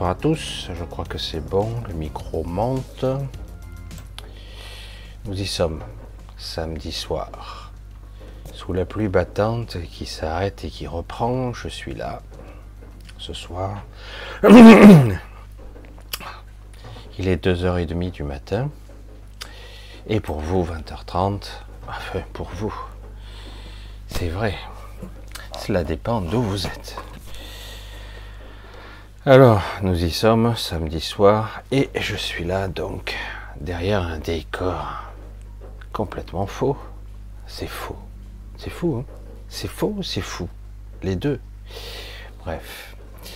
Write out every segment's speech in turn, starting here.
bonsoir à tous, je crois que c'est bon, le micro monte. Nous y sommes, samedi soir. Sous la pluie battante qui s'arrête et qui reprend, je suis là, ce soir. Il est 2h30 du matin. Et pour vous, 20h30, enfin pour vous, c'est vrai, cela dépend d'où vous êtes. Alors, nous y sommes, samedi soir, et je suis là donc, derrière un décor complètement faux. C'est faux. C'est fou, hein? C'est faux, c'est fou. Les deux. Bref.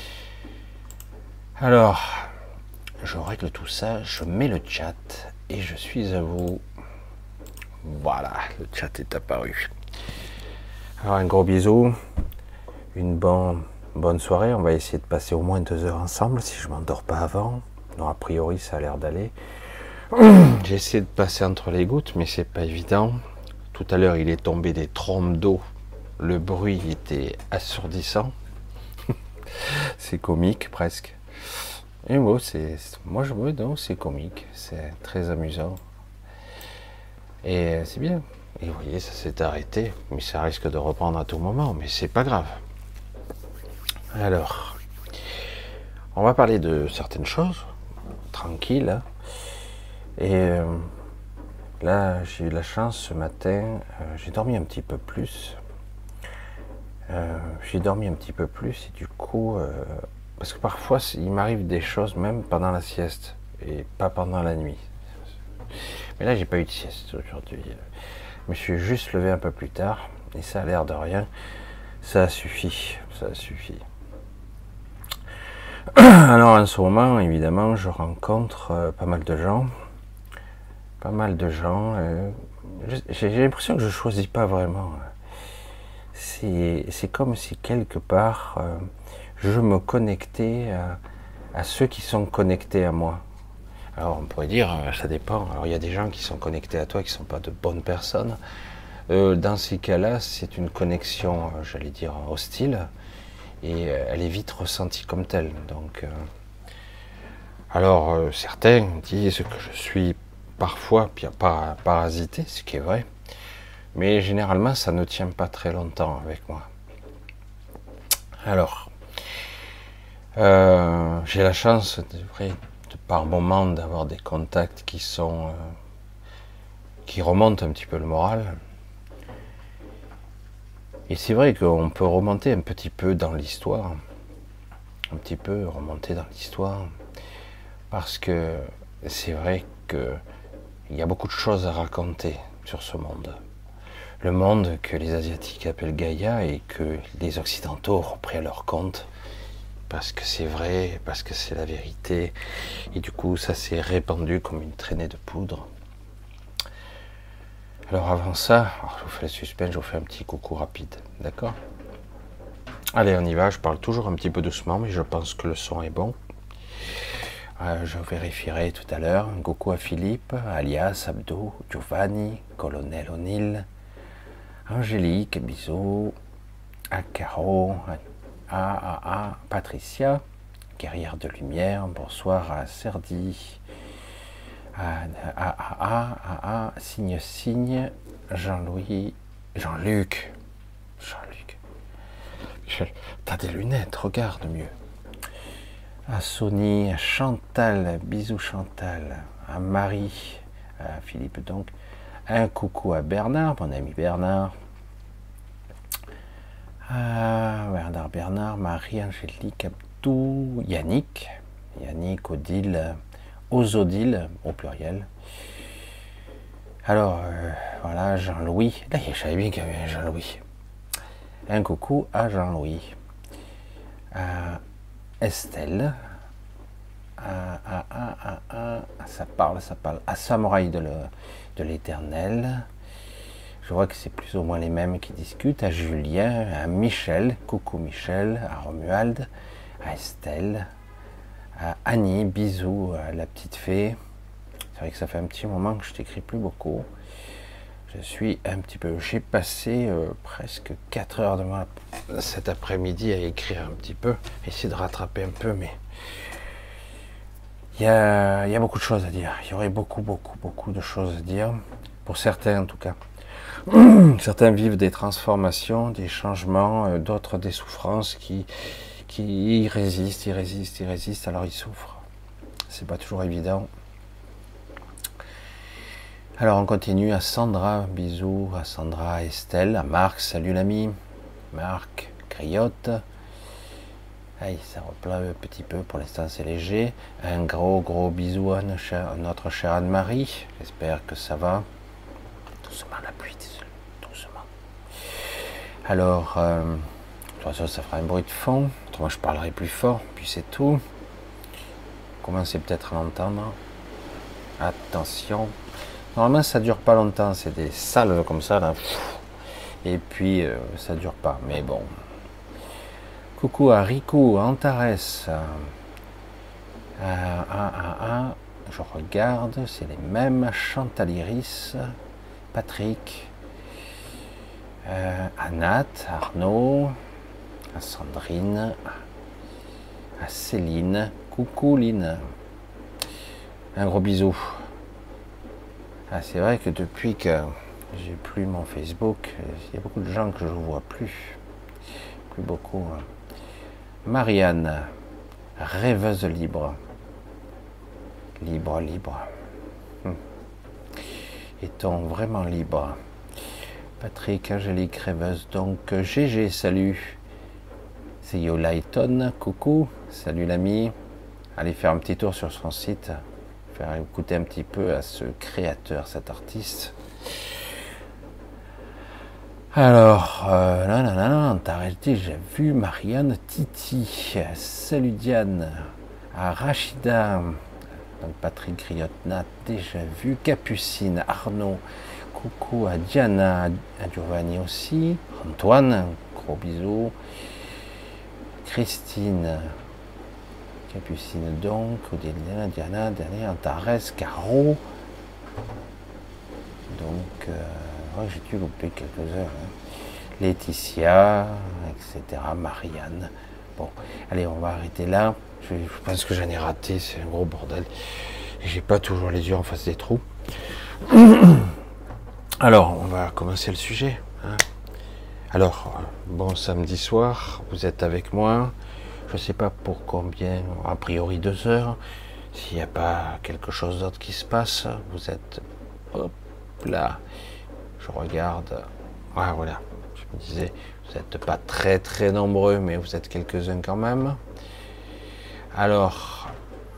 Alors, je règle tout ça, je mets le chat, et je suis à vous. Voilà, le chat est apparu. Alors, un gros bisou, une bonne soirée. On va essayer de passer au moins 2 heures ensemble, si je m'endors pas avant. Non, a priori, ça a l'air d'aller. J'ai essayé de passer entre les gouttes, mais c'est pas évident. Tout à l'heure, il est tombé des trompes d'eau. Le bruit était assourdissant. C'est comique, presque. Et moi, c'est comique. C'est très amusant. Et c'est bien. Et vous voyez, ça s'est arrêté. Mais ça risque de reprendre à tout moment. Mais c'est pas grave. Alors, on va parler de certaines choses. Tranquille. Hein. Et là, j'ai eu la chance ce matin. J'ai dormi un petit peu plus. Et du coup, parce que parfois, il m'arrive des choses même pendant la sieste et pas pendant la nuit. Mais là, j'ai pas eu de sieste aujourd'hui. Je me suis juste levé un peu plus tard et ça a l'air de rien. Ça a suffi. Alors en ce moment, évidemment, je rencontre pas mal de gens. J'ai l'impression que je choisis pas vraiment. C'est comme si quelque part, je me connectais à ceux qui sont connectés à moi. Alors on pourrait dire, ça dépend. Alors il y a des gens qui sont connectés à toi qui ne sont pas de bonnes personnes. Dans ces cas-là, c'est une connexion, j'allais dire, hostile. Et elle est vite ressentie comme telle. Donc, alors certains disent que je suis parfois parasité, ce qui est vrai, mais généralement ça ne tient pas très longtemps avec moi. Alors, j'ai la chance, par moment, d'avoir des contacts qui remontent un petit peu le moral. Et c'est vrai qu'on peut remonter un petit peu dans l'histoire, parce que c'est vrai qu'il y a beaucoup de choses à raconter sur ce monde. Le monde que les Asiatiques appellent Gaïa et que les Occidentaux ont repris à leur compte, parce que c'est vrai, parce que c'est la vérité, et du coup ça s'est répandu comme une traînée de poudre. Alors avant ça, je vous fais le suspense, je vous fais un petit coucou rapide, d'accord? Allez, on y va, je parle toujours un petit peu doucement, mais je pense que le son est bon. Je vérifierai tout à l'heure. Un coucou à Philippe, alias Abdou, Giovanni, Colonel O'Neill, Angélique, bisous, à Caro, à Patricia, guerrière de lumière, bonsoir à Serdi, Signe, Jean-Louis, Jean-Luc. T'as des lunettes, regarde mieux. À Sony, à Chantal, bisous Chantal, à Marie, à Philippe donc, un coucou à Bernard, mon ami Bernard, à Bernard, Marie-Angélique, Abdou, Yannick, Odile, Osodile au pluriel. Alors, voilà, Jean-Louis, là je savais bien qu'il y avait un Jean-Louis. Un coucou à Jean-Louis, à Estelle, ça parle, à Samouraï de l'Éternel. Je vois que c'est plus ou moins les mêmes qui discutent, à Julien, à Michel, coucou Michel, à Romuald, à Estelle, à Annie, bisous à la petite fée. C'est vrai que ça fait un petit moment que je t'écris plus beaucoup. Je suis un petit peu... J'ai passé presque 4 heures de cet après-midi à écrire un petit peu, essayer de rattraper un peu, mais Il y a beaucoup de choses à dire. Il y aurait beaucoup de choses à dire. Pour certains, en tout cas. Certains vivent des transformations, des changements, d'autres des souffrances qui résistent, alors ils souffrent. C'est pas toujours évident. Alors on continue à Sandra, bisous à Sandra, à Estelle, à Marc, salut l'ami, Marc, Criotte. Aïe, ça replat un petit peu, pour l'instant c'est léger. Un gros bisou à notre chère Anne-Marie, j'espère que ça va. Doucement la pluie, doucement. Alors, de toute façon ça fera un bruit de fond, moi je parlerai plus fort, puis c'est tout. Commencez peut-être à l'entendre. Attention. Normalement ça dure pas longtemps, c'est des salves comme ça là. Et puis ça dure pas, mais bon. Coucou à Rico, Antares. Je regarde, c'est les mêmes. Chantal Iris, Patrick, Anat, Arnaud, à Sandrine, à Céline. Coucou Lynn. Un gros bisou. Ah, c'est vrai que depuis que j'ai plus mon Facebook, il y a beaucoup de gens que je ne vois plus. Plus beaucoup. Marianne, rêveuse libre. Libre. Est-on vraiment libre? Patrick, Angélique, rêveuse. Donc, GG, salut. C'est Yolayton, coucou. Salut l'ami. Allez faire un petit tour sur son site. Faire écouter un petit peu à ce créateur, cet artiste. Alors, t'as arrêté, j'ai vu Marianne, Titi, salut Diane, à Rachida, donc Patrick Griotnat, déjà vu, Capucine, Arnaud, coucou à Diana, à Giovanni aussi, Antoine, gros bisous, Christine, Capucine donc, Diana, Antares, Caro, donc, j'ai dû louper quelques heures, Laetitia, etc., Marianne, bon, allez, on va arrêter là, je pense que j'en ai raté, c'est un gros bordel, j'ai pas toujours les yeux en face des trous. Alors, on va commencer le sujet, hein. Alors, bon samedi soir, vous êtes avec moi. Je ne sais pas pour combien, a priori 2 heures. S'il n'y a pas quelque chose d'autre qui se passe, vous êtes, hop là, je regarde, ah, voilà, je me disais, vous n'êtes pas très nombreux, mais vous êtes quelques-uns quand même. Alors,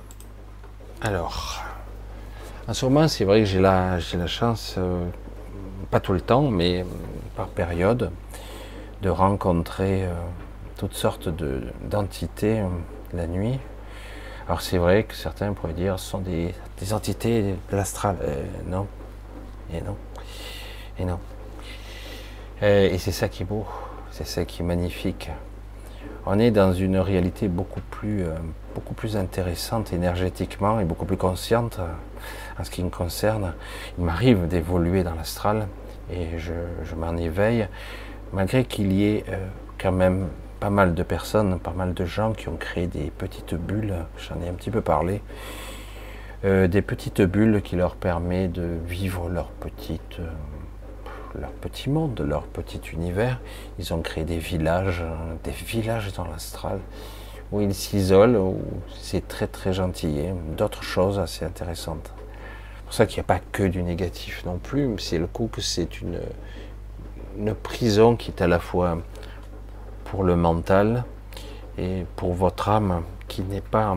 en ce moment, c'est vrai que j'ai la chance, pas tout le temps, mais par période, de rencontrer toutes sortes d'entités la nuit. Alors c'est vrai que certains pourraient dire ce sont des entités de l'astral. Non, et non, et non. Et c'est ça qui est beau, c'est ça qui est magnifique. On est dans une réalité beaucoup plus intéressante énergétiquement et beaucoup plus consciente en ce qui me concerne. Il m'arrive d'évoluer dans l'astral et je m'en éveille, malgré qu'il y ait quand même pas mal de personnes, pas mal de gens qui ont créé des petites bulles, j'en ai un petit peu parlé, des petites bulles qui leur permettent de vivre leur petit monde, leur petit univers. Ils ont créé des villages dans l'astral, où ils s'isolent, où c'est très gentil, d'autres choses assez intéressantes. C'est pour ça qu'il n'y a pas que du négatif non plus, c'est le coup que c'est une prison qui est à la fois pour le mental et pour votre âme qui n'est pas,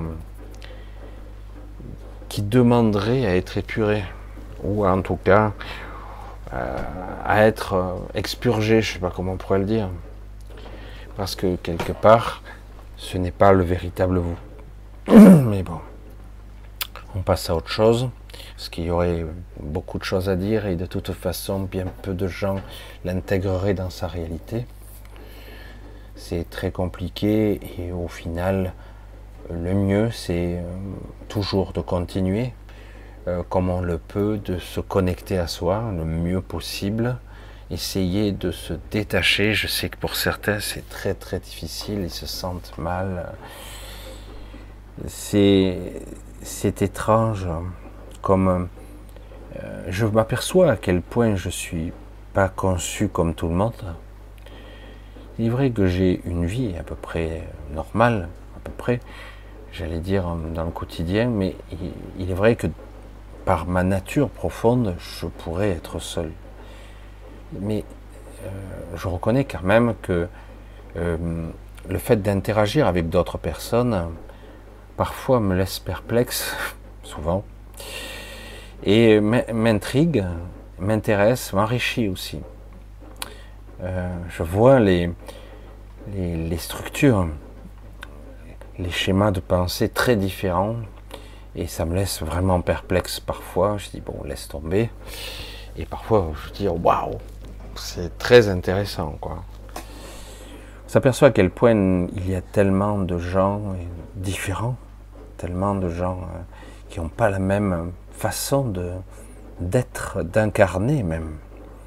qui demanderait à être épurée, ou en tout cas à être expurgée, je ne sais pas comment on pourrait le dire, parce que quelque part ce n'est pas le véritable vous. Mais bon, on passe à autre chose, parce qu'il y aurait beaucoup de choses à dire et de toute façon bien peu de gens l'intégreraient dans sa réalité. C'est très compliqué et au final le mieux c'est toujours de continuer comme on le peut, de se connecter à soi le mieux possible, essayer de se détacher. Je sais que pour certains c'est très difficile, ils se sentent mal, c'est c'est étrange, comme je m'aperçois à quel point je suis pas conçu comme tout le monde. Il est vrai que j'ai une vie à peu près normale, à peu près, j'allais dire dans le quotidien, mais il est vrai que par ma nature profonde, je pourrais être seul. Mais je reconnais quand même que le fait d'interagir avec d'autres personnes, parfois me laisse perplexe, souvent, et m'intrigue, m'intéresse, m'enrichit aussi. Je vois les structures, les schémas de pensée très différents, et ça me laisse vraiment perplexe parfois. Je dis bon, laisse tomber. Et parfois, je dis waouh, c'est très intéressant, quoi. On s'aperçoit à quel point il y a tellement de gens différents, tellement de gens qui n'ont pas la même façon d'être, d'incarner même.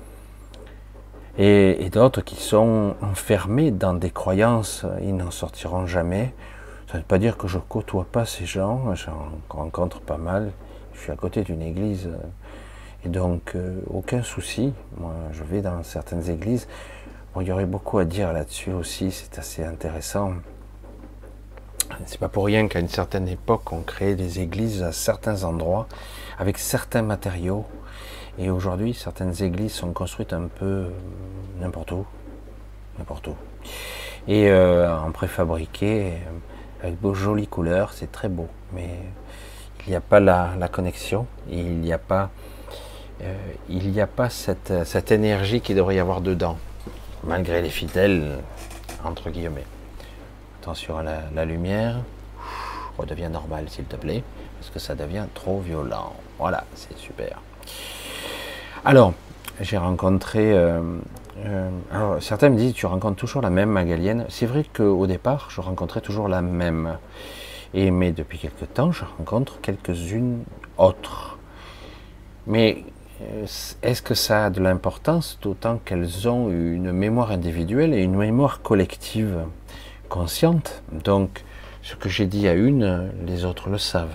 Et d'autres qui sont enfermés dans des croyances, ils n'en sortiront jamais. Ça ne veut pas dire que je côtoie pas ces gens, j'en rencontre pas mal. Je suis à côté d'une église et donc aucun souci. Moi, je vais dans certaines églises. Bon, il y aurait beaucoup à dire là-dessus aussi, c'est assez intéressant. C'est pas pour rien qu'à une certaine époque, on créait des églises à certains endroits avec certains matériaux. Et aujourd'hui, certaines églises sont construites un peu n'importe où. Et en préfabriqué, avec de jolies couleurs, c'est très beau. Mais il n'y a pas la connexion, il n'y a pas cette énergie qu'il devrait y avoir dedans, malgré les fidèles, entre guillemets. Attention à la lumière, redevient normal s'il te plaît, parce que ça devient trop violent. Voilà, c'est super. Alors, j'ai rencontré... alors, certains me disent, tu rencontres toujours la même Magalienne. C'est vrai qu'au départ, je rencontrais toujours la même. Mais depuis quelque temps, je rencontre quelques-unes autres. Mais est-ce que ça a de l'importance, d'autant qu'elles ont une mémoire individuelle et une mémoire collective consciente? Donc, ce que j'ai dit à une, les autres le savent.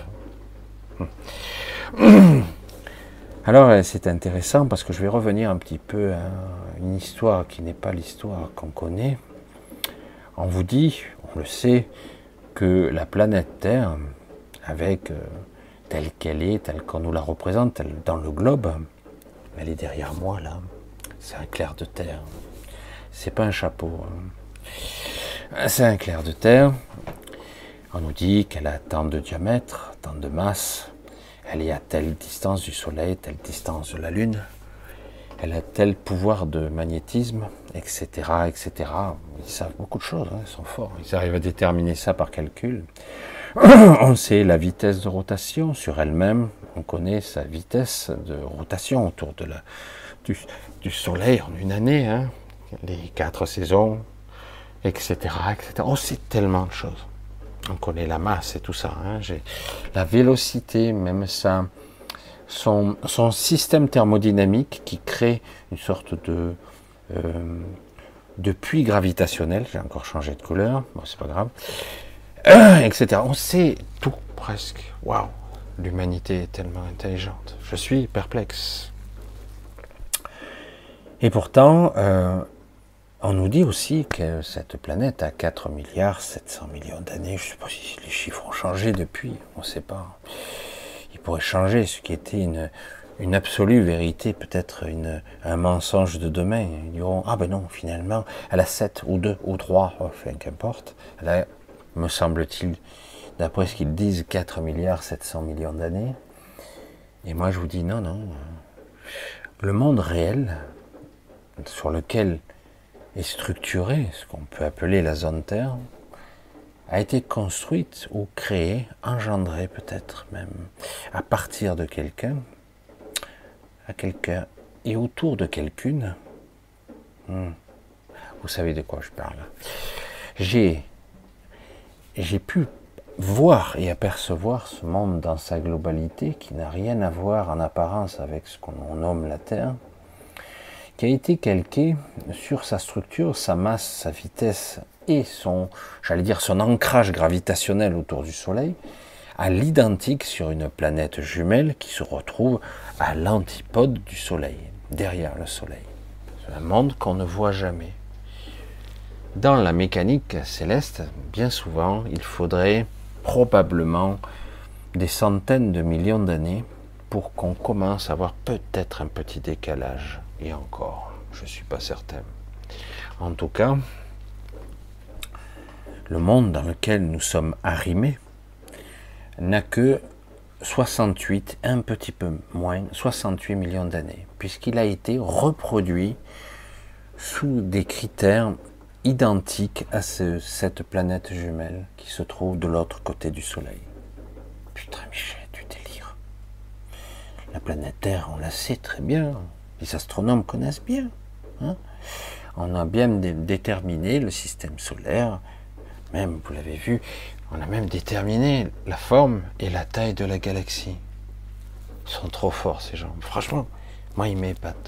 Alors c'est intéressant parce que je vais revenir un petit peu à une histoire qui n'est pas l'histoire qu'on connaît. On vous dit, on le sait, que la planète Terre, avec telle qu'elle est, telle qu'on nous la représente, dans le globe, elle est derrière moi là, c'est un clair de terre. C'est pas un chapeau. C'est un clair de terre. On nous dit qu'elle a tant de diamètre, tant de masse. Elle est à telle distance du Soleil, telle distance de la Lune. Elle a tel pouvoir de magnétisme, etc., etc. Ils savent beaucoup de choses, hein, ils sont forts. Ils arrivent à déterminer ça par calcul. On sait la vitesse de rotation sur elle-même. On connaît sa vitesse de rotation autour du Soleil en une année. Hein, les 4 saisons, etc., etc. On sait tellement de choses. On connaît la masse et tout ça, hein, la vélocité, même ça, son système thermodynamique qui crée une sorte de puits gravitationnel. J'ai encore changé de couleur, bon, c'est pas grave, etc. On sait tout presque. Waouh, l'humanité est tellement intelligente. Je suis perplexe. Et pourtant, on nous dit aussi que cette planète a 4 milliards 700 millions d'années. Je ne sais pas si les chiffres ont changé depuis, on ne sait pas. Ils pourraient changer, ce qui était une absolue vérité, peut-être un mensonge de demain. Ils diront, ah ben non, finalement, elle a 7 ou 2 ou 3, enfin qu'importe. Elle a, me semble-t-il, d'après ce qu'ils disent, 4 milliards 700 millions d'années. Et moi je vous dis, non, non. Le monde réel, sur lequel est structurée, ce qu'on peut appeler la zone Terre, a été construite ou créée, engendrée peut-être même, à partir de quelqu'un, et autour de quelqu'une. Vous savez de quoi je parle. J'ai pu voir et apercevoir ce monde dans sa globalité, qui n'a rien à voir en apparence avec ce qu'on nomme la Terre, qui a été calqué sur sa structure, sa masse, sa vitesse et son ancrage gravitationnel autour du Soleil, à l'identique sur une planète jumelle qui se retrouve à l'antipode du Soleil, derrière le Soleil. C'est un monde qu'on ne voit jamais. Dans la mécanique céleste, bien souvent, il faudrait probablement des centaines de millions d'années pour qu'on commence à avoir peut-être un petit décalage. Et encore, je ne suis pas certain. En tout cas, le monde dans lequel nous sommes arrimés n'a que 68, un petit peu moins, 68 millions d'années, puisqu'il a été reproduit sous des critères identiques à cette planète jumelle qui se trouve de l'autre côté du Soleil. Putain, Michel, tu délires. La planète Terre, on la sait très bien. Les astronomes connaissent bien. Hein, on a bien déterminé le système solaire. Même, vous l'avez vu, on a même déterminé la forme et la taille de la galaxie. Ils sont trop forts, ces gens. Franchement, moi, ils m'épatent.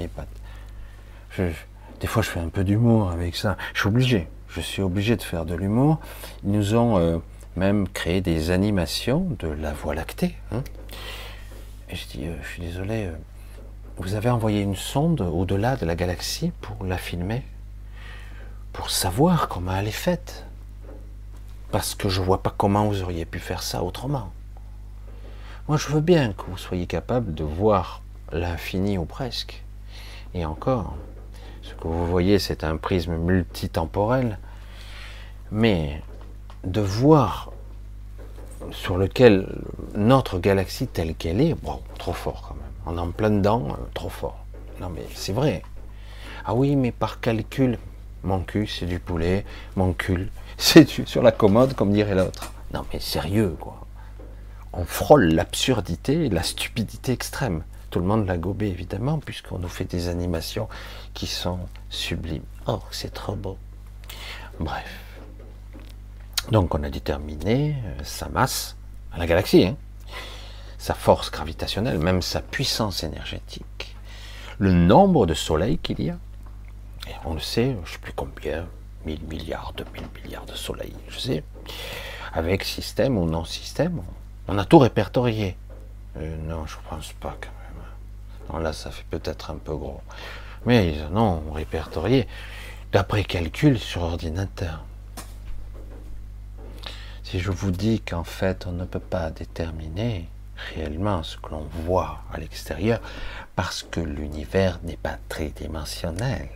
Des fois, je fais un peu d'humour avec ça. Je suis obligé de faire de l'humour. Ils nous ont même créé des animations de la Voie lactée. Hein. Et je dis, je suis désolé, vous avez envoyé une sonde au-delà de la galaxie pour la filmer, pour savoir comment elle est faite. Parce que je vois pas comment vous auriez pu faire ça autrement. Moi, je veux bien que vous soyez capable de voir l'infini ou presque. Et encore, ce que vous voyez, c'est un prisme multitemporel. Mais de voir sur lequel notre galaxie telle qu'elle est, bon, trop fort quand même. On est en plein dedans, trop fort. Non mais c'est vrai. Ah oui, mais par calcul, mon cul, c'est du poulet, mon cul, c'est sur la commode, comme dirait l'autre. Non mais sérieux, quoi. On frôle l'absurdité et la stupidité extrême. Tout le monde l'a gobé, évidemment, puisqu'on nous fait des animations qui sont sublimes. Oh, c'est trop beau. Bref. Donc on a déterminé sa masse à la galaxie, hein, sa force gravitationnelle, même sa puissance énergétique, le nombre de soleils qu'il y a. Et on le sait, je ne sais plus combien, 1000 milliards, 2000 milliards de soleils, je sais, avec système ou non système, on a tout répertorié. Non, je ne pense pas quand même. Non, là, ça fait peut-être un peu gros. Mais non, répertorié d'après calcul sur ordinateur. Si je vous dis qu'en fait, on ne peut pas déterminer réellement ce que l'on voit à l'extérieur, parce que l'univers n'est pas tridimensionnel.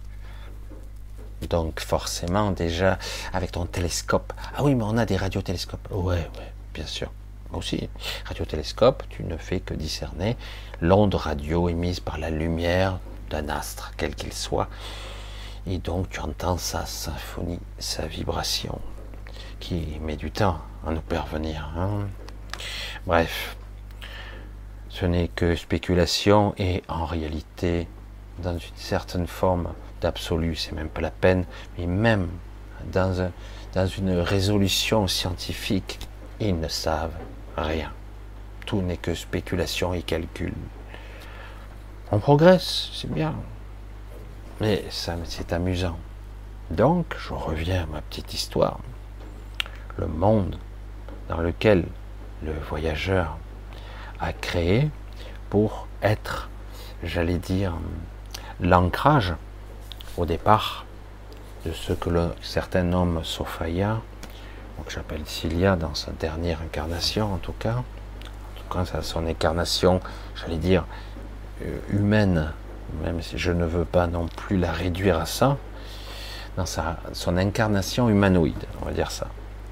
Donc forcément, déjà, avec ton télescope, ah oui, mais on a des radiotélescopes. Ouais, bien sûr. Aussi, radiotélescope, tu ne fais que discerner l'onde radio émise par la lumière d'un astre, quel qu'il soit. Et donc, tu entends sa symphonie, sa vibration, qui met du temps à nous parvenir. Hein. Bref, ce n'est que spéculation et en réalité, dans une certaine forme d'absolu, c'est même pas la peine, mais même dans une résolution scientifique, ils ne savent rien. Tout n'est que spéculation et calcul. On progresse, c'est bien, mais ça, c'est amusant. Donc, je reviens à ma petite histoire. Le monde dans lequel le voyageur a créé pour être, j'allais dire, l'ancrage au départ de ce que certains nomment Sophia, que j'appelle Cilia dans sa dernière incarnation en tout cas son incarnation, j'allais dire, humaine, même si je ne veux pas non plus la réduire à ça, dans son incarnation humanoïde, on va dire ça.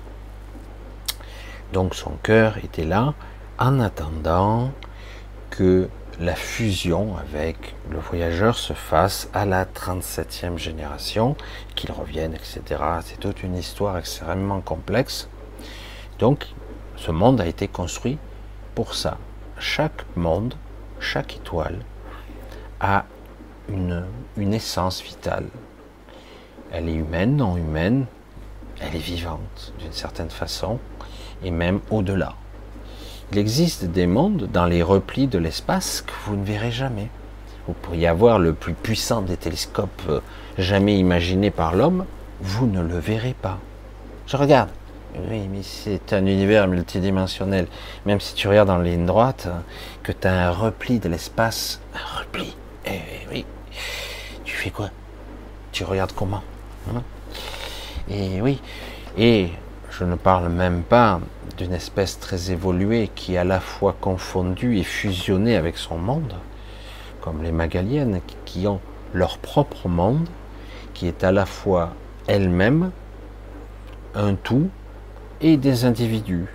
Donc son cœur était là, en attendant que la fusion avec le voyageur se fasse à la 37e génération, qu'il revienne, etc. C'est toute une histoire extrêmement complexe. Donc, ce monde a été construit pour ça. Chaque monde, chaque étoile a une essence vitale. Elle est humaine, non humaine, elle est vivante d'une certaine façon, et même au-delà. Il existe des mondes dans les replis de l'espace que vous ne verrez jamais. Vous pourriez avoir le plus puissant des télescopes jamais imaginé par l'homme, vous ne le verrez pas. Je regarde, Oui, mais c'est un univers multidimensionnel. Même si tu regardes en ligne droite, que tu as un repli de l'espace, un repli. Eh oui, tu fais quoi? Tu regardes comment? Hein? Et oui, et je ne parle même pas d'une espèce très évoluée qui est à la fois confondue et fusionnée avec son monde, comme les Magaliennes, qui ont leur propre monde, qui est à la fois elle-même un tout et des individus.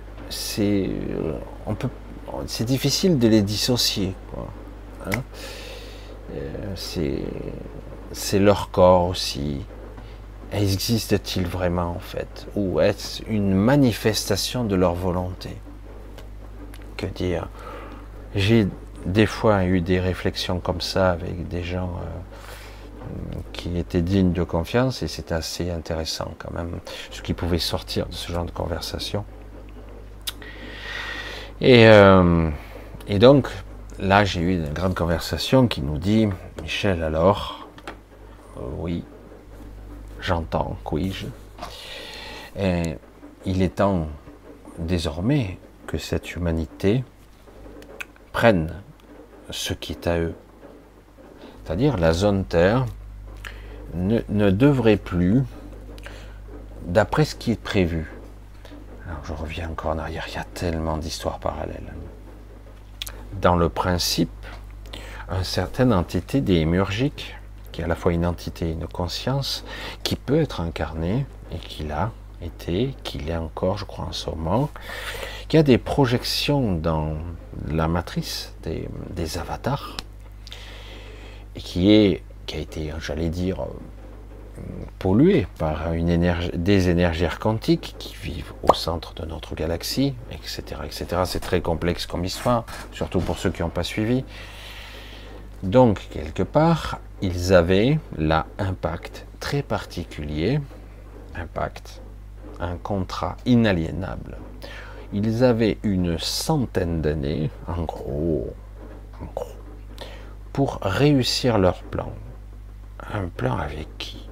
C'est difficile de les dissocier, quoi. Hein, c'est leur corps aussi. Existe-t-il vraiment en fait? Ou est-ce une manifestation de leur volonté? Que dire? J'ai des fois eu des réflexions comme ça avec des gens qui étaient dignes de confiance et c'est assez intéressant quand même ce qui pouvait sortir de ce genre de conversation. Et donc là j'ai eu une grande conversation qui nous dit: Michel, alors oui, j'entends, quis-je, et il est temps désormais que cette humanité prenne ce qui est à eux. C'est-à-dire la zone Terre ne devrait plus, d'après ce qui est prévu. Alors je reviens encore en arrière, il y a tellement d'histoires parallèles. Dans le principe, une certaine entité démiurgique, qui est à la fois une entité et une conscience, qui peut être incarnée, et qui l'a été, qui l'est encore, je crois, en ce moment, qui a des projections dans la matrice des avatars, et qui a été, j'allais dire, pollué par des énergies quantiques qui vivent au centre de notre galaxie, etc., etc. C'est très complexe comme histoire, surtout pour ceux qui n'ont pas suivi. Donc, quelque part, ils avaient là un pacte très particulier, un contrat inaliénable. Ils avaient une centaine d'années, en gros, pour réussir leur plan. Un plan avec qui?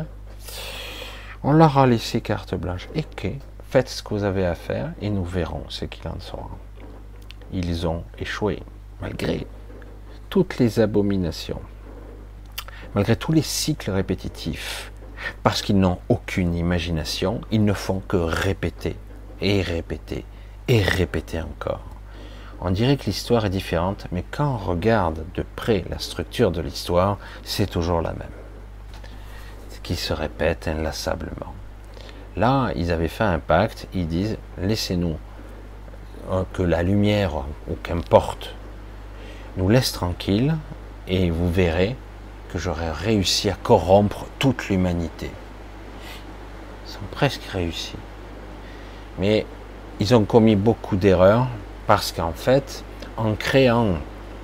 On leur a laissé carte blanche. Et que faites ce que vous avez à faire et nous verrons ce qu'il en sera. Ils ont échoué, malgré toutes les abominations, malgré tous les cycles répétitifs, parce qu'ils n'ont aucune imagination, ils ne font que répéter, et répéter, et répéter encore. On dirait que l'histoire est différente, mais quand on regarde de près la structure de l'histoire, c'est toujours la même, qui se répète inlassablement. Là, ils avaient fait un pacte, ils disent, laissez-nous que la lumière, ou qu'importe, nous laisse tranquille, et vous verrez que j'aurai réussi à corrompre toute l'humanité. Ils ont presque réussi. Mais ils ont commis beaucoup d'erreurs, parce qu'en fait, en créant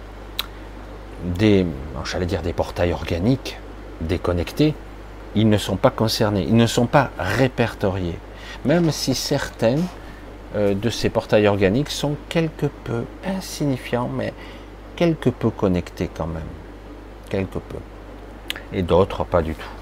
des portails organiques déconnectés, ils ne sont pas concernés, ils ne sont pas répertoriés. Même si certains de ces portails organiques sont quelque peu insignifiants, mais quelque peu connectés quand même. Quelque peu. Et d'autres, pas du tout.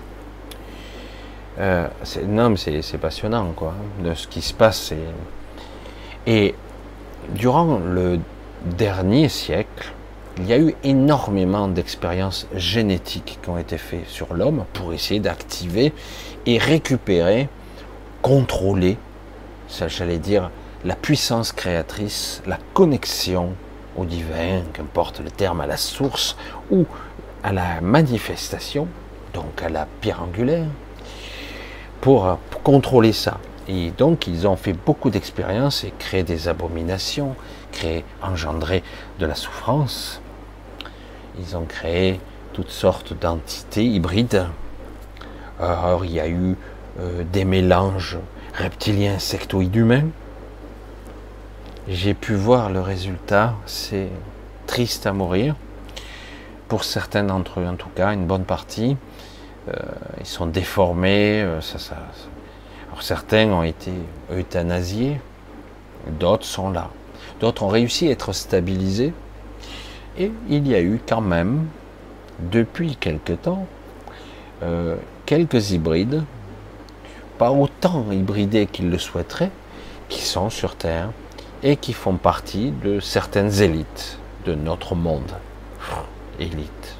C'est passionnant, quoi, de ce qui se passe. Et durant le dernier siècle, il y a eu énormément d'expériences génétiques qui ont été faites sur l'homme pour essayer d'activer et récupérer, contrôler, ça j'allais dire, la puissance créatrice, la connexion au divin, qu'importe le terme, à la source, ou à la manifestation, donc à la pierre angulaire, pour contrôler ça. Et donc ils ont fait beaucoup d'expériences et créé des abominations, engendré de la souffrance. Ils ont créé toutes sortes d'entités hybrides. Alors il y a eu des mélanges reptiliens, sectoïdes humains. J'ai pu voir le résultat, c'est triste à mourir. Pour certains d'entre eux, en tout cas, une bonne partie, ils sont déformés. Alors certains ont été euthanasiés, d'autres sont là. D'autres ont réussi à être stabilisés. Et il y a eu quand même, depuis quelque temps, quelques hybrides pas autant hybridés qu'ils le souhaiteraient, qui sont sur Terre et qui font partie de certaines élites de notre monde. Élite.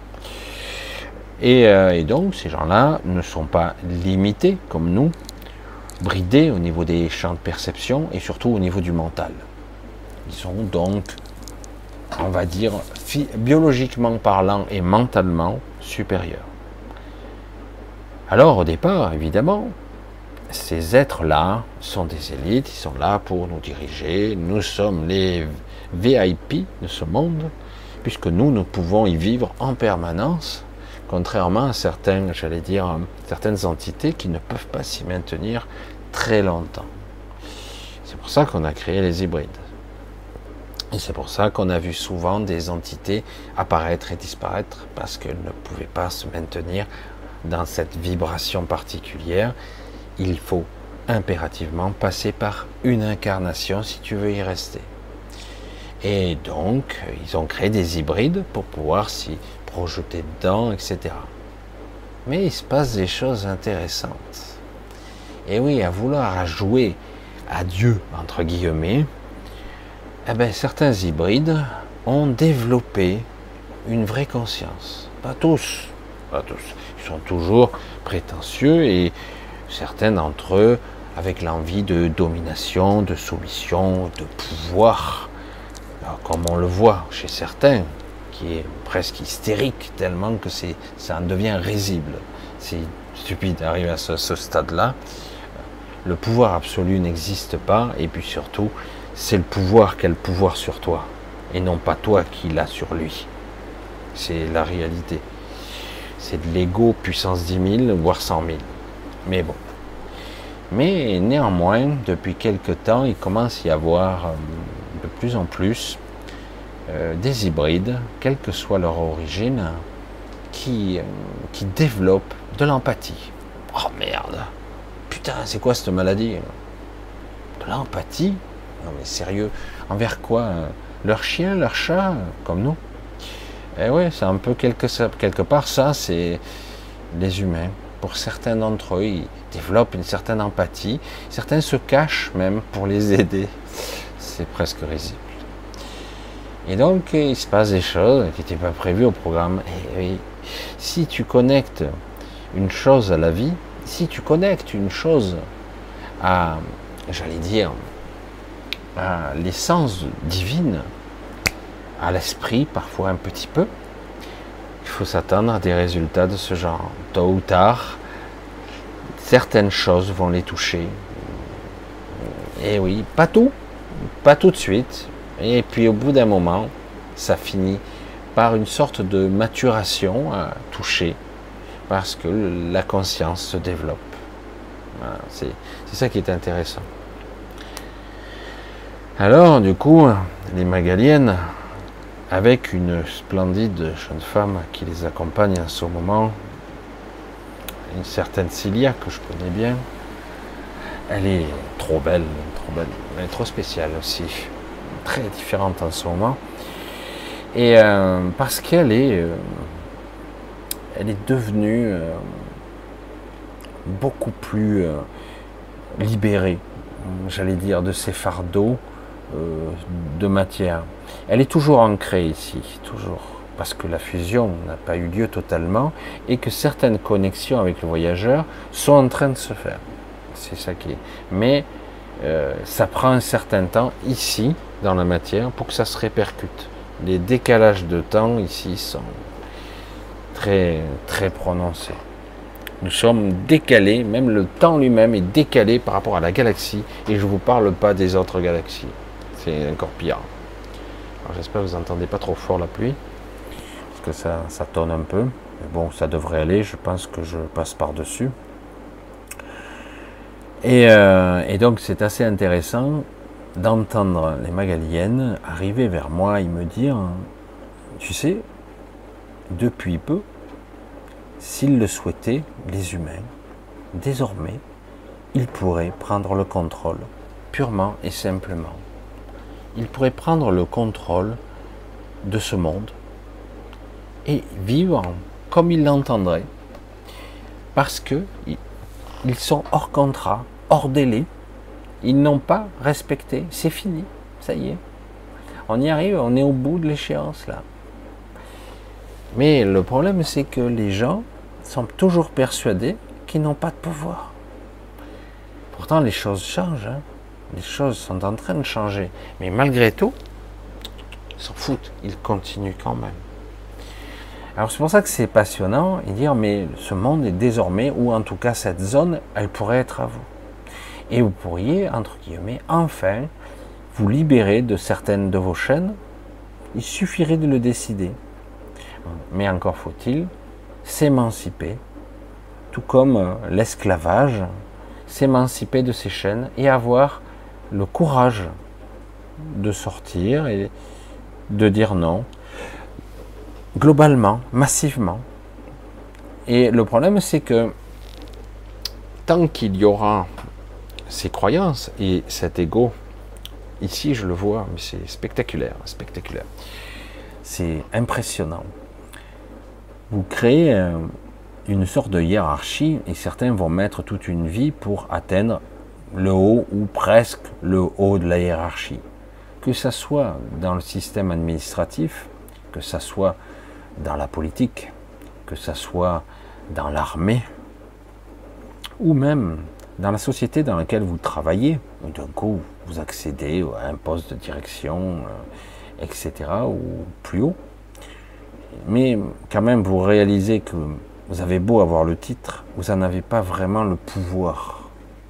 Et donc ces gens-là ne sont pas limités comme nous, bridés au niveau des champs de perception et surtout au niveau du mental. Ils sont donc, on va dire, biologiquement parlant et mentalement supérieurs. Alors au départ, évidemment, ces êtres-là sont des élites, ils sont là pour nous diriger, nous sommes les VIP de ce monde, puisque nous pouvons y vivre en permanence, contrairement à certaines entités qui ne peuvent pas s'y maintenir très longtemps. C'est pour ça qu'on a créé les hybrides. Et c'est pour ça qu'on a vu souvent des entités apparaître et disparaître, parce qu'elles ne pouvaient pas se maintenir dans cette vibration particulière. Il faut impérativement passer par une incarnation si tu veux y rester. Et donc, ils ont créé des hybrides pour pouvoir s'y projeter dedans, etc. Mais il se passe des choses intéressantes. Et oui, à vouloir jouer à Dieu, entre guillemets, eh bien, certains hybrides ont développé une vraie conscience. Pas tous, pas tous. Ils sont toujours prétentieux et certains d'entre eux avec l'envie de domination, de soumission, de pouvoir. Alors, comme on le voit chez certains, qui est presque hystérique tellement que ça en devient risible. C'est stupide d'arriver à ce stade-là. Le pouvoir absolu n'existe pas, et puis surtout, c'est le pouvoir qui a le pouvoir sur toi, et non pas toi qui l'as sur lui. C'est la réalité. C'est de l'ego puissance 10 000, voire 100 000. Mais bon. Mais néanmoins, depuis quelque temps, il commence à y avoir de plus en plus des hybrides, quelle que soit leur origine, qui développent de l'empathie. Oh merde! Putain, c'est quoi cette maladie? De l'empathie? Non mais sérieux, envers quoi? Leur chien, leur chat, comme nous? Eh ouais, c'est un peu quelque part ça, c'est les humains. Pour certains d'entre eux, ils développent une certaine empathie. Certains se cachent même pour les aider. C'est presque risible. Et donc, il se passe des choses qui n'étaient pas prévues au programme. Et si tu connectes une chose à la vie, si tu connectes une chose à, j'allais dire, à l'essence divine, à l'esprit, parfois un petit peu, il faut s'attendre à des résultats de ce genre. Tôt ou tard, certaines choses vont les toucher. Et oui, pas tout de suite. Et puis au bout d'un moment, ça finit par une sorte de maturation à toucher, parce que la conscience se développe. Voilà, c'est ça qui est intéressant. Alors du coup, les Magaliennes, avec une splendide jeune femme qui les accompagne en ce moment, une certaine Cilia que je connais bien, elle est trop belle, elle est trop spéciale aussi, très différente en ce moment, et parce qu'elle est devenue beaucoup plus libérée, j'allais dire, de ses fardeaux de matière. Elle est toujours ancrée ici, toujours, parce que la fusion n'a pas eu lieu totalement et que certaines connexions avec le voyageur sont en train de se faire. C'est ça qui est. Mais ça prend un certain temps ici, dans la matière, pour que ça se répercute. Les décalages de temps ici sont très, très prononcés. Nous sommes décalés, même le temps lui-même est décalé par rapport à la galaxie, et je ne vous parle pas des autres galaxies. C'est encore pire. Alors j'espère que vous n'entendez pas trop fort la pluie, parce que ça tonne un peu. Mais bon, ça devrait aller, je pense que je passe par-dessus. Et donc c'est assez intéressant d'entendre les Magaliennes arriver vers moi et me dire, tu sais, depuis peu, s'ils le souhaitaient, les humains, désormais, ils pourraient prendre le contrôle, purement et simplement. Ils pourraient prendre le contrôle de ce monde et vivre comme ils l'entendraient. Parce que Ils sont hors contrat, hors délai. Ils n'ont pas respecté. C'est fini. Ça y est. On y arrive, on est au bout de l'échéance là. Mais le problème, c'est que les gens sont toujours persuadés qu'ils n'ont pas de pouvoir. Pourtant, les choses changent. Hein. Les choses sont en train de changer. Mais malgré tout, ils s'en foutent. Ils continuent quand même. Alors c'est pour ça que c'est passionnant et dire mais ce monde est désormais, ou en tout cas cette zone, elle pourrait être à vous. Et vous pourriez, entre guillemets, enfin vous libérer de certaines de vos chaînes. Il suffirait de le décider. Mais encore faut-il s'émanciper, tout comme l'esclavage, s'émanciper de ces chaînes et avoir le courage de sortir et de dire non, globalement, massivement. Et le problème, c'est que tant qu'il y aura ces croyances et cet ego, ici je le vois, mais c'est spectaculaire, spectaculaire. C'est impressionnant. Vous créez une sorte de hiérarchie et certains vont mettre toute une vie pour atteindre le haut ou presque le haut de la hiérarchie. Que ça soit dans le système administratif, que ça soit dans la politique, que ça soit dans l'armée, ou même dans la société dans laquelle vous travaillez, d'un coup vous accédez à un poste de direction, etc., ou plus haut. Mais quand même, vous réalisez que vous avez beau avoir le titre, vous n'en avez pas vraiment le pouvoir.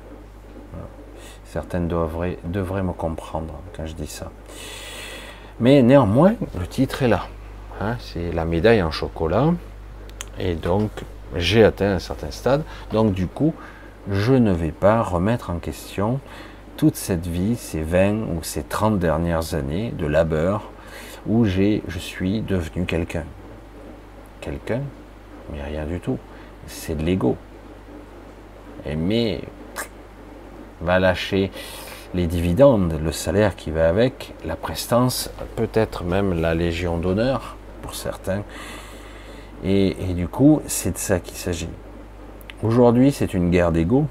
Certaines devraient me comprendre quand je dis ça. Mais néanmoins, le titre est là. Hein, c'est la médaille en chocolat. Et donc, j'ai atteint un certain stade. Donc, du coup, je ne vais pas remettre en question toute cette vie, ces 20 ou ces 30 dernières années de labeur où je suis devenu quelqu'un. Quelqu'un, mais rien du tout. C'est de l'ego. Mais va lâcher les dividendes, le salaire qui va avec, la prestance, peut-être même la Légion d'honneur pour certains. Et du coup, c'est de ça qu'il s'agit. Aujourd'hui, c'est une guerre d'ego.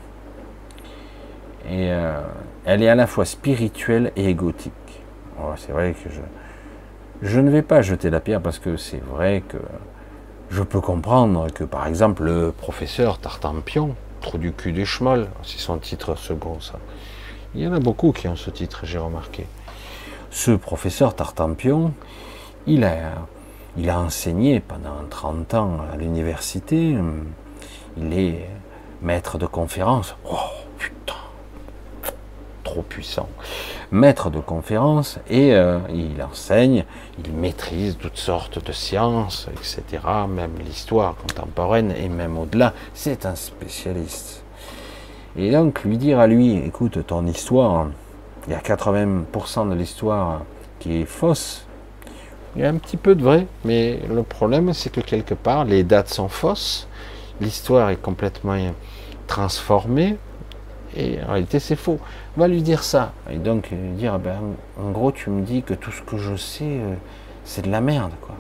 Et elle est à la fois spirituelle et égotique. Alors, c'est vrai que je ne vais pas jeter la pierre parce que c'est vrai que je peux comprendre que, par exemple, le professeur Tartampion, trou du cul du schmoll, c'est son titre second, ça. Il y en a beaucoup qui ont ce titre, j'ai remarqué. Ce professeur Tartampion, il a enseigné pendant 30 ans à l'université. Il est maître de conférences. Oh, putain, trop puissant. Maître de conférences et il enseigne, il maîtrise toutes sortes de sciences, etc. Même l'histoire contemporaine et même au-delà. C'est un spécialiste. Et donc lui dire à lui, écoute, ton histoire, il y a 80% de l'histoire qui est fausse. Il y a un petit peu de vrai, mais le problème c'est que quelque part les dates sont fausses, l'histoire est complètement transformée, et en réalité c'est faux. On va lui dire ça, et donc lui dire, ben, en gros tu me dis que tout ce que je sais, c'est de la merde, quoi.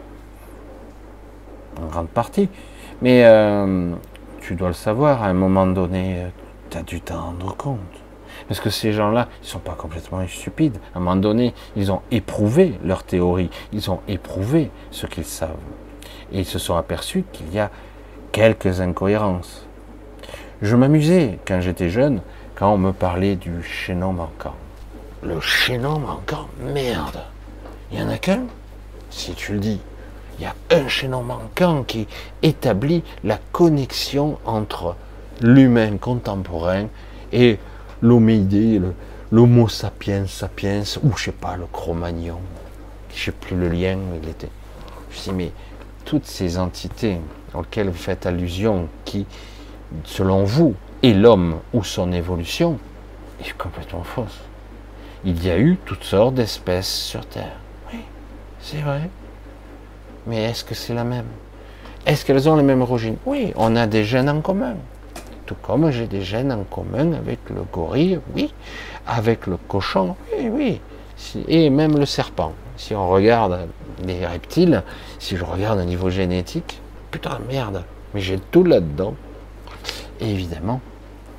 En grande partie. Mais tu dois le savoir, à un moment donné, tu as dû t'en rendre compte. Parce que ces gens-là, ils ne sont pas complètement stupides. À un moment donné, ils ont éprouvé leur théorie, ils ont éprouvé ce qu'ils savent. Et ils se sont aperçus qu'il y a quelques incohérences. Je m'amusais, quand j'étais jeune, quand on me parlait du chaînon manquant. Le chaînon manquant, merde. Il n'y en a qu'un, si tu le dis. Il y a un chaînon manquant qui établit la connexion entre l'humain contemporain et l'homéidé, l'homo sapiens sapiens, ou je sais pas, le Cro-Magnon, je sais plus le lien où il était. Je dis, mais toutes ces entités auxquelles vous faites allusion, qui, selon vous, est l'homme ou son évolution, est complètement fausse. Il y a eu toutes sortes d'espèces sur Terre. Oui, c'est vrai. Mais est-ce que c'est la même? Est-ce qu'elles ont les mêmes origines? Oui, on a des gènes en commun. Tout comme j'ai des gènes en commun avec le gorille, oui, avec le cochon, oui, oui, et même le serpent. Si on regarde les reptiles, si je regarde au niveau génétique, putain de merde, mais j'ai tout là-dedans. Et évidemment,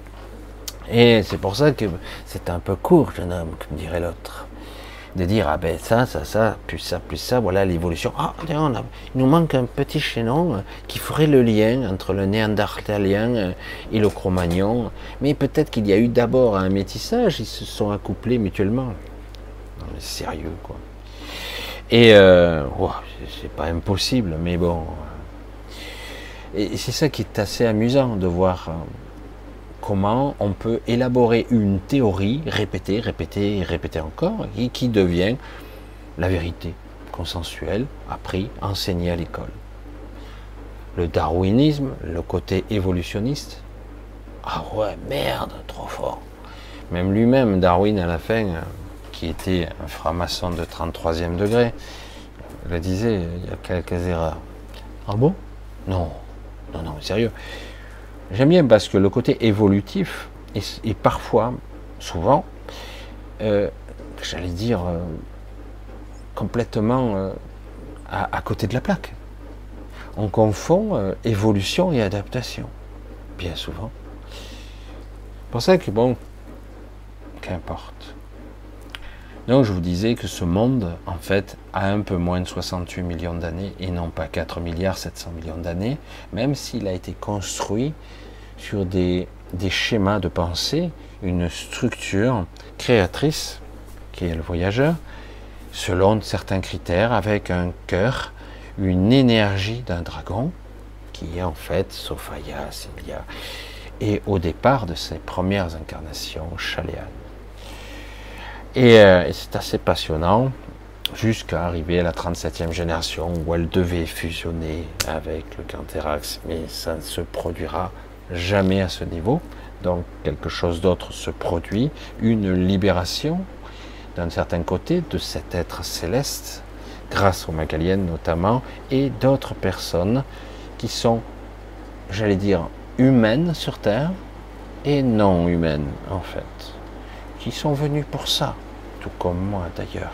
Et c'est pour ça que c'est un peu court, jeune homme, comme dirait l'autre. De dire, ah ben ça, plus ça, voilà l'évolution. Ah, tiens, il nous manque un petit chaînon qui ferait le lien entre le néandertalien et le cro-magnon. Mais peut-être qu'il y a eu d'abord un métissage, ils se sont accouplés mutuellement. Non mais sérieux, quoi. Et c'est pas impossible, mais bon. Et c'est ça qui est assez amusant de voir comment on peut élaborer une théorie, répéter encore, et qui devient la vérité consensuelle, appris, enseignée à l'école. Le darwinisme, le côté évolutionniste, ah ouais, merde, trop fort. Même lui-même, Darwin, à la fin, qui était un franc-maçon de 33e degré, le disait, il y a quelques erreurs. Ah bon? Non, sérieux. J'aime bien parce que le côté évolutif est parfois, souvent, j'allais dire, complètement à côté de la plaque. On confond évolution et adaptation, bien souvent. C'est pour ça que, bon, qu'importe. Donc je vous disais que ce monde, en fait, a un peu moins de 68 millions d'années, et non pas 4 milliards 700 millions d'années, même s'il a été construit sur des schémas de pensée, une structure créatrice, qui est le voyageur, selon certains critères, avec un cœur, une énergie d'un dragon, qui est en fait Sophia, Célia, et au départ de ses premières incarnations chaléanes. Et c'est assez passionnant, jusqu'à arriver à la 37e génération, où elle devait fusionner avec le Canthérax, mais ça ne se produira jamais à ce niveau. Donc quelque chose d'autre se produit, une libération d'un certain côté de cet être céleste, grâce aux Magaliennes notamment, et d'autres personnes qui sont, j'allais dire, humaines sur Terre et non humaines en fait, qui sont venues pour ça, tout comme moi d'ailleurs,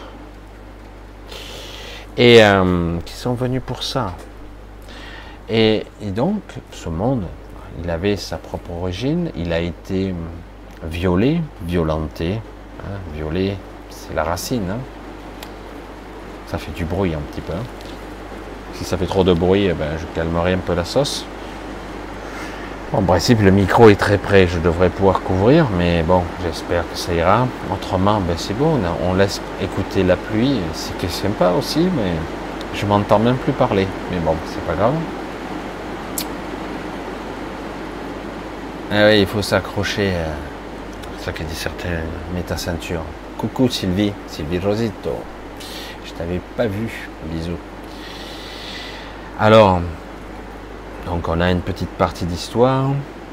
et qui sont venus pour ça. Et donc ce monde, il avait sa propre origine, il a été violé, violenté, hein, violé, c'est la racine, hein. Ça fait du bruit un petit peu, hein. Si ça fait trop de bruit, eh ben, je calmerai un peu la sauce. En principe, le micro est très près, je devrais pouvoir couvrir, mais bon, j'espère que ça ira. Autrement, ben c'est bon, on laisse écouter la pluie, c'est que c'est sympa aussi, mais je m'entends même plus parler. Mais bon, c'est pas grave. Ah oui, il faut s'accrocher, c'est ça que dit certains, mets ta ceinture. Coucou Sylvie Rosito, je t'avais pas vu, bisous. Alors, donc on a une petite partie d'histoire.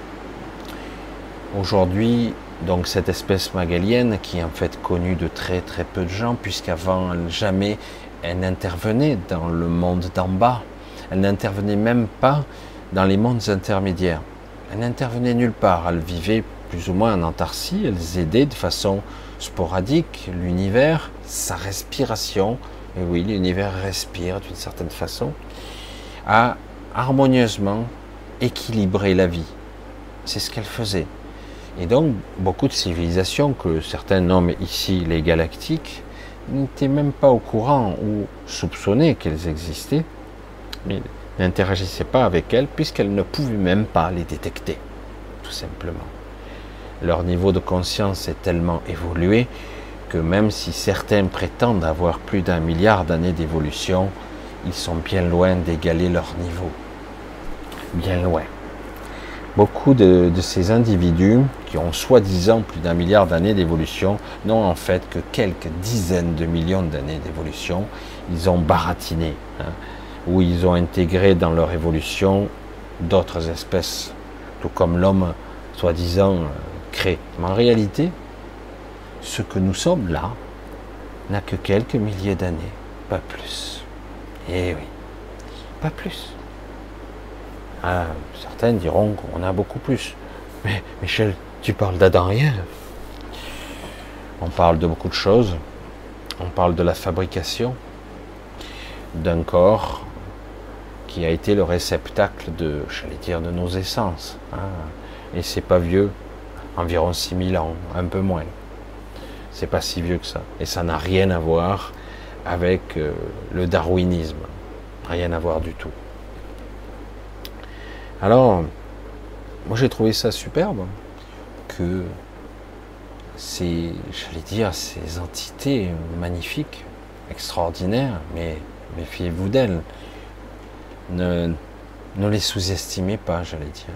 Aujourd'hui, donc cette espèce magalienne qui est en fait connue de très très peu de gens, puisqu'avant jamais elle n'intervenait dans le monde d'en bas, elle n'intervenait même pas dans les mondes intermédiaires. Elle n'intervenait nulle part, elle vivait plus ou moins en Antarctique, elle aidait de façon sporadique l'univers, sa respiration, et oui, l'univers respire d'une certaine façon, à harmonieusement équilibrer la vie. C'est ce qu'elle faisait. Et donc, beaucoup de civilisations que certains nomment ici les galactiques n'étaient même pas au courant ou soupçonnaient qu'elles existaient, mais n'interagissaient pas avec elles puisqu'elles ne pouvaient même pas les détecter, tout simplement. Leur niveau de conscience est tellement évolué que même si certains prétendent avoir plus d'1 milliard d'années d'évolution, ils sont bien loin d'égaler leur niveau. Bien loin. Beaucoup de ces individus qui ont soi-disant plus d'1 milliard d'années d'évolution n'ont en fait que quelques dizaines de millions d'années d'évolution. Ils ont baratiné, hein, ou ils ont intégré dans leur évolution d'autres espèces, tout comme l'homme soi-disant crée. Mais en réalité, ce que nous sommes là n'a que quelques milliers d'années, pas plus. Eh oui, pas plus. Ah, certains diront qu'on a beaucoup plus. Mais Michel, tu parles d'Adam et Ève. On parle de beaucoup de choses. On parle de la fabrication d'un corps qui a été le réceptacle de, j'allais dire, de nos essences. Ah, et c'est pas vieux. environ 6000 ans, un peu moins. C'est pas si vieux que ça. Et ça n'a rien à voir avec le darwinisme. Rien à voir du tout. Alors, moi j'ai trouvé ça superbe que j'allais dire, ces entités magnifiques, extraordinaires, mais méfiez-vous d'elles. Ne les sous-estimez pas, j'allais dire.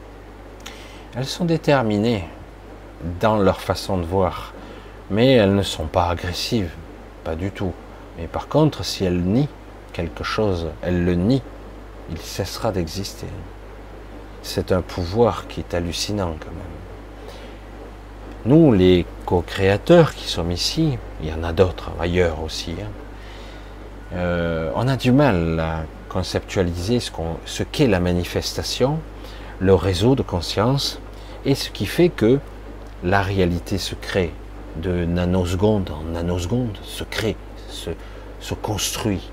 Elles sont déterminées dans leur façon de voir, mais elles ne sont pas agressives, pas du tout. Mais par contre, si elles nient quelque chose, elles le nient, il cessera d'exister. C'est un pouvoir qui est hallucinant quand même. Nous, les co-créateurs qui sommes ici, il y en a d'autres ailleurs aussi, on a du mal à conceptualiser ce qu'est la manifestation, le réseau de conscience, et ce qui fait que la réalité se crée de nanoseconde en nanoseconde, se crée, se construit.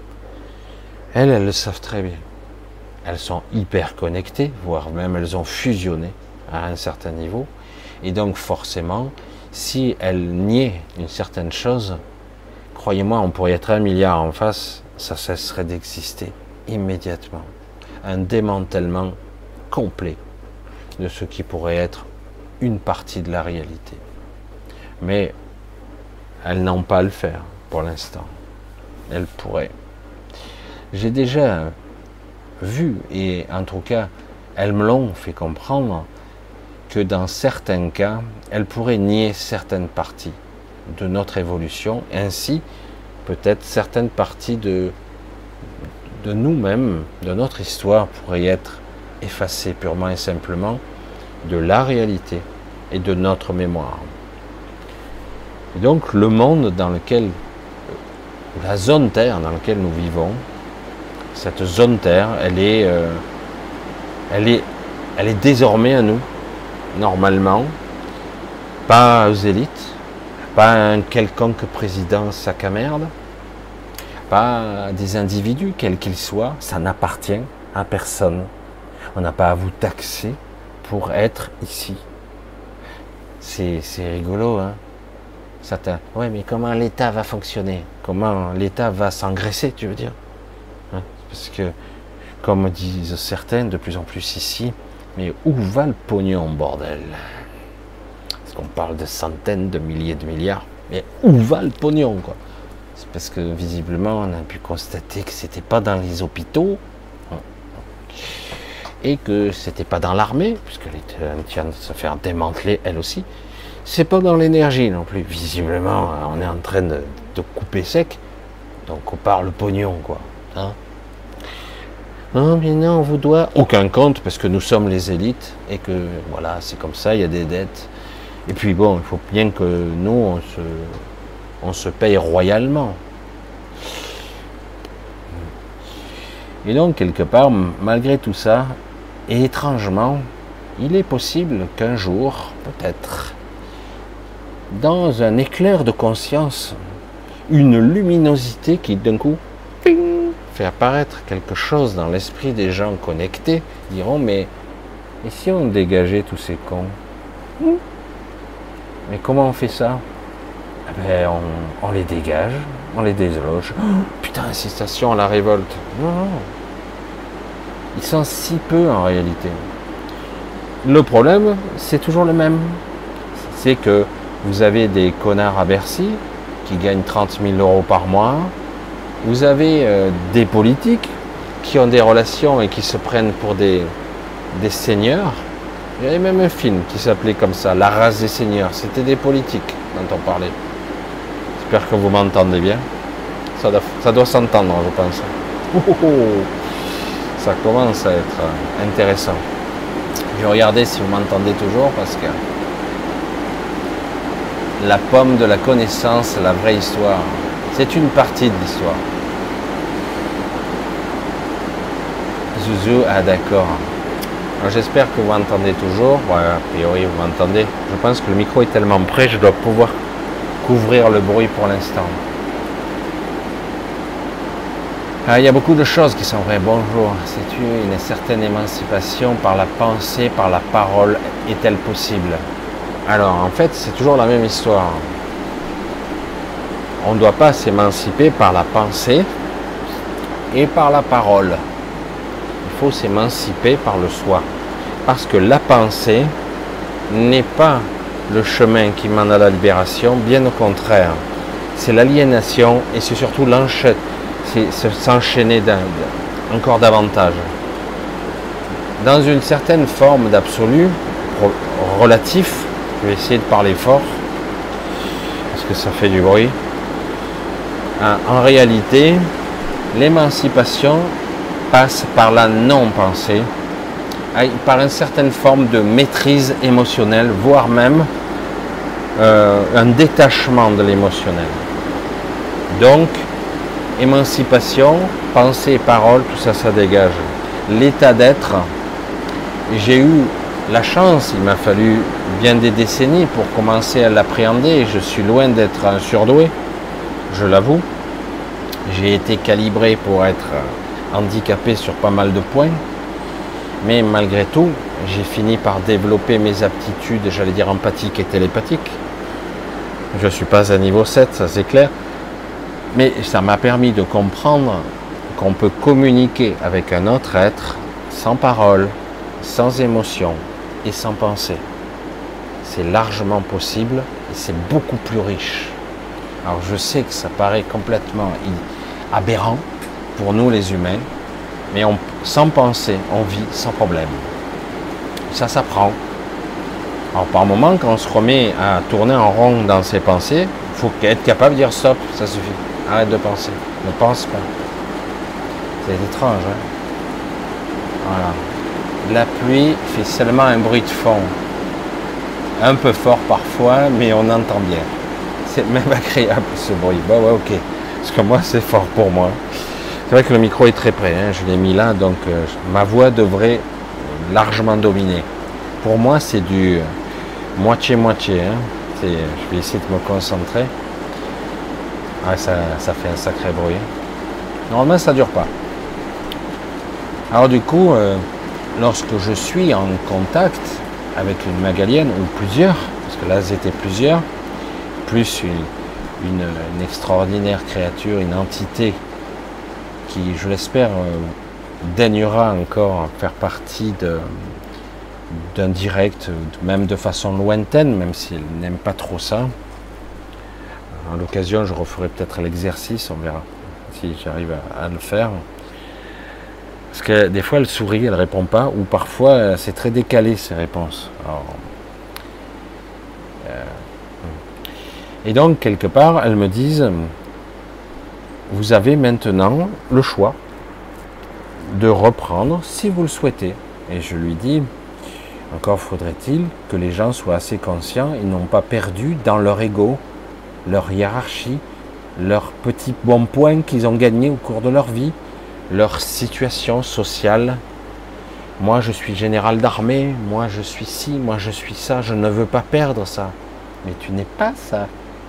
Elles le savent très bien. Elles sont hyper connectées, voire même elles ont fusionné à un certain niveau. Et donc forcément, si elles niaient une certaine chose, croyez-moi, on pourrait être 1 milliard en face, ça cesserait d'exister immédiatement. Un démantèlement complet de ce qui pourrait être une partie de la réalité. Mais elles n'ont pas à le faire pour l'instant. Elles pourraient. J'ai déjà vu, et en tout cas, elles me l'ont fait comprendre, que dans certains cas, elles pourraient nier certaines parties de notre évolution, ainsi peut-être certaines parties de nous-mêmes, de notre histoire, pourraient être effacées purement et simplement de la réalité et de notre mémoire. Et donc le monde dans lequel, la zone Terre dans laquelle nous vivons, cette zone Terre, elle est désormais à nous, normalement, pas aux élites, pas un quelconque président sac à merde, pas à des individus, quels qu'ils soient, ça n'appartient à personne. On n'a pas à vous taxer pour être ici. C'est rigolo, hein. Ouais, mais comment l'État va fonctionner? Comment l'État va s'engraisser, tu veux dire? Hein? Parce que, comme disent certains, de plus en plus ici, mais où va le pognon, bordel? Parce qu'on parle de centaines de milliers de milliards, mais où va le pognon, quoi? C'est parce que, visiblement, on a pu constater que c'était pas dans les hôpitaux, et que c'était pas dans l'armée, puisque les tiennent se faire démanteler, elle aussi. C'est pas dans l'énergie non plus. Visiblement, on est en train de couper sec, donc on parle pognon, quoi. Hein? Non, mais non, on vous doit aucun compte, parce que nous sommes les élites, et que, voilà, c'est comme ça, il y a des dettes. Et puis bon, il faut bien que nous, on se paye royalement. Et donc, quelque part, malgré tout ça, et étrangement, il est possible qu'un jour, peut-être, dans un éclair de conscience, une luminosité qui d'un coup fait apparaître quelque chose dans l'esprit des gens connectés, diront, mais et si on dégageait tous ces cons? Mais comment on fait ça? Eh ben, on les dégage, on les désloge. Oh, putain, incitation à la révolte. Non, non. Ils sont si peu en réalité. Le problème, c'est toujours le même. C'est que vous avez des connards à Bercy qui gagnent 30 000 € par mois. Vous avez des politiques qui ont des relations et qui se prennent pour des seigneurs. Il y avait même un film qui s'appelait comme ça, La race des seigneurs. C'était des politiques dont on parlait. J'espère que vous m'entendez bien. Ça doit s'entendre, je pense. Ça commence à être intéressant. Je vais regarder si vous m'entendez toujours, parce que la pomme de la connaissance, la vraie histoire, c'est une partie de l'histoire. Zouzou, ah d'accord. J'espère que vous m'entendez toujours. Ouais, a priori vous m'entendez. Je pense que le micro est tellement près, je dois pouvoir couvrir le bruit pour l'instant. Il y a beaucoup de choses qui sont vraies. Bonjour. Sais-tu, une certaine émancipation par la pensée, par la parole, est-elle possible? Alors, en fait, c'est toujours la même histoire. On ne doit pas s'émanciper par la pensée et par la parole. Il faut s'émanciper par le soi. Parce que la pensée n'est pas le chemin qui mène à la libération, bien au contraire. C'est l'aliénation et c'est surtout c'est s'enchaîner encore davantage. Dans une certaine forme d'absolu, relatif, je vais essayer de parler fort, parce que ça fait du bruit. En réalité, l'émancipation passe par la non-pensée, par une certaine forme de maîtrise émotionnelle, voire même un détachement de l'émotionnel. Donc, émancipation, pensée et parole, tout ça, ça dégage. L'état d'être, j'ai eu la chance, il m'a fallu bien des décennies pour commencer à l'appréhender. Je suis loin d'être un surdoué, je l'avoue. J'ai été calibré pour être handicapé sur pas mal de points. Mais malgré tout, j'ai fini par développer mes aptitudes, j'allais dire empathiques et télépathiques. Je ne suis pas à niveau 7, ça c'est clair. Mais ça m'a permis de comprendre qu'on peut communiquer avec un autre être sans parole, sans émotion et sans pensée. C'est largement possible et c'est beaucoup plus riche. Alors je sais que ça paraît complètement aberrant pour nous les humains, mais sans penser, on vit sans problème. Ça s'apprend. Alors par moment, quand on se remet à tourner en rond dans ses pensées, il faut être capable de dire stop, ça suffit. Arrête de penser, ne pense pas. C'est étrange, hein? Voilà. La pluie fait seulement un bruit de fond. Un peu fort parfois, mais on entend bien. C'est même agréable ce bruit. Bon, ouais, ok. Parce que moi, c'est fort pour moi. C'est vrai que le micro est très près, hein. Je l'ai mis là, donc ma voix devrait largement dominer. Pour moi, c'est du moitié-moitié. Hein. Je vais essayer de me concentrer. Ah, ça fait un sacré bruit. Normalement, ça ne dure pas. Alors du coup, lorsque je suis en contact avec une Magalienne, ou plusieurs, parce que là, c'était plusieurs, plus une extraordinaire créature, une entité qui, je l'espère, daignera encore faire partie d'un direct, même de façon lointaine, même s'il n'aime pas trop ça. À l'occasion, je referai peut-être l'exercice, on verra si j'arrive à le faire. Parce que des fois, elle sourit, elle répond pas, ou parfois, c'est très décalé, ses réponses. Alors, et donc, quelque part, elles me disent, vous avez maintenant le choix de reprendre si vous le souhaitez. Et je lui dis, encore faudrait-il que les gens soient assez conscients, ils n'ont pas perdu dans leur ego, leur hiérarchie, leurs petits bons points qu'ils ont gagnés au cours de leur vie, leur situation sociale. Moi, je suis général d'armée, moi, je suis ci, moi, je suis ça, je ne veux pas perdre ça. Mais tu n'es pas ça.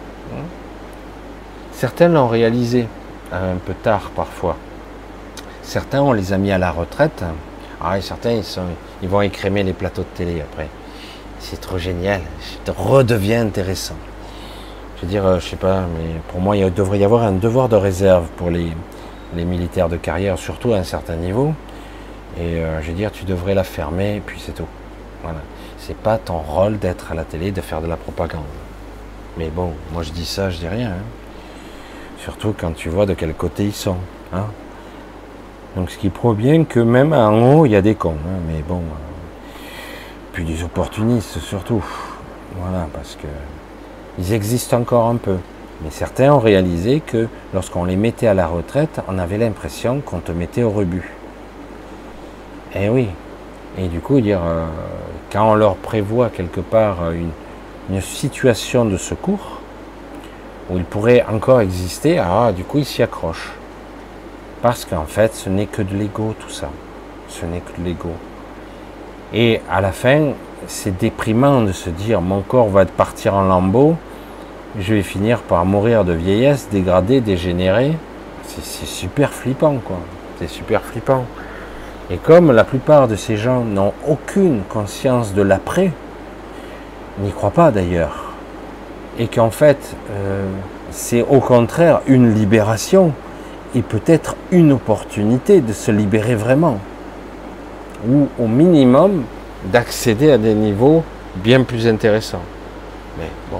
Certains l'ont réalisé, un peu tard parfois. Certains, on les a mis à la retraite. Ah, et certains, ils vont écrémer les plateaux de télé après. C'est trop génial, ça redevient intéressant. Je veux dire, je sais pas, mais pour moi, il devrait y avoir un devoir de réserve pour les militaires de carrière, surtout à un certain niveau. Et je veux dire, tu devrais la fermer, et puis c'est tout. Voilà. C'est pas ton rôle d'être à la télé, de faire de la propagande. Mais bon, moi je dis ça, je dis rien. Hein. Surtout quand tu vois de quel côté ils sont. Hein. Donc ce qui prouve bien que même en haut, il y a des cons. Hein. Mais bon, puis des opportunistes surtout. Voilà, parce que ils existent encore un peu. Mais certains ont réalisé que lorsqu'on les mettait à la retraite, on avait l'impression qu'on te mettait au rebut. Eh oui. Et du coup, dire, quand on leur prévoit quelque part une situation de secours, où ils pourraient encore exister, du coup, ils s'y accrochent. Parce qu'en fait, ce n'est que de l'ego, tout ça. Ce n'est que de l'ego. Et à la fin, c'est déprimant de se dire, mon corps va partir en lambeaux, je vais finir par mourir de vieillesse, dégradé, dégénéré. C'est super flippant, quoi. C'est super flippant. Et comme la plupart de ces gens n'ont aucune conscience de l'après, n'y croient pas d'ailleurs, et qu'en fait, c'est au contraire une libération, et peut-être une opportunité de se libérer vraiment, ou au minimum d'accéder à des niveaux bien plus intéressants. Mais bon,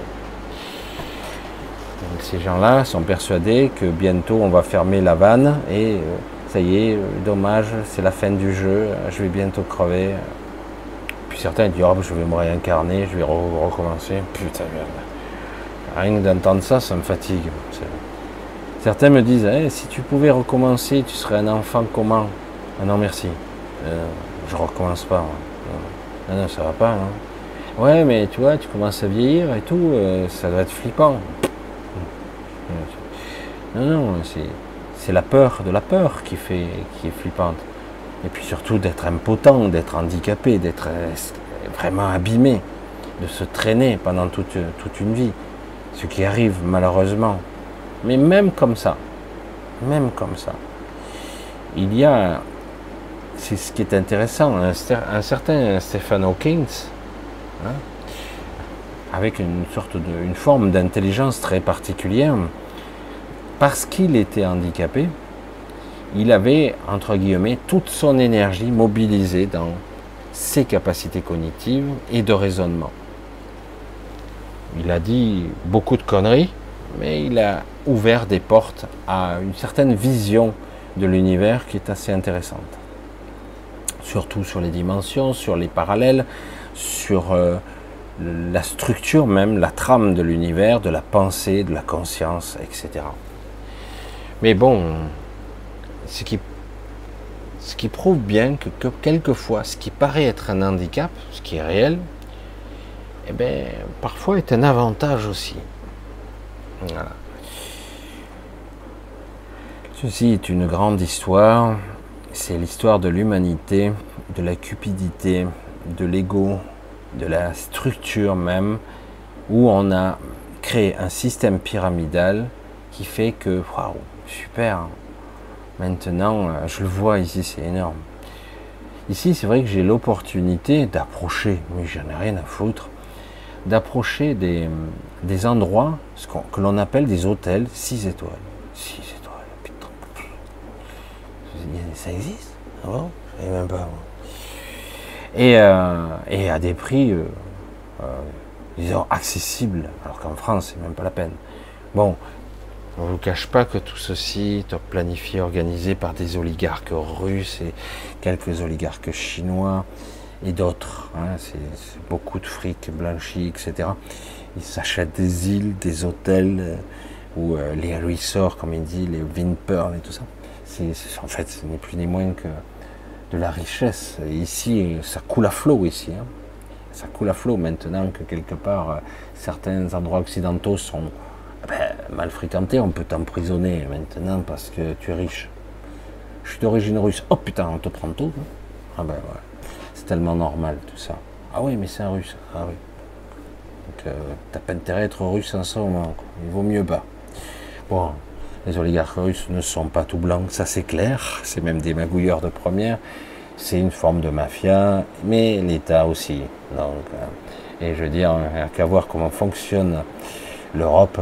donc ces gens-là sont persuadés que bientôt on va fermer la vanne et ça y est, dommage, c'est la fin du jeu, je vais bientôt crever. Puis certains disent, oh, je vais me réincarner, je vais recommencer. Putain, rien que d'entendre ça, ça me fatigue. Certains me disent, hey, si tu pouvais recommencer, tu serais un enfant comment? Ah non, merci. Je recommence pas. Non, non, ça va pas. Hein. Ouais, mais tu vois, tu commences à vieillir et tout, ça doit être flippant. Non, non, c'est la peur de la peur qui est flippante. Et puis surtout d'être impotent, d'être handicapé, d'être vraiment abîmé, de se traîner pendant toute une vie. Ce qui arrive malheureusement. Mais même comme ça, il y a, c'est ce qui est intéressant, un certain Stephen Hawking, hein, avec une forme d'intelligence très particulière, parce qu'il était handicapé, il avait, entre guillemets, toute son énergie mobilisée dans ses capacités cognitives et de raisonnement. Il a dit beaucoup de conneries, mais il a ouvert des portes à une certaine vision de l'univers qui est assez intéressante. Surtout sur les dimensions, sur les parallèles, sur la structure même, la trame de l'univers, de la pensée, de la conscience, etc. Mais bon, ce qui prouve bien que quelquefois, ce qui paraît être un handicap, ce qui est réel, eh bien, parfois est un avantage aussi. Voilà. Ceci est une grande histoire, c'est l'histoire de l'humanité, de la cupidité, de l'ego, de la structure même, où on a créé un système pyramidal qui fait que, waouh, super, maintenant, je le vois ici, c'est énorme. Ici, c'est vrai que j'ai l'opportunité d'approcher, mais j'en ai rien à foutre, d'approcher des endroits, que l'on appelle des hôtels 6 étoiles. 6 étoiles, putain. Ça existe? Ah bon? Je savais même pas. Et à des prix, disons, accessibles, alors qu'en France, c'est même pas la peine. Bon, on ne vous cache pas que tout ceci est planifié, organisé par des oligarques russes et quelques oligarques chinois et d'autres. Hein, c'est beaucoup de fric blanchi, etc. Ils s'achètent des îles, des hôtels, ou les resorts, comme il dit, les Vinpearl et tout ça. En fait, ce n'est plus ni moins que de la richesse. Et ici, ça coule à flot ici. Hein. Ça coule à flot maintenant que quelque part, certains endroits occidentaux sont mal fréquentés. On peut t'emprisonner maintenant parce que tu es riche. Je suis d'origine russe. Oh putain, on te prend tout. Hein. Ah ben ouais. C'est tellement normal tout ça. Ah oui, mais c'est un russe. Ah oui. Donc t'as pas intérêt à être russe en ce moment. Il vaut mieux pas. Bon, les oligarques russes ne sont pas tout blancs, ça c'est clair. C'est même des magouilleurs de première. C'est une forme de mafia, mais l'État aussi. Donc, et je veux dire, il n'y a qu'à voir comment fonctionne l'Europe.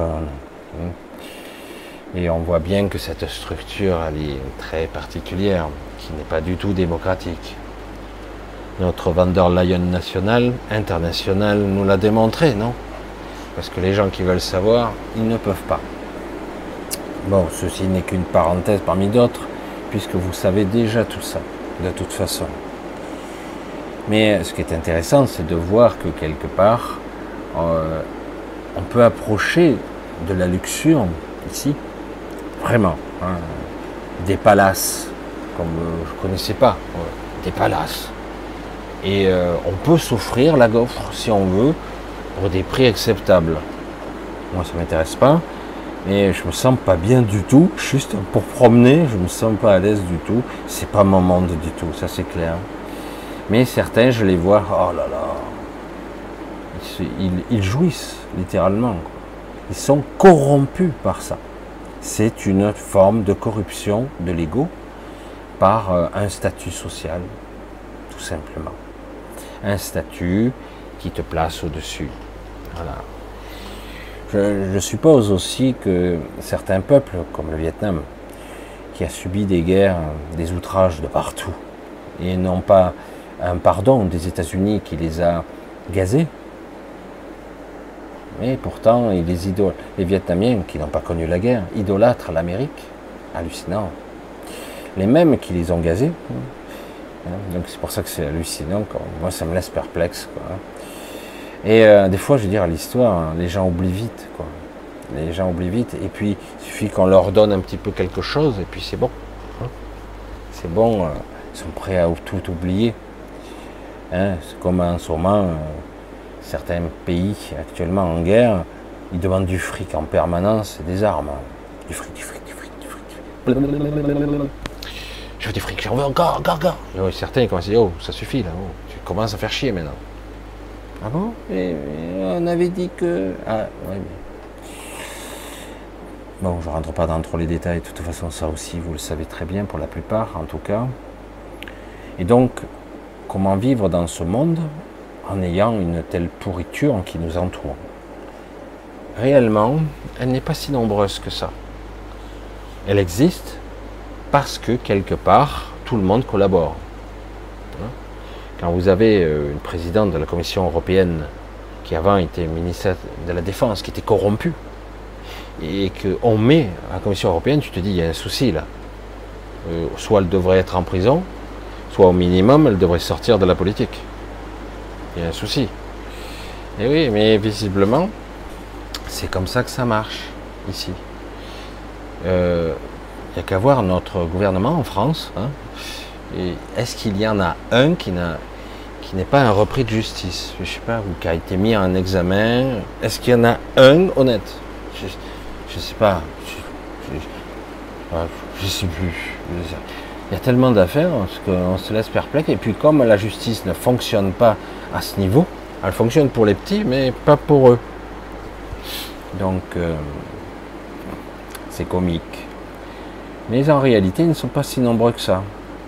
Et on voit bien que cette structure, elle est très particulière, qui n'est pas du tout démocratique. Notre van der Leyen national, international, nous l'a démontré, non? Parce que les gens qui veulent savoir, ils ne peuvent pas. Bon, ceci n'est qu'une parenthèse parmi d'autres, puisque vous savez déjà tout ça, de toute façon. Mais ce qui est intéressant, c'est de voir que quelque part, on peut approcher de la luxure, ici, vraiment, hein, des palaces, comme je ne connaissais pas, des palaces. Et on peut s'offrir la gaufre, si on veut, pour des prix acceptables. Moi, ça ne m'intéresse pas, mais je me sens pas bien du tout. Juste pour promener, je me sens pas à l'aise du tout. C'est pas mon monde du tout, ça c'est clair. Mais certains, je les vois, oh là là, ils jouissent littéralement. Ils sont corrompus par ça. c'est une forme de corruption de l'ego par un statut social, tout simplement. Un statut qui te place au-dessus. Voilà. Je suppose aussi que certains peuples, comme le Vietnam, qui a subi des guerres, des outrages de partout, et non pas un pardon des États-Unis qui les a gazés, mais pourtant les Vietnamiens qui n'ont pas connu la guerre idolâtrent l'Amérique, hallucinant. Les mêmes qui les ont gazés, donc c'est pour ça que c'est hallucinant, quoi. Moi ça me laisse perplexe, quoi. Et des fois, je veux dire, l'histoire, les gens oublient vite, quoi. Les gens oublient vite, et puis il suffit qu'on leur donne un petit peu quelque chose, et puis c'est bon. C'est bon, ils sont prêts à tout oublier. C'est comme en ce moment, certains pays actuellement en guerre, ils demandent du fric en permanence et des armes. Du fric, du fric, du fric, du fric. Je veux du fric, j'en veux encore, encore, encore. Et oui, certains commencent à dire, oh, ça suffit là, oh, tu commences à faire chier maintenant. Ah bon? On avait dit que... Ah, ouais, mais... Bon, je ne rentre pas dans trop les détails, de toute façon, ça aussi, vous le savez très bien, pour la plupart, en tout cas. Et donc, comment vivre dans ce monde en ayant une telle pourriture qui nous entoure? Réellement, elle n'est pas si nombreuse que ça. Elle existe parce que, quelque part, tout le monde collabore. Quand vous avez une présidente de la Commission européenne qui avant était ministre de la Défense, qui était corrompue, et qu'on met à la Commission européenne, tu te dis, il y a un souci là. Soit elle devrait être en prison, soit au minimum, elle devrait sortir de la politique. Il y a un souci. Et oui, mais visiblement, c'est comme ça que ça marche, ici. Il n'y a qu'à voir notre gouvernement en France. Est-ce qu'il y en a un qui n'est pas un repris de justice, je sais pas, ou qui a été mis en examen? Est-ce qu'il y en a un honnête? Je sais pas. Je sais plus. Il y a tellement d'affaires qu'on se laisse perplexe. Et puis comme la justice ne fonctionne pas à ce niveau, elle fonctionne pour les petits, mais pas pour eux. Donc c'est comique. Mais en réalité, ils ne sont pas si nombreux que ça.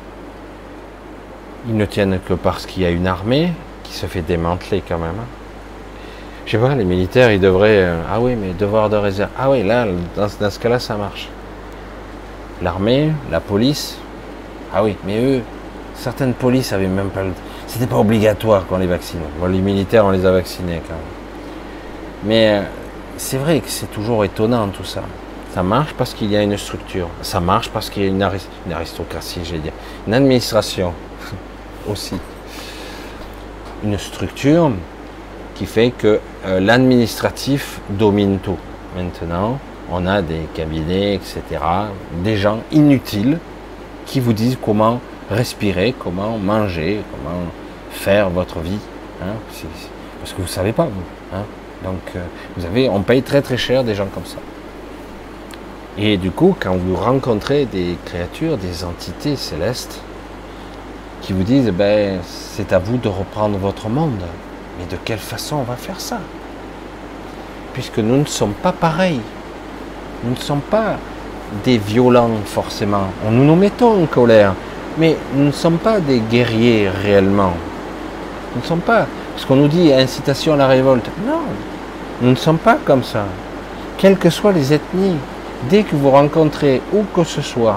Ils ne tiennent que parce qu'il y a une armée qui se fait démanteler quand même. Je sais pas, les militaires, ils devraient... ah oui, mais devoir de réserve. Ah oui, là, dans ce cas-là, ça marche. L'armée, la police... Ah oui, mais eux, certaines polices avaient même pas... C'était pas obligatoire qu'on les vaccine. Bon, les militaires, on les a vaccinés quand même. Mais c'est vrai que c'est toujours étonnant tout ça. Ça marche parce qu'il y a une structure. Ça marche parce qu'il y a une aristocratie, j'allais dire. Une administration. Aussi une structure qui fait que l'administratif domine tout. Maintenant, on a des cabinets, etc., des gens inutiles qui vous disent comment respirer, comment manger, comment faire votre vie. Parce que vous ne savez pas, vous. Donc, on paye très très cher des gens comme ça. Et du coup, quand vous rencontrez des créatures, des entités célestes, qui vous disent, c'est à vous de reprendre votre monde. Mais de quelle façon on va faire ça? Puisque nous ne sommes pas pareils. Nous ne sommes pas des violents, forcément. Nous nous mettons en colère. Mais nous ne sommes pas des guerriers, réellement. Nous ne sommes pas... Parce qu'on nous dit incitation à la révolte. Non. Nous ne sommes pas comme ça. Quelles que soient les ethnies, dès que vous rencontrez où que ce soit,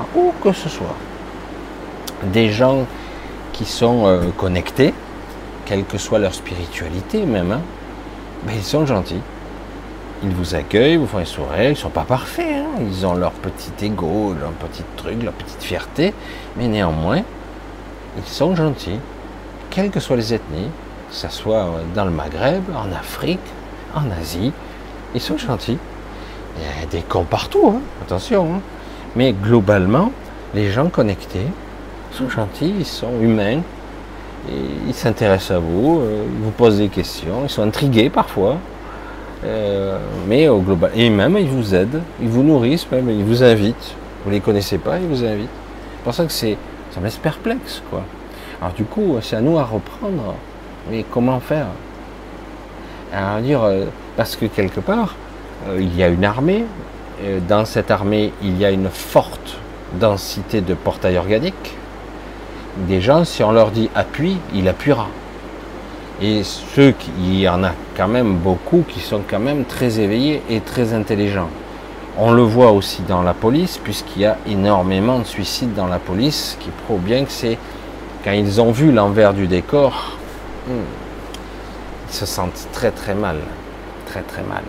des gens qui sont connectés, quelle que soit leur spiritualité même, ils sont gentils. Ils vous accueillent, vous font un sourire, ils ne sont pas parfaits, ils ont leur petit ego, leur petit truc, leur petite fierté, mais néanmoins, ils sont gentils, quelles que soient les ethnies, que ce soit dans le Maghreb, en Afrique, en Asie, ils sont gentils. Il y a des cons partout, attention, mais globalement, les gens connectés, ils sont gentils, ils sont humains, et ils s'intéressent à vous, ils vous posent des questions, ils sont intrigués parfois, mais au global, et même ils vous aident, ils vous nourrissent, même, ils vous invitent, vous les connaissez pas, ils vous invitent. C'est pour ça que ça me laisse perplexe, quoi. Alors du coup, c'est à nous à reprendre, mais comment faire? Alors dire, parce que quelque part, il y a une armée, dans cette armée, il y a une forte densité de portail organique. Des gens, si on leur dit appuie, il appuiera. Et il y en a quand même beaucoup qui sont quand même très éveillés et très intelligents. On le voit aussi dans la police, puisqu'il y a énormément de suicides dans la police, qui prouve bien que c'est quand ils ont vu l'envers du décor, ils se sentent très très mal, très très mal.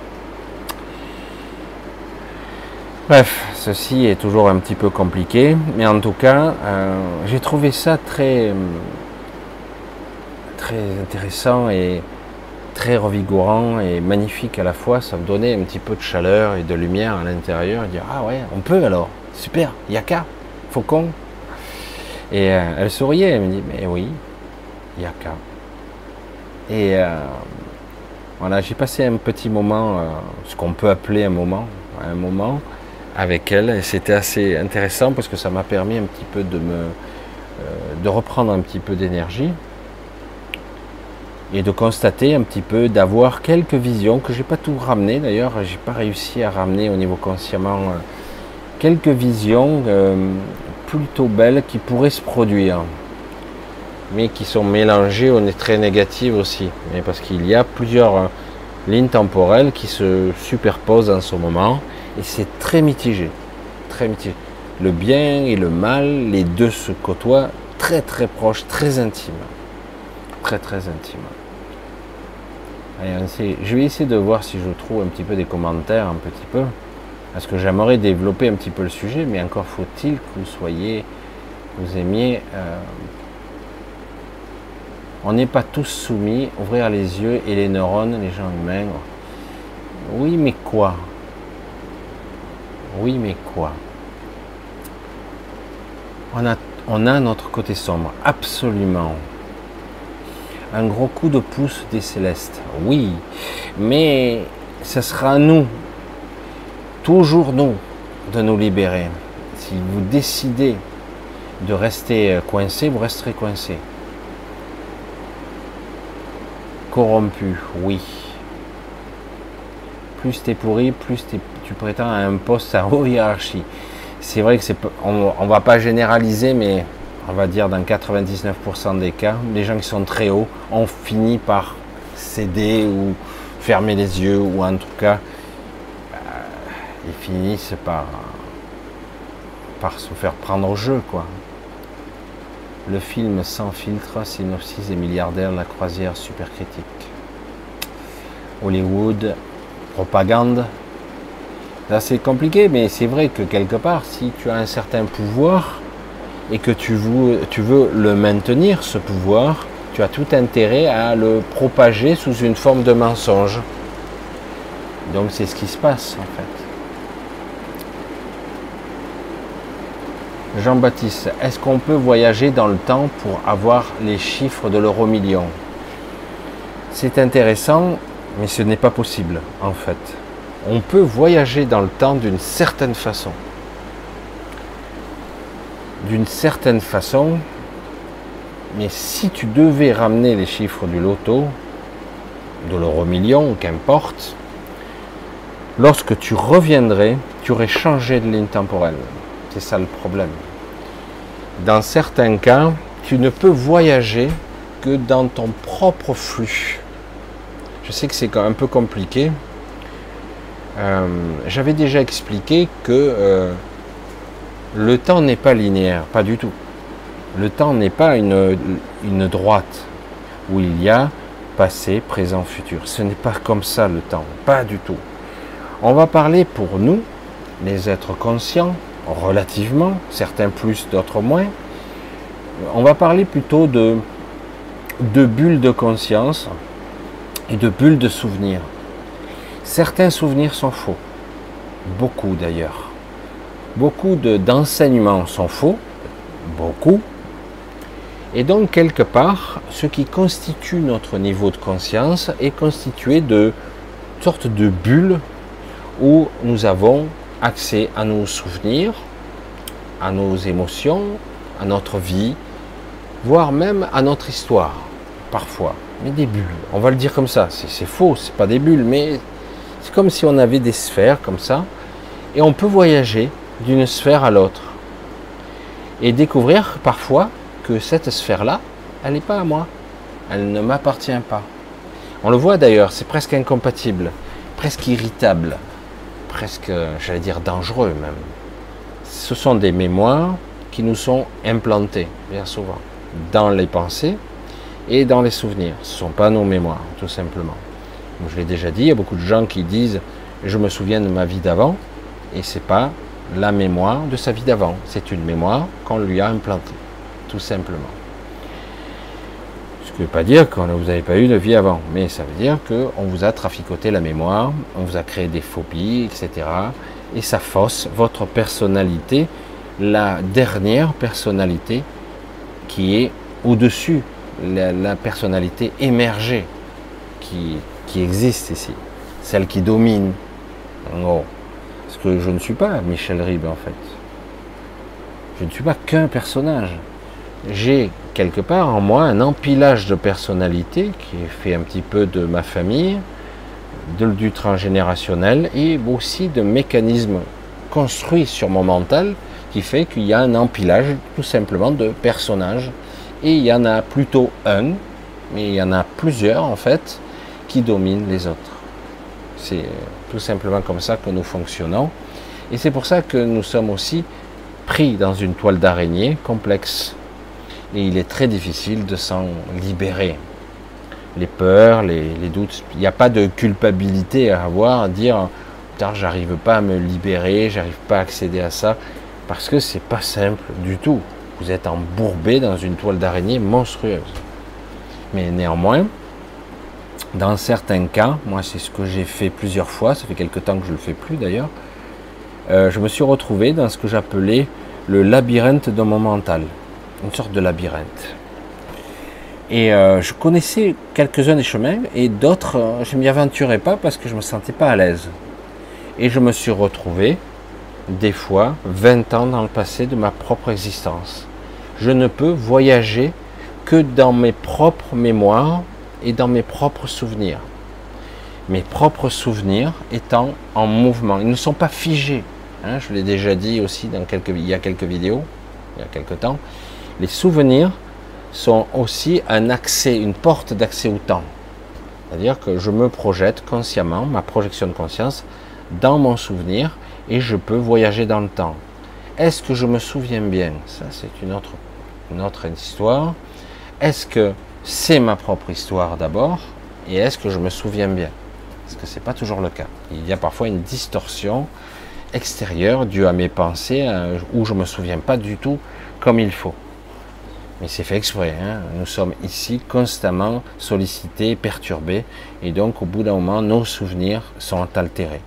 Bref, ceci est toujours un petit peu compliqué, mais en tout cas, j'ai trouvé ça très intéressant et très revigorant et magnifique à la fois. Ça me donnait un petit peu de chaleur et de lumière à l'intérieur et dire ah ouais, on peut alors, super, Yaka, Faucon. Et elle souriait, elle me dit mais oui, Yaka. Et voilà, j'ai passé un petit moment, ce qu'on peut appeler un moment avec elle, et c'était assez intéressant parce que ça m'a permis un petit peu de reprendre un petit peu d'énergie. Et de constater un petit peu, d'avoir quelques visions, que j'ai pas tout ramené d'ailleurs, j'ai pas réussi à ramener au niveau consciemment, quelques visions plutôt belles qui pourraient se produire, mais qui sont mélangées, on est très négatives aussi, mais parce qu'il y a plusieurs lignes temporelles qui se superposent en ce moment, et c'est très mitigé, très mitigé. Le bien et le mal, les deux se côtoient, très très proches, très intimes. Très très intime. Allez, je vais essayer de voir si je trouve un petit peu des commentaires, un petit peu, parce que j'aimerais développer un petit peu le sujet, mais encore faut-il que vous aimiez. On n'est pas tous soumis, ouvrir les yeux et les neurones, les gens humains. Oui, mais quoi? Oui, mais quoi? On a notre côté sombre, absolument. Un gros coup de pouce des célestes, oui, mais ce sera à nous, toujours nous, de nous libérer. Si vous décidez de rester coincé, vous resterez coincé. Corrompu, oui. Plus t'es pourri, plus tu prétends à un poste à haute hiérarchie. C'est vrai que on va pas généraliser, mais on va dire dans 99% des cas, les gens qui sont très hauts ont fini par céder ou fermer les yeux, ou en tout cas, ils finissent par se faire prendre au jeu, quoi. Le film Sans filtre, synopsis des milliardaires, la croisière super critique. Hollywood, propagande. Là, c'est compliqué, mais c'est vrai que quelque part, si tu as un certain pouvoir, et que tu veux le maintenir, ce pouvoir, tu as tout intérêt à le propager sous une forme de mensonge. Donc c'est ce qui se passe en fait. Jean-Baptiste, est-ce qu'on peut voyager dans le temps pour avoir les chiffres de l'euro-million? C'est intéressant, mais ce n'est pas possible en fait. On peut voyager dans le temps d'une certaine façon. D'une certaine façon, mais si tu devais ramener les chiffres du loto, de l'euro-million, qu'importe, lorsque tu reviendrais, tu aurais changé de ligne temporelle. C'est ça le problème. Dans certains cas, tu ne peux voyager que dans ton propre flux. Je sais que c'est un peu compliqué. J'avais déjà expliqué que le temps n'est pas linéaire, pas du tout. Le temps n'est pas une droite où il y a passé, présent, futur. Ce n'est pas comme ça le temps, pas du tout. On va parler pour nous, les êtres conscients, relativement, certains plus, d'autres moins. On va parler plutôt de bulles de conscience et de bulles de souvenirs. Certains souvenirs sont faux, beaucoup d'ailleurs. Beaucoup d'enseignements sont faux, beaucoup. Et donc, quelque part, ce qui constitue notre niveau de conscience est constitué de sortes de bulles où nous avons accès à nos souvenirs, à nos émotions, à notre vie, voire même à notre histoire, parfois. Mais des bulles, on va le dire comme ça, c'est faux, c'est pas des bulles, mais c'est comme si on avait des sphères comme ça, Et on peut voyager d'une sphère à l'autre. Et découvrir parfois que cette sphère-là, elle n'est pas à moi. Elle ne m'appartient pas. On le voit d'ailleurs, c'est presque incompatible, presque irritable, presque, j'allais dire, dangereux même. Ce sont des mémoires qui nous sont implantées, bien souvent, dans les pensées et dans les souvenirs. Ce ne sont pas nos mémoires, tout simplement. Comme je l'ai déjà dit, il y a beaucoup de gens qui disent « je me souviens de ma vie d'avant » et ce n'est pas la mémoire de sa vie d'avant. C'est une mémoire qu'on lui a implantée, tout simplement. Ce qui ne veut pas dire que vous n'avez pas eu de vie avant, mais ça veut dire qu'on vous a traficoté la mémoire, on vous a créé des phobies, etc. Et ça fausse votre personnalité, la dernière personnalité qui est au-dessus, la personnalité émergée qui existe ici, celle qui domine. En gros. Parce que je ne suis pas Michel Ribes en fait. Je ne suis pas qu'un personnage. J'ai quelque part en moi un empilage de personnalités qui est fait un petit peu de ma famille, du transgénérationnel et aussi de mécanismes construits sur mon mental qui fait qu'il y a un empilage tout simplement de personnages et il y en a plutôt un, mais il y en a plusieurs en fait qui dominent les autres. C'est tout simplement comme ça que nous fonctionnons et c'est pour ça que nous sommes aussi pris dans une toile d'araignée complexe et il est très difficile de s'en libérer. Les peurs, les doutes, il n'y a pas de culpabilité à avoir, à dire putain, j'arrive pas à me libérer, j'arrive pas à accéder à ça, parce que c'est pas simple du tout. Vous êtes embourbé dans une toile d'araignée monstrueuse. Mais néanmoins, dans certains cas, moi c'est ce que j'ai fait plusieurs fois, ça fait quelque temps que je le fais plus d'ailleurs, je me suis retrouvé dans ce que j'appelais le labyrinthe de mon mental, une sorte de labyrinthe. Et je connaissais quelques-uns des chemins et d'autres, je ne m'y aventurais pas parce que je ne me sentais pas à l'aise. Et je me suis retrouvé, des fois, 20 ans dans le passé de ma propre existence. Je ne peux voyager que dans mes propres mémoires et dans mes propres souvenirs. Mes propres souvenirs étant en mouvement. Ils ne sont pas figés. Hein, je l'ai déjà dit aussi il y a quelques vidéos, il y a quelques temps. Les souvenirs sont aussi un accès, une porte d'accès au temps. C'est-à-dire que je me projette consciemment, ma projection de conscience, dans mon souvenir et je peux voyager dans le temps. Est-ce que je me souviens bien? Ça, c'est une autre histoire. Est-ce que c'est ma propre histoire d'abord? Et est-ce que je me souviens bien? Parce que ce n'est pas toujours le cas. Il y a parfois une distorsion extérieure due à mes pensées où je ne me souviens pas du tout comme il faut. Mais c'est fait exprès, hein. Nous sommes ici constamment sollicités, perturbés, et donc au bout d'un moment, nos souvenirs sont altérés.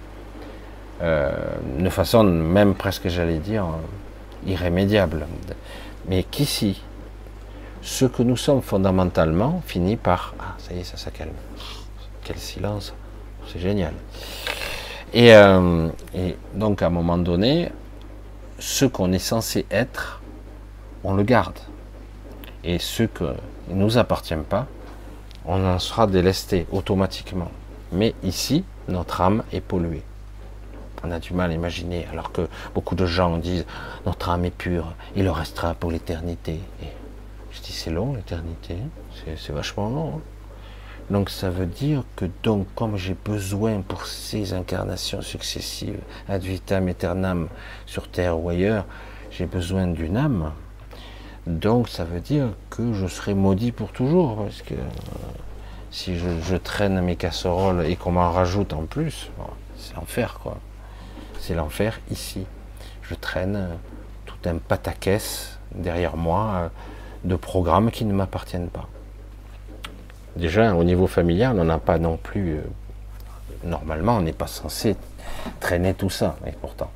De façon même presque, j'allais dire, irrémédiable. Mais qu'ici, ce que nous sommes fondamentalement finit par... Ah, ça y est, ça calme. Quel silence, c'est génial. Et donc à un moment donné, ce qu'on est censé être, on le garde. Et ce qui ne nous appartient pas, on en sera délesté automatiquement. Mais ici, notre âme est polluée. On a du mal à imaginer, alors que beaucoup de gens disent « notre âme est pure, il le restera pour l'éternité ». Et je dis « c'est long l'éternité, c'est vachement long hein ». Donc ça veut dire que donc comme j'ai besoin pour ces incarnations successives, ad vitam aeternam, sur terre ou ailleurs, j'ai besoin d'une âme. Donc ça veut dire que je serai maudit pour toujours, parce que si je traîne mes casseroles et qu'on m'en rajoute en plus, bon, c'est l'enfer quoi. C'est l'enfer ici. Je traîne tout un pataquès derrière moi de programmes qui ne m'appartiennent pas. Déjà au niveau familial, on n'a pas non plus, normalement on n'est pas censé traîner tout ça, et pourtant.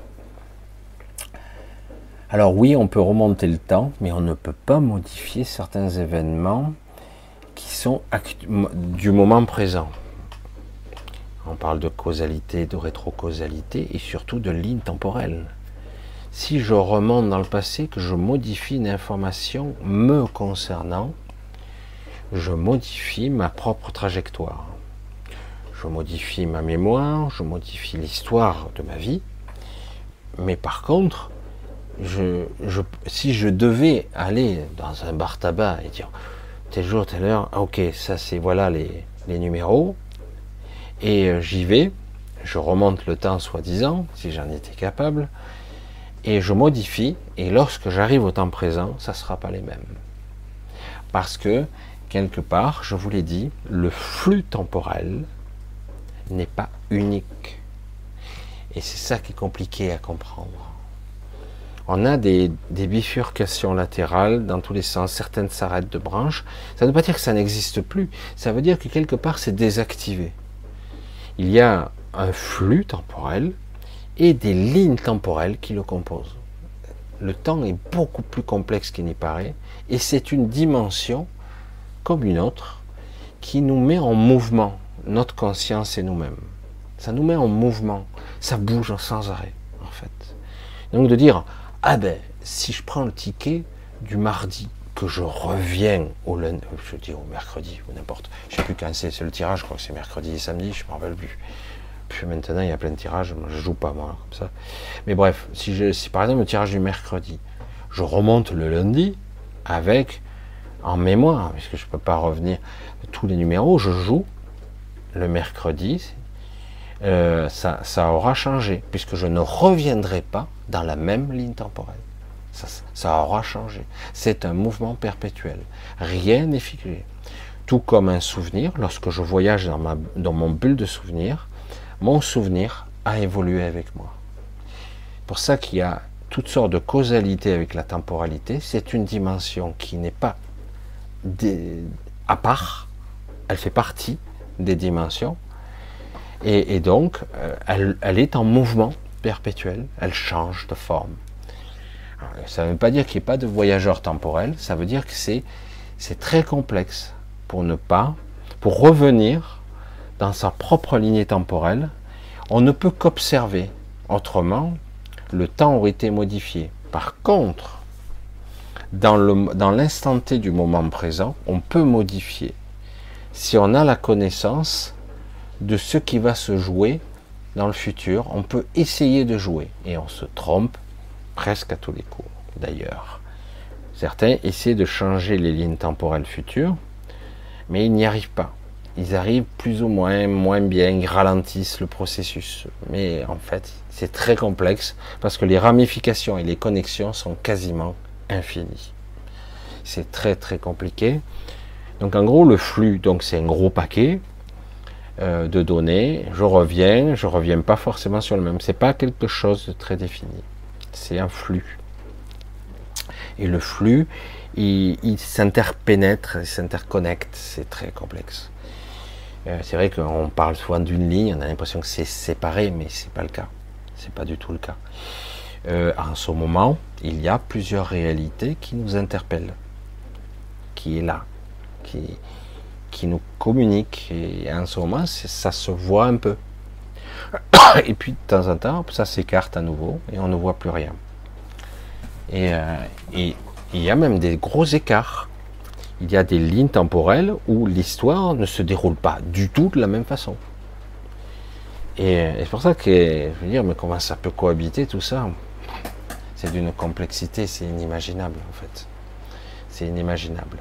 Alors oui, on peut remonter le temps, mais on ne peut pas modifier certains événements qui sont du moment présent. On parle de causalité, de rétrocausalité et surtout de ligne temporelle. Si je remonte dans le passé, que je modifie une information me concernant, je modifie ma propre trajectoire. Je modifie ma mémoire, je modifie l'histoire de ma vie, Mais par contre, si je devais aller dans un bar tabac et dire tel jour, telle heure, ok, ça c'est voilà les numéros, et j'y vais, je remonte le temps soi-disant, si j'en étais capable, et je modifie, et lorsque j'arrive au temps présent, ça ne sera pas les mêmes. Parce que, quelque part, je vous l'ai dit, le flux temporel n'est pas unique. Et c'est ça qui est compliqué à comprendre. On a des bifurcations latérales dans tous les sens, certaines s'arrêtent de branches. Ça ne veut pas dire que ça n'existe plus, ça veut dire que quelque part c'est désactivé. Il y a un flux temporel et des lignes temporelles qui le composent. Le temps est beaucoup plus complexe qu'il n'y paraît, et c'est une dimension comme une autre qui nous met en mouvement, notre conscience et nous-mêmes. Ça nous met en mouvement, ça bouge sans arrêt en fait. Donc de dire, ah ben, si je prends le ticket du mardi, que je reviens au lundi, je dis au mercredi, ou n'importe, je sais plus quand c'est le tirage, je crois que c'est mercredi et samedi, je me rappelle plus. Puis maintenant il y a plein de tirages, moi je joue pas moi comme ça. Mais bref, si par exemple le tirage du mercredi, je remonte le lundi avec en mémoire, puisque je peux pas revenir tous les numéros, je joue le mercredi, ça aura changé, puisque je ne reviendrai pas dans la même ligne temporelle. Ça aura changé. C'est un mouvement perpétuel. Rien n'est figé. Tout comme un souvenir, lorsque je voyage dans mon bulle de souvenir, mon souvenir a évolué avec moi. C'est pour ça qu'il y a toutes sortes de causalités avec la temporalité. C'est une dimension qui n'est pas à part, elle fait partie des dimensions, et donc elle est en mouvement perpétuel, elle change de forme. Alors, ça ne veut pas dire qu'il n'y ait pas de voyageur temporel, ça veut dire que c'est très complexe pour revenir dans sa propre lignée temporelle. On ne peut qu'observer, autrement le temps aurait été modifié. Par contre, dans l'instant T du moment présent, on peut modifier si on a la connaissance de ce qui va se jouer dans le futur. On peut essayer de jouer, et on se trompe presque à tous les coups d'ailleurs. Certains essaient de changer les lignes temporelles futures, mais ils n'y arrivent pas. Ils arrivent plus ou moins bien, ils ralentissent le processus. Mais en fait, c'est très complexe, parce que les ramifications et les connexions sont quasiment infinies. C'est très très compliqué. Donc en gros, le flux, donc c'est un gros paquet de données. Je reviens pas forcément sur le même. C'est pas quelque chose de très défini. C'est un flux. Et le flux, il s'interpénètre, il s'interconnecte. C'est très complexe. C'est vrai qu'on parle souvent d'une ligne, on a l'impression que c'est séparé, mais c'est pas le cas. C'est pas du tout le cas. En ce moment, il y a plusieurs réalités qui nous interpellent, qui est là, qui nous communique, et en ce moment ça se voit un peu, et puis de temps en temps ça s'écarte à nouveau et on ne voit plus rien, et il y a même des gros écarts. Il y a des lignes temporelles où l'histoire ne se déroule pas du tout de la même façon, et c'est pour ça que je veux dire, mais comment ça peut cohabiter tout ça? C'est d'une complexité, c'est inimaginable en fait, c'est inimaginable.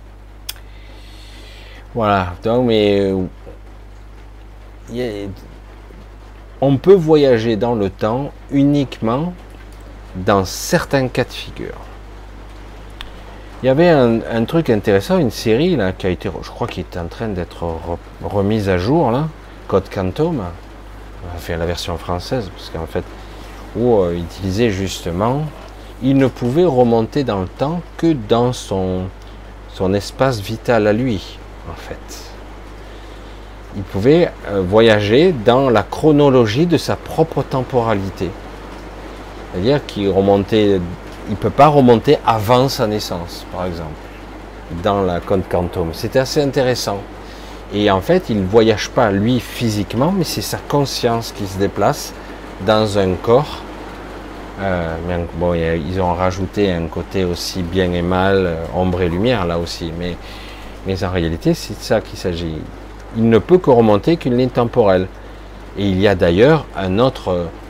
Voilà, donc, mais on peut voyager dans le temps uniquement dans certains cas de figure. Il y avait un truc intéressant, une série là, qui a été, je crois, qui est en train d'être remise à jour là, Code Quantum, on a fait la version française, parce qu'en fait, où il disait justement, il ne pouvait remonter dans le temps que dans son espace vital à lui. En fait, il pouvait voyager dans la chronologie de sa propre temporalité. C'est-à-dire qu'il remontait, il peut pas remonter avant sa naissance, par exemple, dans la Code Quantum. C'était assez intéressant. Et en fait, il ne voyage pas lui physiquement, mais c'est sa conscience qui se déplace dans un corps. Bon, ils ont rajouté un côté aussi bien et mal, ombre et lumière là aussi, mais en réalité, c'est de ça qu'il s'agit. Il ne peut que remonter qu'une ligne temporelle. Et il y a d'ailleurs un autre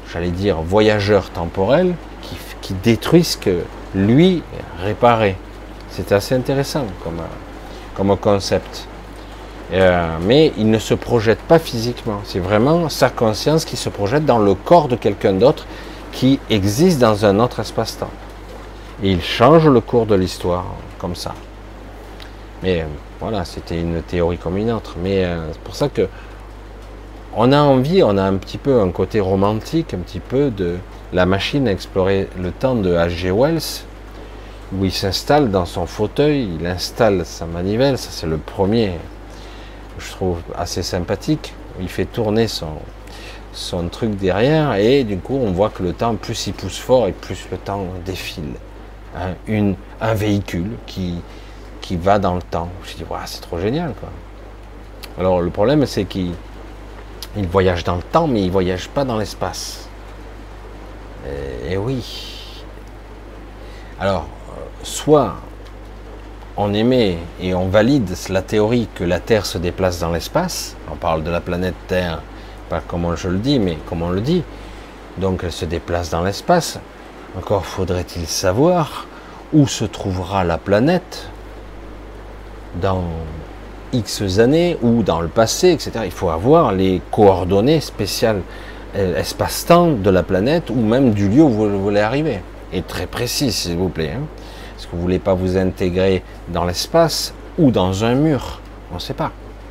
j'allais dire, voyageurs temporels qui détruisent ce que lui réparait. C'est assez intéressant comme concept. Mais il ne se projette pas physiquement. C'est vraiment sa conscience qui se projette dans le corps de quelqu'un d'autre qui existe dans un autre espace-temps. Et il change le cours de l'histoire comme ça. Mais voilà, c'était une théorie comme une autre. Mais c'est pour ça que on a envie, on a un petit peu un côté romantique, un petit peu de la machine à explorer le temps de H.G. Wells, où il s'installe dans son fauteuil, il installe sa manivelle, ça c'est le premier, je trouve assez sympathique, il fait tourner son truc derrière, et du coup on voit que le temps, plus il pousse fort, et plus le temps défile. Un véhicule qui va dans le temps. Je dis, wow, c'est trop génial, quoi. Alors le problème, c'est qu'il voyage dans le temps, mais il voyage pas dans l'espace. Et oui. Alors, soit on émet et on valide la théorie que la Terre se déplace dans l'espace. On parle de la planète Terre, pas comme je le dis, mais comme on le dit. Donc elle se déplace dans l'espace. Encore faudrait-il savoir où se trouvera la planète dans X années ou dans le passé, etc. Il faut avoir les coordonnées spéciales espace-temps de la planète ou même du lieu où vous voulez arriver. Et très précis, s'il vous plaît. Parce que vous ne voulez pas vous intégrer dans l'espace ou dans un mur. On ne sait pas.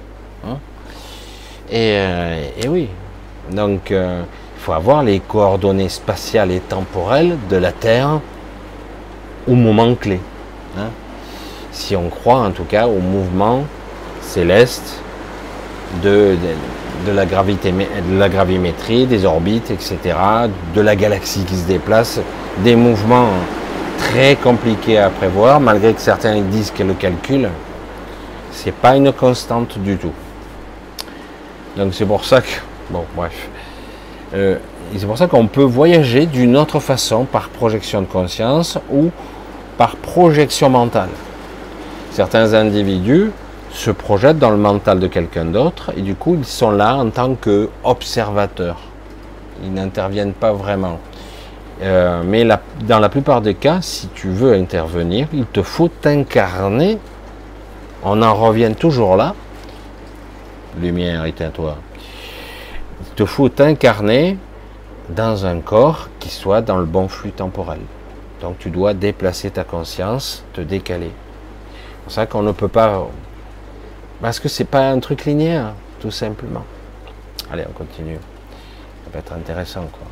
Et oui. Donc, il faut avoir les coordonnées spatiales et temporelles de la Terre au moment clé. Si on croit en tout cas au mouvement céleste de la gravimétrie, des orbites, etc., de la galaxie qui se déplace, des mouvements très compliqués à prévoir, malgré que certains disent que le calcul, c'est pas une constante du tout. Donc c'est pour ça que, bon bref, c'est pour ça qu'on peut voyager d'une autre façon, par projection de conscience ou par projection mentale. Certains individus se projettent dans le mental de quelqu'un d'autre et du coup ils sont là en tant qu'observateurs. Ils n'interviennent pas vraiment. Mais dans la plupart des cas, si tu veux intervenir, il te faut t'incarner. On en revient toujours là. Lumière, éteins-toi. Il te faut t'incarner dans un corps qui soit dans le bon flux temporel. Donc tu dois déplacer ta conscience, te décaler. C'est pour ça qu'on ne peut pas... Parce que c'est pas un truc linéaire, tout simplement. Allez, on continue. Ça peut être intéressant, quoi.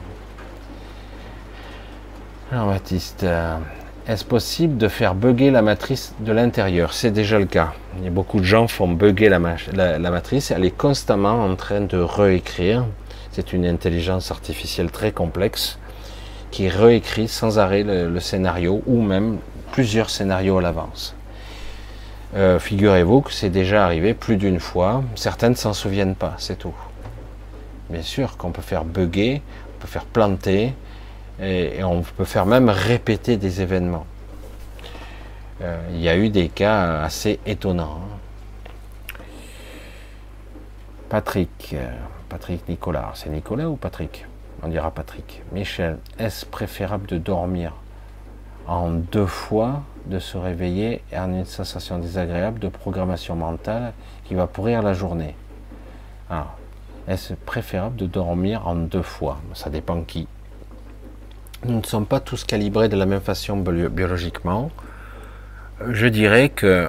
Alors Baptiste, est-ce possible de faire bugger la matrice de l'intérieur? C'est déjà le cas. Il y a beaucoup de gens font bugger la matrice. Elle est constamment en train de réécrire. C'est une intelligence artificielle très complexe qui réécrit sans arrêt le scénario ou même plusieurs scénarios à l'avance. Figurez-vous que c'est déjà arrivé plus d'une fois. Certains ne s'en souviennent pas, c'est tout. Bien sûr qu'on peut faire bugger, on peut faire planter, et on peut faire même répéter des événements. Il y a eu des cas assez étonnants. Patrick Nicolas, c'est Nicolas ou Patrick? On dira Patrick. Michel, est-ce préférable de dormir en 2 fois, de se réveiller et en une sensation désagréable de programmation mentale qui va pourrir la journée? Alors, est-ce préférable de dormir en 2 fois? Ça dépend qui. Nous ne sommes pas tous calibrés de la même façon biologiquement. Je dirais que,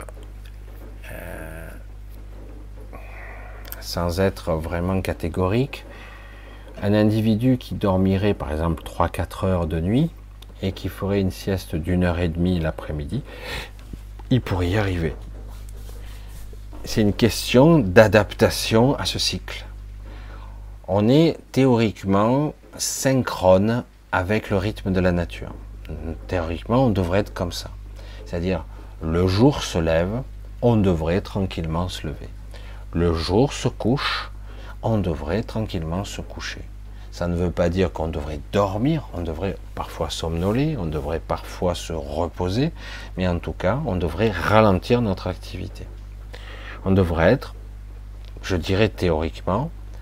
sans être vraiment catégorique, un individu qui dormirait par exemple 3-4 heures de nuit et qui ferait une sieste d'1h30 l'après-midi, il pourrait y arriver. C'est une question d'adaptation à ce cycle. On est théoriquement synchrone avec le rythme de la nature. Théoriquement, on devrait être comme ça. C'est-à-dire, le jour se lève, on devrait tranquillement se lever. Le jour se couche, on devrait tranquillement se coucher. Ça ne veut pas dire qu'on devrait dormir, on devrait parfois somnoler, on devrait parfois se reposer, mais en tout cas, on devrait ralentir notre activité. On devrait être, je dirais théoriquement,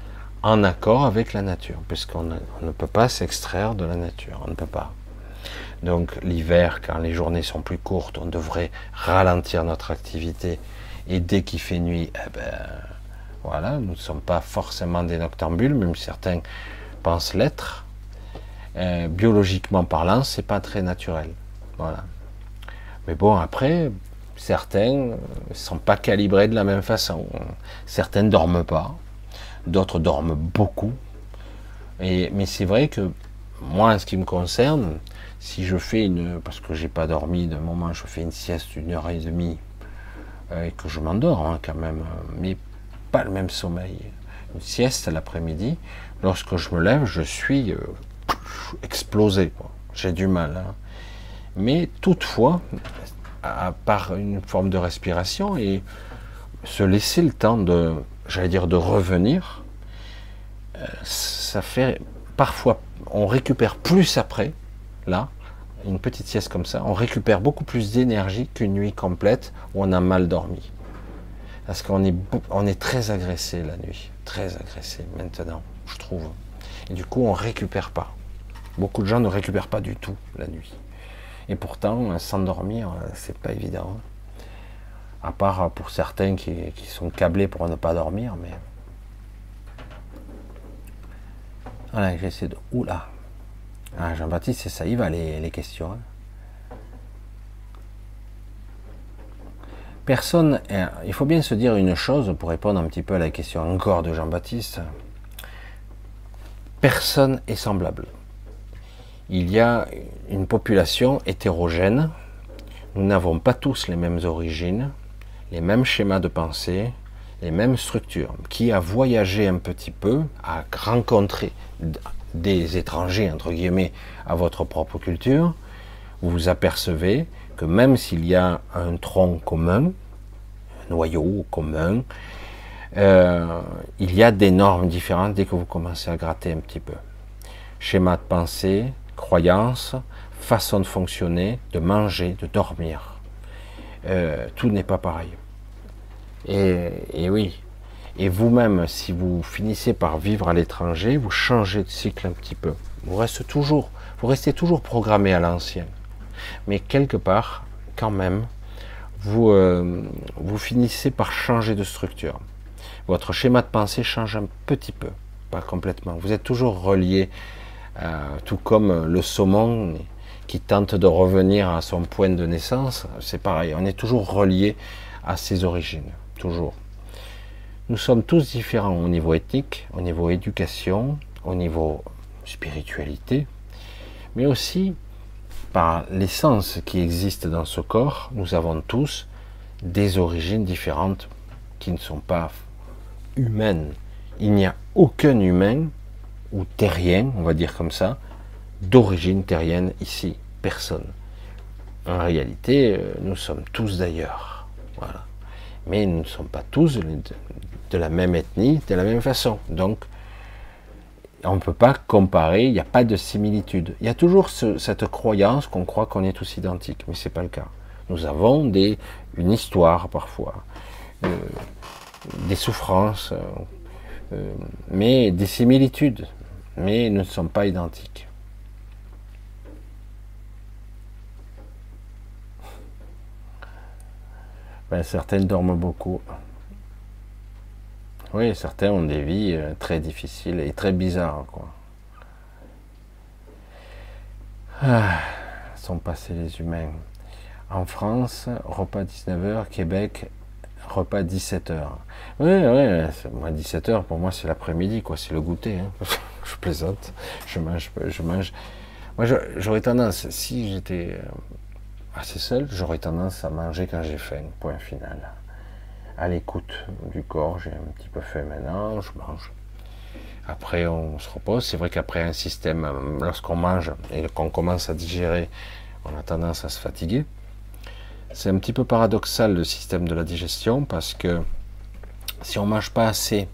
en accord avec la nature, puisqu'on ne peut pas s'extraire de la nature, on ne peut pas. Donc l'hiver, quand les journées sont plus courtes, on devrait ralentir notre activité, et dès qu'il fait nuit, eh ben, voilà, nous ne sommes pas forcément des noctambules, même certains pensent l'être. Biologiquement parlant, c'est pas très naturel. Voilà. Mais bon, après, certains ne sont pas calibrés de la même façon. Certains ne dorment pas, d'autres dorment beaucoup. Mais c'est vrai que moi, en ce qui me concerne, si je fais parce que j'ai pas dormi d'un moment, je fais une sieste d'1 h 30 et que je m'endors hein, quand même, mais pas le même sommeil. Une sieste l'après-midi, lorsque je me lève, je suis explosé. J'ai du mal. Hein. Mais toutefois, par une forme de respiration et se laisser le temps de, j'allais dire, de revenir, ça fait parfois, on récupère plus après, là, une petite sieste comme ça, on récupère beaucoup plus d'énergie qu'une nuit complète où on a mal dormi. Parce qu'on est très agressé la nuit, très agressé maintenant, je trouve. Et du coup, on récupère pas. Beaucoup de gens ne récupèrent pas du tout la nuit. Et pourtant, s'endormir, c'est pas évident. À part pour certains qui sont câblés pour ne pas dormir, mais... Voilà, j'essaie de... Oula. Ah, Jean-Baptiste, c'est ça, il va les questions. Hein. Personne... Il faut bien se dire une chose pour répondre un petit peu à la question encore de Jean-Baptiste. Personne est semblable. Il y a une population hétérogène. Nous n'avons pas tous les mêmes origines, les mêmes schémas de pensée, les mêmes structures. Qui a voyagé un petit peu, a rencontré des étrangers, entre guillemets, à votre propre culture, vous vous apercevez que même s'il y a un tronc commun, un noyau commun, il y a des normes différentes dès que vous commencez à gratter un petit peu. Schéma de pensée, croyances, façon de fonctionner, de manger, de dormir. Tout n'est pas pareil. Et oui. Et vous-même, si vous finissez par vivre à l'étranger, vous changez de cycle un petit peu. Vous restez toujours programmé à l'ancien. Mais quelque part, quand même, vous finissez par changer de structure. Votre schéma de pensée change un petit peu, pas complètement. Vous êtes toujours relié, tout comme le saumon qui tente de revenir à son point de naissance, c'est pareil, on est toujours relié à ses origines, toujours. Nous sommes tous différents au niveau ethnique, au niveau éducation, au niveau spiritualité, mais aussi par l'essence qui existe dans ce corps, nous avons tous des origines différentes qui ne sont pas humaines. Il n'y a aucun humain ou terrien, on va dire comme ça, d'origine terrienne ici, personne. En réalité, nous sommes tous d'ailleurs, voilà. Mais nous ne sommes pas tous de la même ethnie, de la même façon. Donc, on ne peut pas comparer, il n'y a pas de similitude. Il y a toujours cette croyance qu'on croit qu'on est tous identiques, mais ce n'est pas le cas. Nous avons une histoire parfois, des souffrances, mais des similitudes, mais nous ne sommes pas identiques. Ben, certains dorment beaucoup. Oui, certains ont des vies très difficiles et très bizarres, quoi. Ah, sont passés les humains. En France, repas 19h, Québec, repas 17h. Oui, moi 17h, pour moi c'est l'après-midi, quoi, c'est le goûter. Hein. Je plaisante, je mange. Moi j'aurais tendance, si j'étais assez seul, j'aurais tendance à manger quand j'ai faim, point final. À l'écoute du corps, j'ai un petit peu faim maintenant, je mange. Après on se repose, c'est vrai qu'après un système, lorsqu'on mange et qu'on commence à digérer, on a tendance à se fatiguer. C'est un petit peu paradoxal le système de la digestion parce que si on mange pas assez,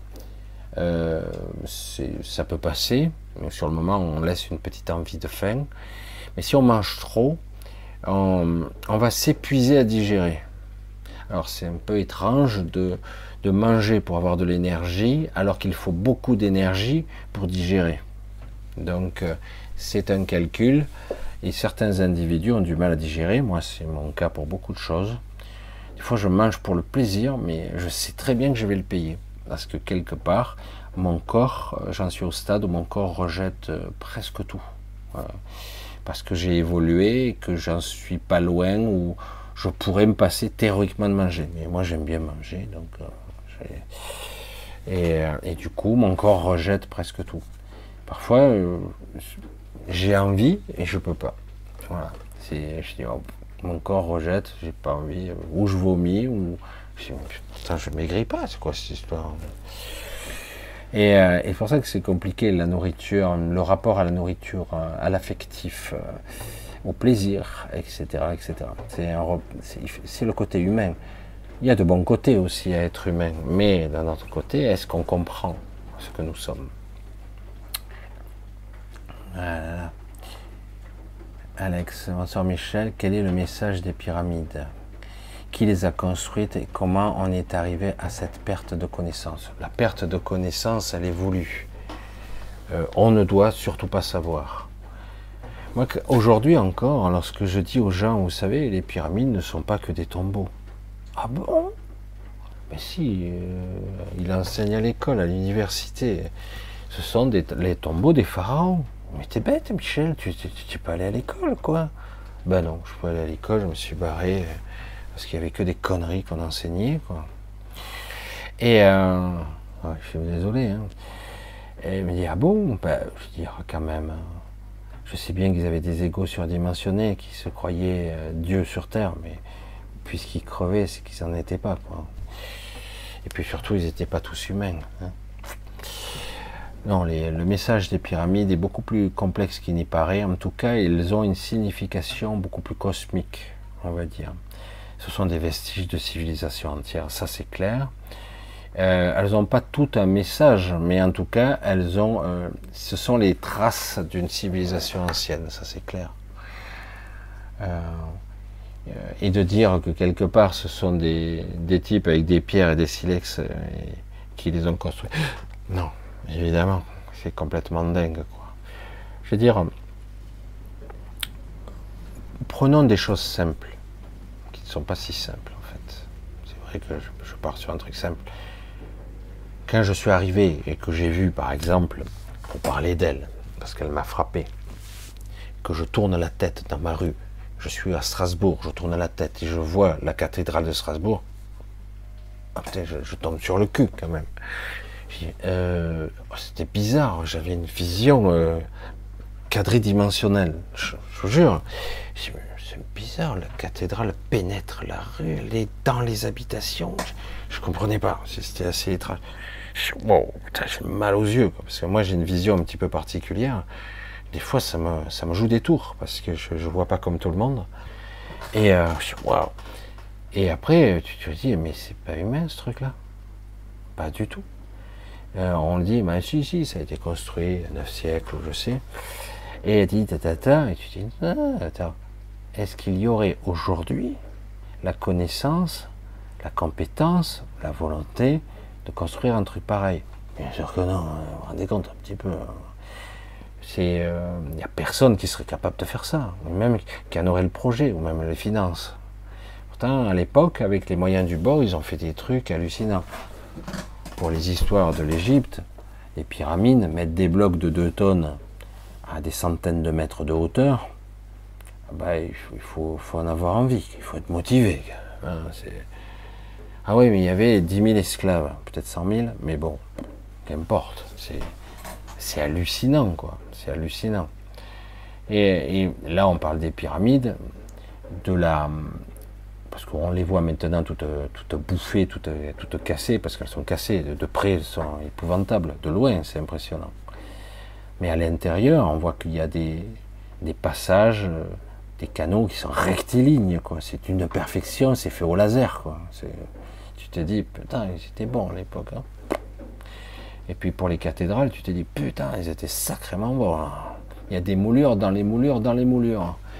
ça peut passer, mais sur le moment on laisse une petite envie de faim. Mais si on mange trop, on va s'épuiser à digérer. Alors c'est un peu étrange de manger pour avoir de l'énergie, alors qu'il faut beaucoup d'énergie pour digérer. Donc c'est un calcul, et certains individus ont du mal à digérer. Moi c'est mon cas pour beaucoup de choses. Des fois je mange pour le plaisir, mais je sais très bien que je vais le payer. Parce que quelque part, mon corps, j'en suis au stade où mon corps rejette presque tout. Voilà. Parce que j'ai évolué, que j'en suis pas loin, où je pourrais me passer théoriquement de manger. Mais moi j'aime bien manger, donc et du coup mon corps rejette presque tout. Parfois j'ai envie et je peux pas. Voilà. Je dis oh, mon corps rejette, j'ai pas envie, ou je vomis, ou putain je maigris pas, c'est quoi cette histoire? Et c'est pour ça que c'est compliqué la nourriture, le rapport à la nourriture, à l'affectif, au plaisir, etc., etc. C'est le côté humain. Il y a de bons côtés aussi à être humain, mais d'un autre côté, est-ce qu'on comprend ce que nous sommes? Voilà. Alex, bonsoir Michel, quel est le message des pyramides? Qui les a construites et comment on est arrivé à cette perte de connaissance? La perte de connaissance, elle est voulue. On ne doit surtout pas savoir. Moi, aujourd'hui encore, lorsque je dis aux gens, vous savez, les pyramides ne sont pas que des tombeaux. Ah bon? Mais si, il enseigne à l'école, à l'université. Ce sont les tombeaux des pharaons. Mais t'es bête, Michel, tu n'es pas allé à l'école, quoi. Ben non, je suis pas allé à l'école, je me suis barré parce qu'il y avait que des conneries qu'on enseignait, quoi. Et ouais, je suis désolé. Hein. Et il me dit ah bon, ben, je dis ah, quand même. Je sais bien qu'ils avaient des égos surdimensionnés, qui se croyaient Dieu sur terre, mais puisqu'ils crevaient, c'est qu'ils n'en étaient pas, quoi. Et puis surtout, ils n'étaient pas tous humains. Hein. Non, le message des pyramides est beaucoup plus complexe qu'il n'y paraît. En tout cas, ils ont une signification beaucoup plus cosmique, on va dire. Ce sont des vestiges de civilisation entière, ça c'est clair. Elles n'ont pas tout un message, mais en tout cas, ce sont les traces d'une civilisation ancienne, ça c'est clair. Et de dire que quelque part, ce sont des types avec des pierres et des silex qui les ont construits. Non. Évidemment, c'est complètement dingue, quoi. Je veux dire, prenons des choses simples, qui ne sont pas si simples, en fait. C'est vrai que je pars sur un truc simple. Quand je suis arrivé et que j'ai vu, par exemple, pour parler d'elle, parce qu'elle m'a frappé, que je tourne la tête dans ma rue, je suis à Strasbourg, je tourne la tête et je vois la cathédrale de Strasbourg, ah, putain, je tombe sur le cul, quand même. C'était bizarre, j'avais une vision quadridimensionnelle, je vous jure. C'est bizarre, la cathédrale pénètre la rue, elle est dans les habitations, je comprenais pas, c'était assez étrange. Wow, j'ai mal aux yeux, quoi, parce que moi j'ai une vision un petit peu particulière. Des fois ça me joue des tours, parce que je vois pas comme tout le monde. Et wow. Et après tu te dis, mais c'est pas humain ce truc-là, pas du tout. On le dit, ben si, ça a été construit 9 siècles, ou je sais. Et elle dit, et tu dis, ah, attends, est-ce qu'il y aurait aujourd'hui la connaissance, la compétence, la volonté de construire un truc pareil? Bien sûr que non, vous vous rendez compte un petit peu. Il n'y a personne qui serait capable de faire ça, ou même qui en aurait le projet, ou même les finances. Pourtant, à l'époque, avec les moyens du bord, ils ont fait des trucs hallucinants. Pour les histoires de l'Égypte, les pyramides, mettre des blocs de 2 tonnes à des centaines de mètres de hauteur, ben, il faut en avoir envie, il faut être motivé. Hein, ah oui, mais il y avait 10 000 esclaves, peut-être 100 000, mais bon, qu'importe, c'est hallucinant, quoi, c'est hallucinant. Et là, on parle des pyramides, parce qu'on les voit maintenant toutes bouffées, toutes cassées, parce qu'elles sont cassées. De près, elles sont épouvantables. De loin, c'est impressionnant. Mais à l'intérieur, on voit qu'il y a des passages, des canaux qui sont rectilignes, quoi. C'est une perfection, c'est fait au laser, quoi. Tu te dis, putain, c'était bon à l'époque. Hein. Et puis pour les cathédrales, tu te dis, putain, ils étaient sacrément bons. Hein. Il y a des moulures dans les moulures dans les moulures.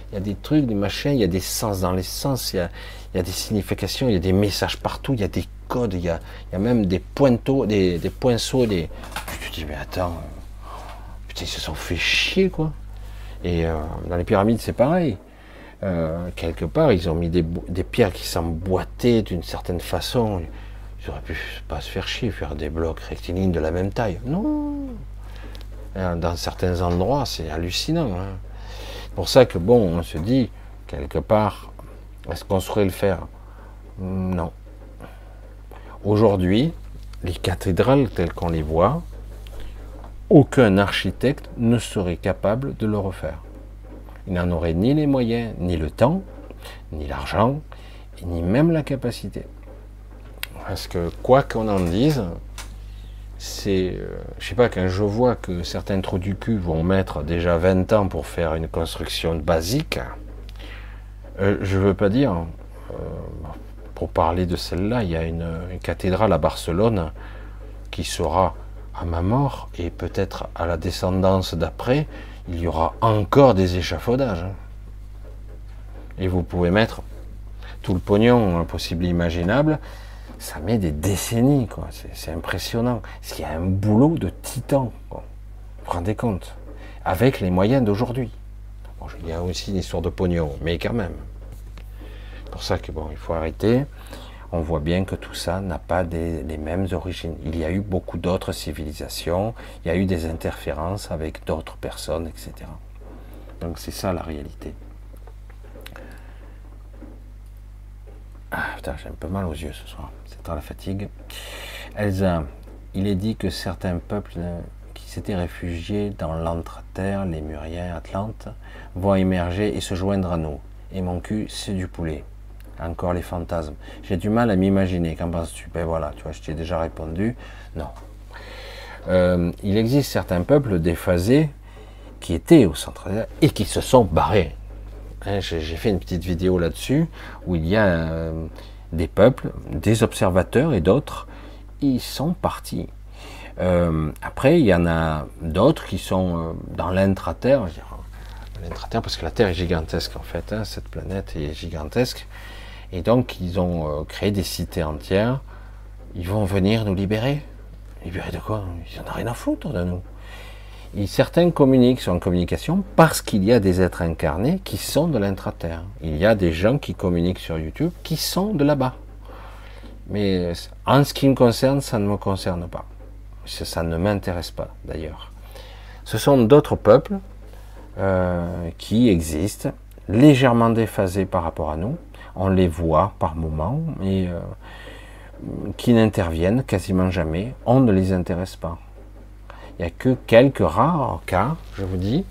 il y a des trucs, des machins, il y a des sens dans les sens, il y a des significations, il y a des messages partout, il y a des codes, il y a même des pointeaux, des poinceaux, tu te dis, mais attends, putain, ils se sont fait chier, quoi. Et dans les pyramides, c'est pareil. Quelque part, ils ont mis des pierres qui s'emboîtaient d'une certaine façon. Ils auraient pu pas se faire chier, faire des blocs rectilignes de la même taille. Non. Dans certains endroits, c'est hallucinant. Hein. C'est pour ça que, bon, on se dit, quelque part, est-ce qu'on saurait le faire? Non. Aujourd'hui, les cathédrales telles qu'on les voit, aucun architecte ne serait capable de le refaire. Il n'en aurait ni les moyens, ni le temps, ni l'argent, ni même la capacité. Parce que quoi qu'on en dise, c'est, je sais pas, quand je vois que certains trous du cul vont mettre déjà 20 ans pour faire une construction basique, je veux pas dire, pour parler de celle-là, il y a une cathédrale à Barcelone qui sera à ma mort et peut-être à la descendance d'après, il y aura encore des échafaudages. Et vous pouvez mettre tout le pognon possible et imaginable, ça met des décennies, quoi. C'est impressionnant. Parce qu'il y a un boulot de titan, quoi. Vous vous rendez compte? Avec les moyens d'aujourd'hui. Bon, il y a aussi une histoire de pognon, mais quand même. C'est pour ça que bon, il faut arrêter. On voit bien que tout ça n'a pas les mêmes origines. Il y a eu beaucoup d'autres civilisations, il y a eu des interférences avec d'autres personnes, etc. Donc c'est ça la réalité. Ah putain, j'ai un peu mal aux yeux ce soir, c'est dans la fatigue. Elsa, il est dit que certains peuples qui s'étaient réfugiés dans l'entre-terre, les Muriens, Atlantes, vont émerger et se joindre à nous. Et mon cul, c'est du poulet. Encore les fantasmes. J'ai du mal à m'imaginer. Qu'en penses-tu? Ben voilà, tu vois, je t'ai déjà répondu. Non. Il existe certains peuples déphasés qui étaient au centre et qui se sont barrés. Hein, j'ai fait une petite vidéo là-dessus où il y a des peuples, des observateurs et d'autres, ils sont partis. Après, il y en a d'autres qui sont dans l'intra-terre. L'intra-terre, parce que la Terre est gigantesque en fait. Hein, cette planète est gigantesque. Et donc, ils ont créé des cités entières. Ils vont venir nous libérer. Libérer de quoi? Ils n'en ont rien à foutre de nous. Et certains communiquent, sont en communication, parce qu'il y a des êtres incarnés qui sont de l'intra-terre. Il y a des gens qui communiquent sur YouTube qui sont de là-bas. Mais en ce qui me concerne, ça ne me concerne pas. Ça ne m'intéresse pas, d'ailleurs. Ce sont d'autres peuples qui existent, légèrement déphasés par rapport à nous. On les voit par moments, mais qui n'interviennent quasiment jamais. On ne les intéresse pas. Il n'y a que quelques rares cas, je vous dis,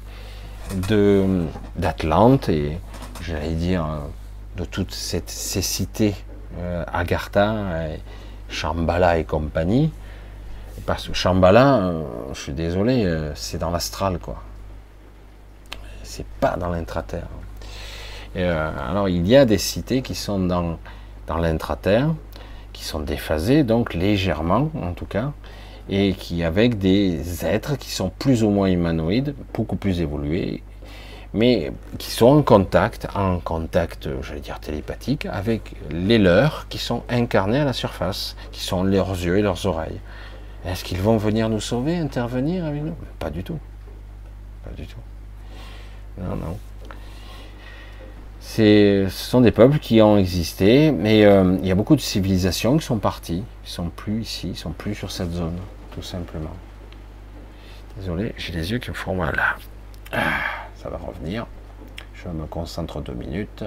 d'Atlante et, j'allais dire, de toutes ces cités, Agartha, Shambhala et compagnie. Parce que Shambhala, je suis désolé, c'est dans l'astral, quoi. C'est pas dans l'intra-terre. Alors il y a des cités qui sont dans l'intra-terre, qui sont déphasées, donc légèrement en tout cas, et qui avec des êtres qui sont plus ou moins humanoïdes, beaucoup plus évolués, mais qui sont en contact, j'allais dire télépathique, avec les leurs qui sont incarnés à la surface, qui sont leurs yeux et leurs oreilles. Est-ce qu'ils vont venir nous sauver, intervenir avec nous? Pas du tout. Pas du tout. Non, non. Ce sont des peuples qui ont existé, mais il y a beaucoup de civilisations qui sont parties, qui sont plus ici, qui sont plus sur cette zone, tout simplement. Désolé, j'ai les yeux qui me font mal là. Ça va revenir. Je me concentre 2 minutes.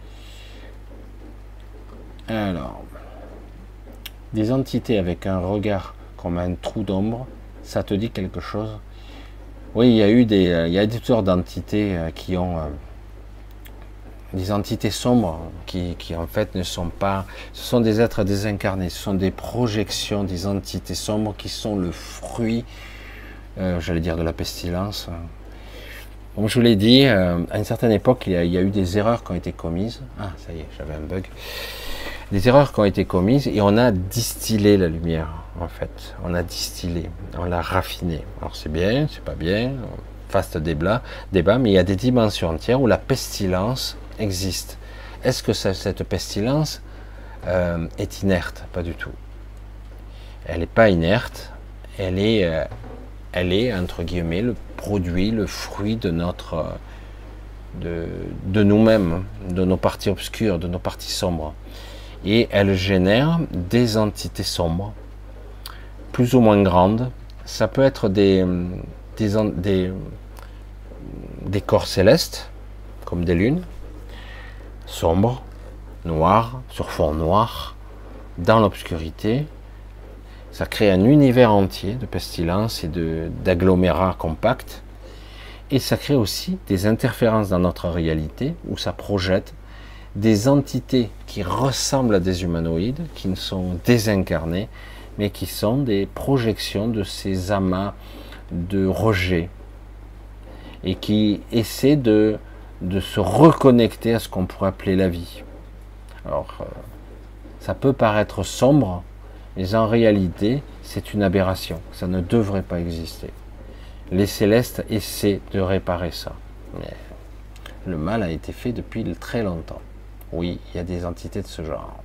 Alors, des entités avec un regard comme un trou d'ombre, ça te dit quelque chose? Oui, il y a des sortes d'entités qui ont des entités sombres qui en fait ne sont pas, ce sont des êtres désincarnés, ce sont des projections des entités sombres qui sont le fruit, j'allais dire, de la pestilence. Comme je vous l'ai dit, à une certaine époque, il y a eu des erreurs qui ont été commises. Ah, ça y est, j'avais un bug. Des erreurs qui ont été commises et on a distillé la lumière, en fait. On a distillé, on l'a raffiné. Alors c'est bien, c'est pas bien, vaste débat, mais il y a des dimensions entières où la pestilence existe. Est-ce que cette pestilence est inerte? Pas du tout. Elle n'est pas inerte, elle est entre guillemets le produit, le fruit de de nous-mêmes, de nos parties obscures, de nos parties sombres. Et elle génère des entités sombres, plus ou moins grandes. Ça peut être des corps célestes, comme des lunes, sombres, noirs, sur fond noir, dans l'obscurité. Ça crée un univers entier de pestilence et d'agglomérats compacts. Et ça crée aussi des interférences dans notre réalité, où ça projette des entités qui ressemblent à des humanoïdes, qui ne sont désincarnés, mais qui sont des projections de ces amas de rejet, et qui essaient de se reconnecter à ce qu'on pourrait appeler la vie. Alors, ça peut paraître sombre, mais en réalité, c'est une aberration. Ça ne devrait pas exister. Les célestes essaient de réparer ça. Mais le mal a été fait depuis très longtemps. Oui, il y a des entités de ce genre.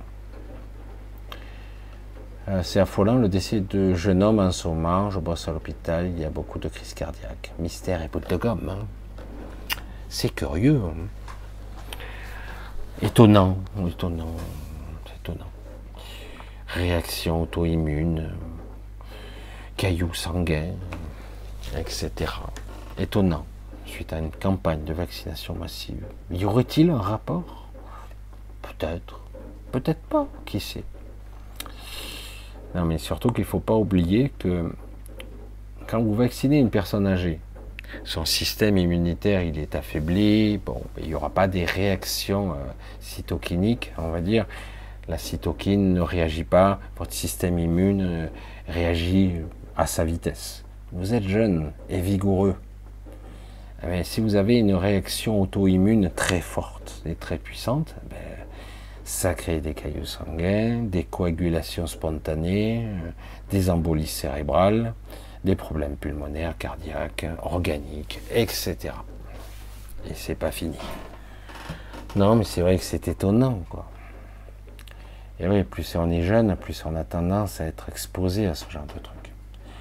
C'est affolant, le décès de jeune homme en ce moment. Je bosse à l'hôpital, il y a beaucoup de crises cardiaques. Mystère et bout de gomme. Hein. C'est curieux. Hein. Étonnant. C'est étonnant. Réaction auto-immune, cailloux sanguins, etc. Étonnant, suite à une campagne de vaccination massive. Y aurait-il un rapport? Peut-être, peut-être pas, qui sait. Non, mais surtout qu'il ne faut pas oublier que quand vous vaccinez une personne âgée, son système immunitaire il est affaibli, bon, il n'y aura pas des réactions cytokiniques, on va dire. La cytokine ne réagit pas, votre système immune réagit à sa vitesse. Vous êtes jeune et vigoureux. Mais si vous avez une réaction auto-immune très forte et très puissante, ça crée des caillots sanguins, des coagulations spontanées, des embolies cérébrales, des problèmes pulmonaires, cardiaques, organiques, etc. Et c'est pas fini. Non, mais c'est vrai que c'est étonnant, quoi. Et oui, plus on est jeune, plus on a tendance à être exposé à ce genre de truc.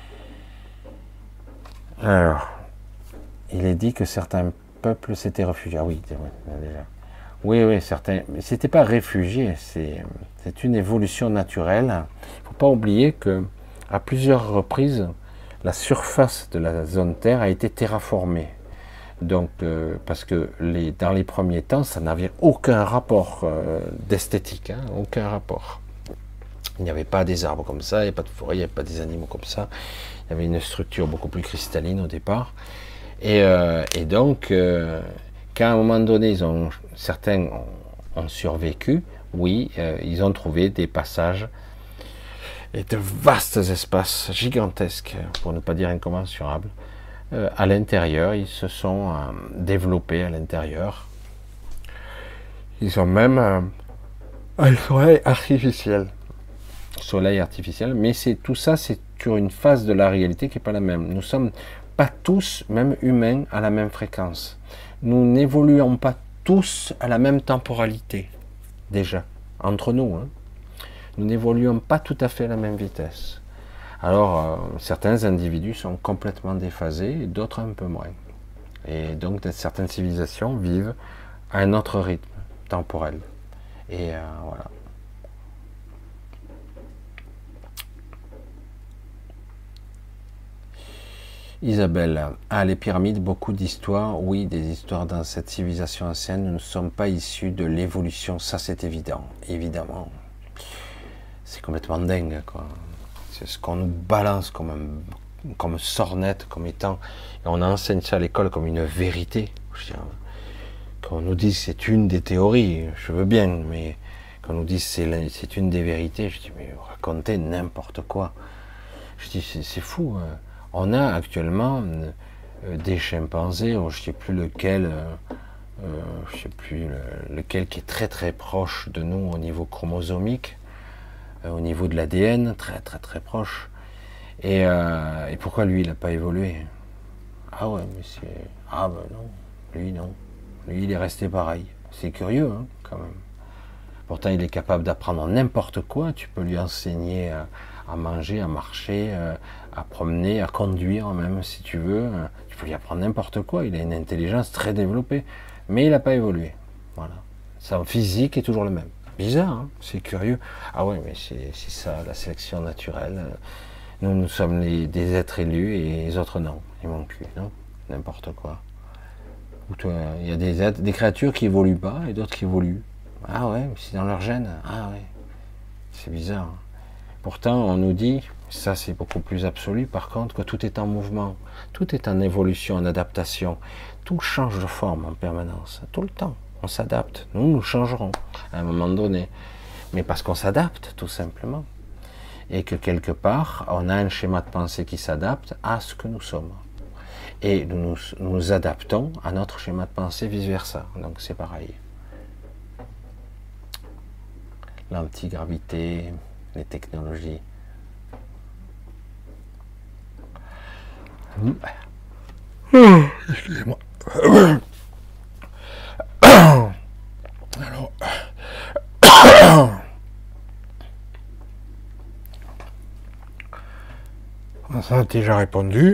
Alors, il est dit que certains peuples s'étaient réfugiés. Ah oui, déjà. Oui, certains. Mais c'était pas réfugiés, c'est une évolution naturelle. Il ne faut pas oublier que à plusieurs reprises, la surface de la zone Terre a été terraformée. Donc, parce que dans les premiers temps, ça n'avait aucun rapport d'esthétique, hein, aucun rapport. Il n'y avait pas des arbres comme ça, il n'y avait pas de forêt, il n'y avait pas des animaux comme ça. Il y avait une structure beaucoup plus cristalline au départ. Et donc, quand à un moment donné, certains ont survécu, oui, ils ont trouvé des passages et de vastes espaces gigantesques, pour ne pas dire incommensurables. À l'intérieur, ils se sont développés à l'intérieur. Ils ont même un soleil artificiel. Soleil artificiel, mais tout ça, c'est sur une phase de la réalité qui n'est pas la même. Nous ne sommes pas tous, même humains, à la même fréquence. Nous n'évoluons pas tous à la même temporalité, déjà, entre nous. Hein. Nous n'évoluons pas tout à fait à la même vitesse. Alors, certains individus sont complètement déphasés et d'autres un peu moins. Et donc, certaines civilisations vivent à un autre rythme temporel. Et voilà. Isabelle, les pyramides, beaucoup d'histoires. Oui, des histoires dans cette civilisation ancienne. Nous ne sommes pas issus de l'évolution, ça c'est évident. Évidemment. C'est complètement dingue, quoi. C'est ce qu'on nous balance comme sornette, comme étant, et on enseigne ça à l'école comme une vérité. Quand on nous dit que c'est une des théories, je veux bien, mais quand on nous dit que c'est une des vérités, je dis, mais vous racontez n'importe quoi. Je dis, c'est fou. On a actuellement des chimpanzés, je ne sais plus lequel, lequel qui est très très proche de nous au niveau chromosomique, au niveau de l'ADN, très très très proche. Et pourquoi lui, il n'a pas évolué? Ah ouais, mais c'est... Ah ben non, lui non. Lui il est resté pareil. C'est curieux hein, quand même. Pourtant il est capable d'apprendre n'importe quoi. Tu peux lui enseigner à manger, à marcher, à promener, à conduire même si tu veux. Tu peux lui apprendre n'importe quoi. Il a une intelligence très développée. Mais il n'a pas évolué. Voilà. Son physique est toujours le même. Bizarre, hein, c'est curieux. Ah ouais, mais c'est ça, la sélection naturelle. Nous sommes des êtres élus et les autres non. Ils m'ont cul, non? N'importe quoi. Ou toi, il y a des créatures qui évoluent pas et d'autres qui évoluent. Ah ouais, c'est dans leur gène. Ah ouais, c'est bizarre. Pourtant, on nous dit, ça c'est beaucoup plus absolu par contre, que tout est en mouvement, tout est en évolution, en adaptation. Tout change de forme en permanence, tout le temps. On s'adapte. Nous changerons à un moment donné. Mais parce qu'on s'adapte, tout simplement. Et que quelque part, on a un schéma de pensée qui s'adapte à ce que nous sommes. Et nous nous adaptons à notre schéma de pensée vice-versa. Donc c'est pareil. L'antigravité, les technologies. Excusez-moi. Alors... Ça a déjà répondu.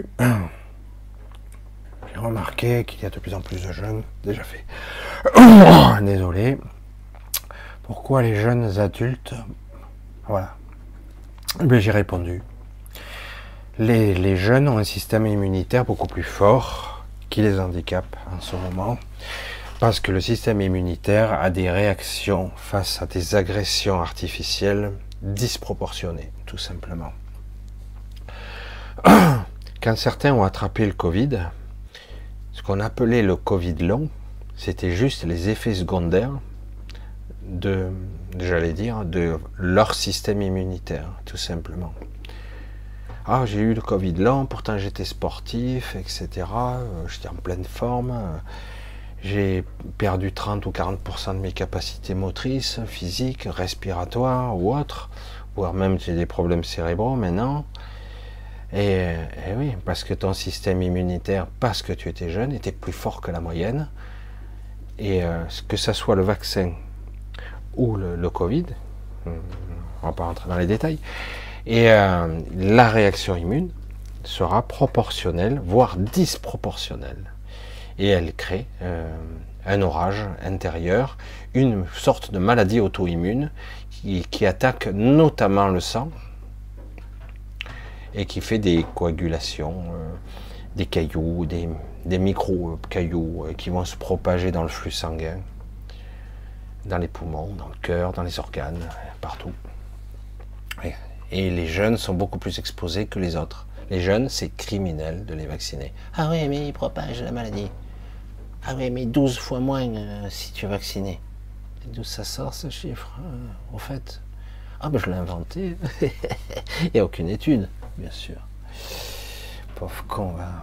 J'ai remarqué qu'il y a de plus en plus de jeunes. Déjà fait. Désolé. Pourquoi les jeunes adultes... Voilà. Mais j'ai répondu. Les jeunes ont un système immunitaire beaucoup plus fort qui les handicape en ce moment. Parce que le système immunitaire a des réactions face à des agressions artificielles disproportionnées, tout simplement. Quand certains ont attrapé le Covid, ce qu'on appelait le Covid long, c'était juste les effets secondaires de leur système immunitaire, tout simplement. Ah, j'ai eu le Covid long, pourtant j'étais sportif, etc. J'étais en pleine forme. J'ai perdu 30 ou 40% de mes capacités motrices, physiques, respiratoires ou autres, voire même j'ai des problèmes cérébraux maintenant. Et oui, parce que ton système immunitaire, parce que tu étais jeune, était plus fort que la moyenne. Et que ça soit le vaccin ou le Covid, on va pas rentrer dans les détails, et la réaction immune sera proportionnelle, voire disproportionnelle. Et elle crée un orage intérieur, une sorte de maladie auto-immune qui attaque notamment le sang, et qui fait des coagulations, des cailloux, des micro-cailloux qui vont se propager dans le flux sanguin, dans les poumons, dans le cœur, dans les organes, partout. Et les jeunes sont beaucoup plus exposés que les autres. Les jeunes, c'est criminel de les vacciner. Ah oui, mais ils propagent la maladie. Ah oui, mais 12 fois moins si tu es vacciné. D'où ça sort ce chiffre, au fait? Ah ben je l'ai inventé. Il n'y a aucune étude. Bien sûr. Pauvre con, va.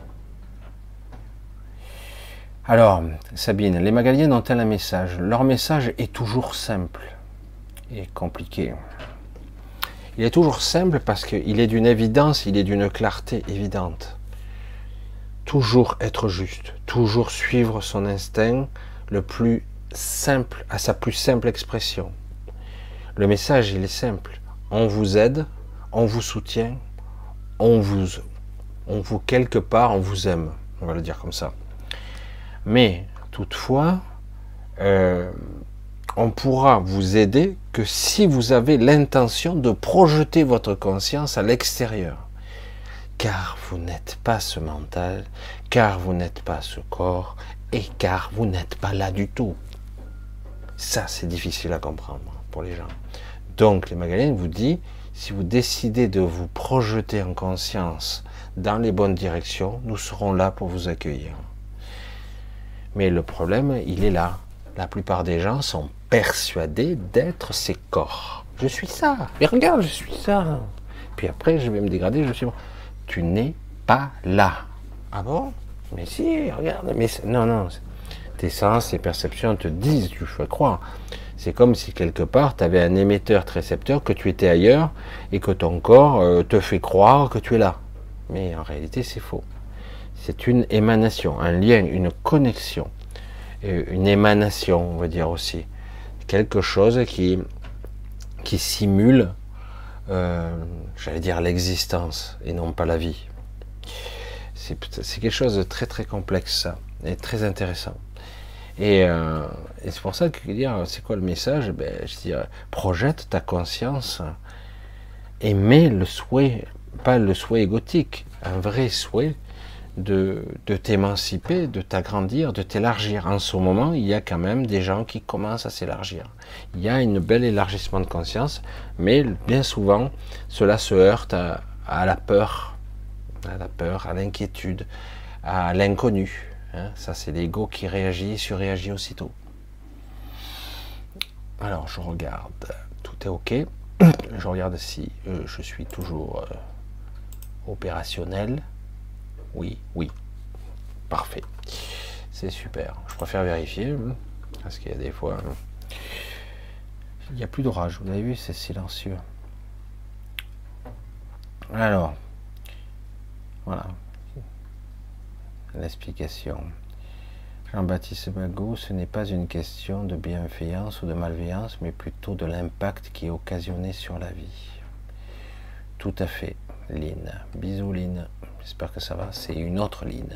Alors, Sabine, les Magaliennes ont-elles un message? Leur message est toujours simple et compliqué. Il est toujours simple parce qu'il est d'une évidence, il est d'une clarté évidente. Toujours être juste, toujours suivre son instinct le plus simple, à sa plus simple expression. Le message, il est simple. On vous aide, on vous soutient, on vous quelque part, on vous aime, on va le dire comme ça. Mais toutefois, on pourra vous aider que si vous avez l'intention de projeter votre conscience à l'extérieur. Car vous n'êtes pas ce mental, car vous n'êtes pas ce corps, et car vous n'êtes pas là du tout. Ça, c'est difficile à comprendre pour les gens. Donc, les Magaliennes vous disent, si vous décidez de vous projeter en conscience dans les bonnes directions, nous serons là pour vous accueillir. Mais le problème, il est là. La plupart des gens sont persuadés d'être ces corps. Je suis ça. Mais regarde, je suis ça. Puis après, je vais me dégrader, je suis bon. Tu n'es pas là. Ah bon? Mais si, regarde. Mais non, non. Tes sens, tes perceptions te disent, tu fais croire. C'est comme si quelque part, tu avais un émetteur-récepteur, que tu étais ailleurs, et que ton corps te fait croire que tu es là. Mais en réalité, c'est faux. C'est une émanation, un lien, une connexion, une émanation, on va dire aussi. Quelque chose qui simule, j'allais dire l'existence et non pas la vie. C'est quelque chose de très très complexe ça, et très intéressant. Et c'est pour ça que dire, c'est quoi le message? Ben, je dirais, projette ta conscience et mets le souhait, pas le souhait égotique, un vrai souhait de t'émanciper, de t'agrandir, de t'élargir. En ce moment, il y a quand même des gens qui commencent à s'élargir. Il y a une belle élargissement de conscience, mais bien souvent, cela se heurte à la peur, à l'inquiétude, à l'inconnu. Hein, ça, c'est l'ego qui réagit, surréagit aussitôt. Alors, je regarde, tout est OK. Je regarde si je suis toujours opérationnel. Oui, oui, parfait. C'est super. Je préfère vérifier, parce qu'il y a des fois... Il n'y a plus d'orage, vous avez vu, c'est silencieux. Alors, voilà. L'explication. Jean-Baptiste Bagot, ce n'est pas une question de bienveillance ou de malveillance, mais plutôt de l'impact qui est occasionné sur la vie. Tout à fait, Lynn. Bisous, Lynn. J'espère que ça va. C'est une autre Lynn.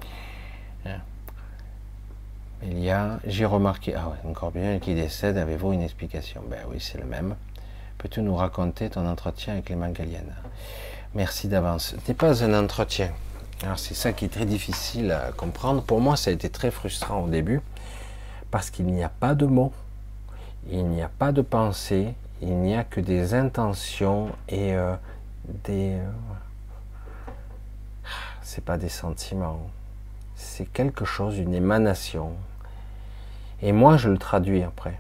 Il y a, j'ai remarqué, ah ouais, encore bien qui décède, avez-vous une explication? Ben oui, c'est le même. Peux-tu nous raconter ton entretien avec les Mangaliennes? Merci d'avance. Ce n'est pas un entretien. Alors c'est ça qui est très difficile à comprendre. Pour moi, ça a été très frustrant au début, parce qu'il n'y a pas de mots, il n'y a pas de pensée, il n'y a que des intentions et c'est pas des sentiments, c'est quelque chose, une émanation. Et moi, je le traduis après.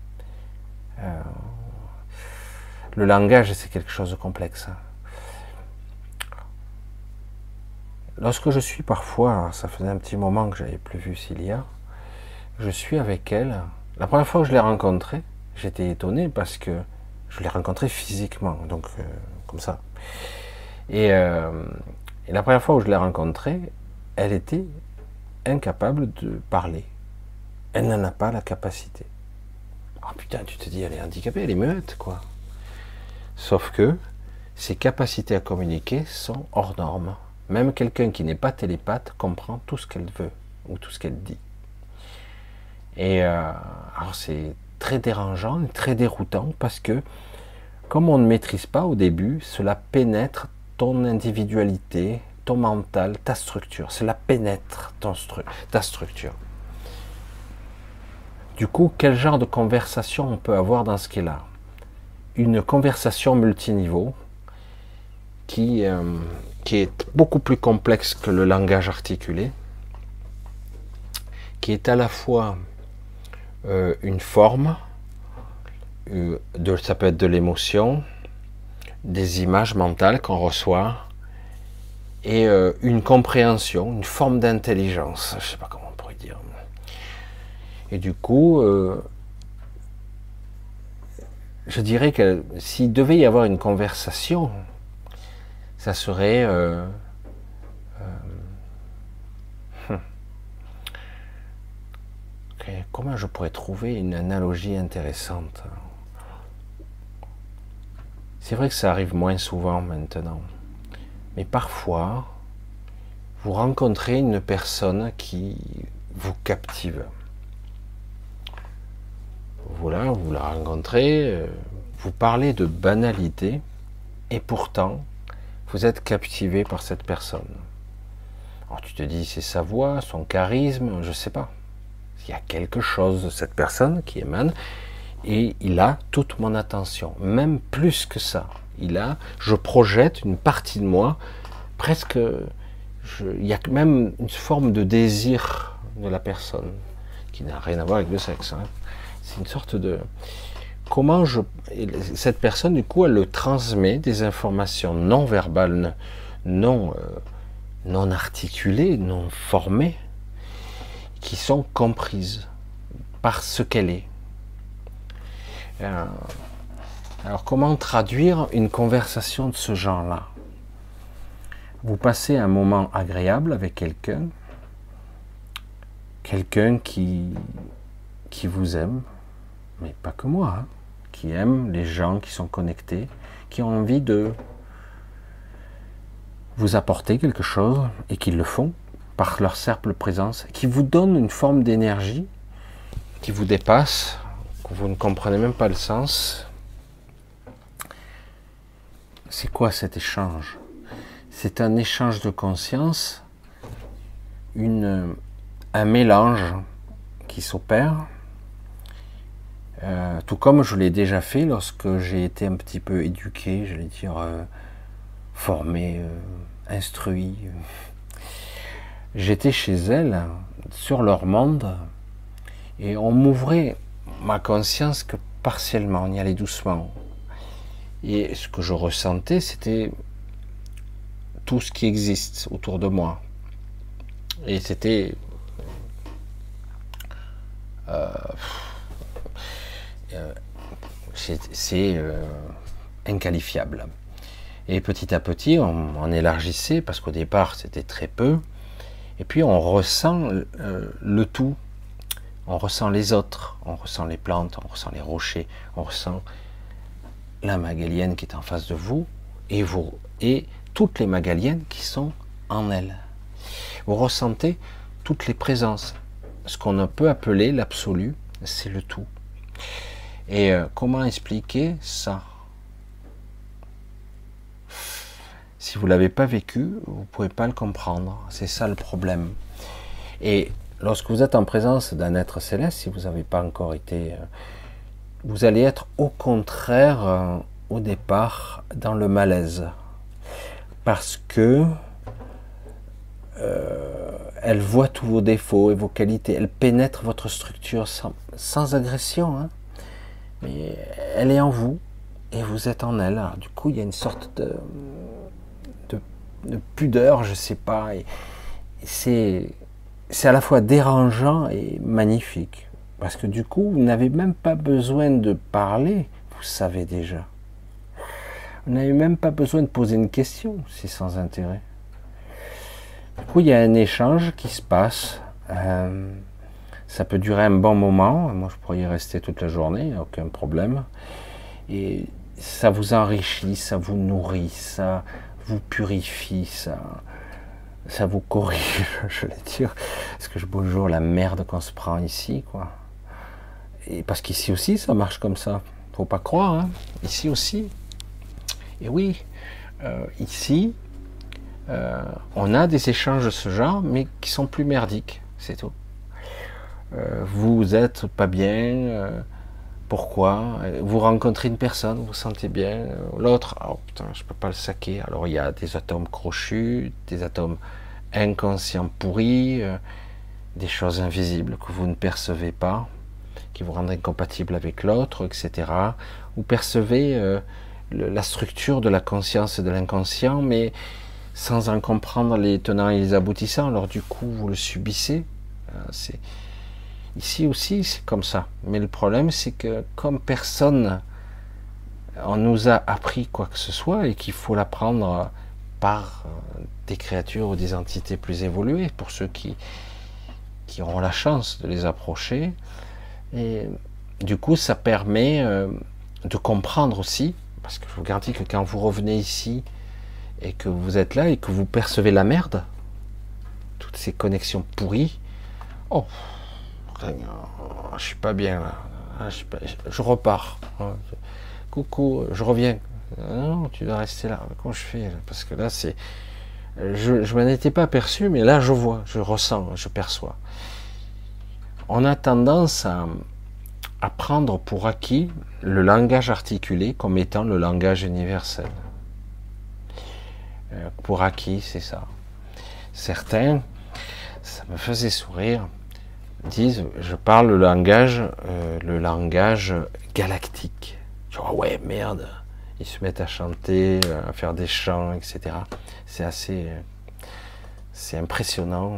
Le langage, c'est quelque chose de complexe. Lorsque je suis parfois, ça faisait un petit moment que j'avais plus vu Cilia, je suis avec elle. La première fois que je l'ai rencontrée, j'étais étonné parce que je l'ai rencontrée physiquement, donc comme ça. Et la première fois où je l'ai rencontrée, elle était incapable de parler. Elle n'en a pas la capacité. Oh putain, tu te dis, elle est handicapée, elle est muette, quoi. Sauf que ses capacités à communiquer sont hors normes. Même quelqu'un qui n'est pas télépathe comprend tout ce qu'elle veut ou tout ce qu'elle dit. Et alors c'est très dérangeant, très déroutant parce que comme on ne maîtrise pas au début, cela pénètre ton individualité, ton mental, ta structure. Cela pénètre ta structure. Du coup, quel genre de conversation on peut avoir dans ce cas-là? Une conversation multiniveau qui est beaucoup plus complexe que le langage articulé, qui est à la fois une forme, ça peut être de l'émotion, des images mentales qu'on reçoit, et une compréhension, une forme d'intelligence, je ne sais pas comment on pourrait dire. Et du coup, je dirais que s'il devait y avoir une conversation, ça serait comment je pourrais trouver une analogie intéressante? C'est vrai que ça arrive moins souvent maintenant, mais parfois vous rencontrez une personne qui vous captive. Voilà, vous la rencontrez, vous parlez de banalité, et pourtant vous êtes captivé par cette personne. Alors tu te dis, c'est sa voix, son charisme, je ne sais pas. Il y a quelque chose de cette personne qui émane, et il a toute mon attention, même plus que ça. Je projette une partie de moi, presque, il y a même une forme de désir de la personne, qui n'a rien à voir avec le sexe. Hein. C'est une sorte de... Cette personne, du coup, elle le transmet des informations non verbales, non articulées, non formées, qui sont comprises par ce qu'elle est. Alors, comment traduire une conversation de ce genre-là? Vous passez un moment agréable avec quelqu'un, quelqu'un qui vous aime, mais pas que moi, hein, qui aime les gens qui sont connectés, qui ont envie de vous apporter quelque chose et qui le font par leur simple présence, qui vous donnent une forme d'énergie qui vous dépasse, que vous ne comprenez même pas le sens. C'est quoi cet échange? C'est un échange de conscience, un mélange qui s'opère, tout comme je l'ai déjà fait lorsque j'ai été un petit peu éduqué, j'allais dire formé, instruit. J'étais chez elles, sur leur monde, et on m'ouvrait ma conscience que partiellement, on y allait doucement. Et ce que je ressentais, c'était tout ce qui existe autour de moi. Et c'était c'est inqualifiable. Et petit à petit, on élargissait, parce qu'au départ, c'était très peu. Et puis, on ressent le tout. On ressent les autres, on ressent les plantes, on ressent les rochers, on ressent la magalienne qui est en face de vous, et toutes les magaliennes qui sont en elle. Vous ressentez toutes les présences. Ce qu'on peut appeler l'absolu, c'est le tout. Et comment expliquer ça? Si vous ne l'avez pas vécu, vous ne pouvez pas le comprendre. C'est ça le problème. Et lorsque vous êtes en présence d'un être céleste, si vous n'avez pas encore été, vous allez être au contraire, au départ, dans le malaise. Parce que elle voit tous vos défauts et vos qualités. Elle pénètre votre structure sans agression, hein. Mais elle est en vous et vous êtes en elle. Alors, du coup, il y a une sorte de pudeur, je sais pas. Et c'est à la fois dérangeant et magnifique. Parce que du coup, vous n'avez même pas besoin de parler, vous savez déjà. Vous n'avez même pas besoin de poser une question, c'est sans intérêt. Du coup, il y a un échange qui se passe. Ça peut durer un bon moment. Moi, je pourrais y rester toute la journée, aucun problème. Et ça vous enrichit, ça vous nourrit, ça vous purifie, ça vous corrige, je vais dire. Parce que bonjour la merde qu'on se prend ici, quoi. Et parce qu'ici aussi, ça marche comme ça. Faut pas croire, hein. Ici aussi. Et oui, ici, on a des échanges de ce genre, mais qui sont plus merdiques, c'est tout. Vous êtes pas bien, pourquoi? Vous rencontrez une personne, vous vous sentez bien, l'autre, oh putain, je peux pas le saquer. Alors il y a des atomes crochus, des atomes inconscients pourris, des choses invisibles que vous ne percevez pas, qui vous rendent incompatible avec l'autre, etc. Vous percevez la structure de la conscience et de l'inconscient, mais sans en comprendre les tenants et les aboutissants. Alors du coup, vous le subissez. Ici aussi, c'est comme ça. Mais le problème, c'est que comme personne, on nous a appris quoi que ce soit, et qu'il faut l'apprendre par des créatures ou des entités plus évoluées, pour ceux qui auront la chance de les approcher. Et du coup, ça permet de comprendre aussi, parce que je vous garantis que quand vous revenez ici, et que vous êtes là, et que vous percevez la merde, toutes ces connexions pourries, oh, je suis pas bien là, je repars, coucou, je reviens. Non, tu dois rester là. Comment je fais là? Parce que là, je m'en étais pas aperçu, mais là, je vois, je ressens, je perçois. On a tendance à prendre pour acquis le langage articulé comme étant le langage universel. Pour acquis, c'est ça. Certains, ça me faisait sourire, disent, je parle le langage galactique. Je dis, oh ouais, merde. Ils se mettent à chanter, à faire des chants, etc. C'est impressionnant.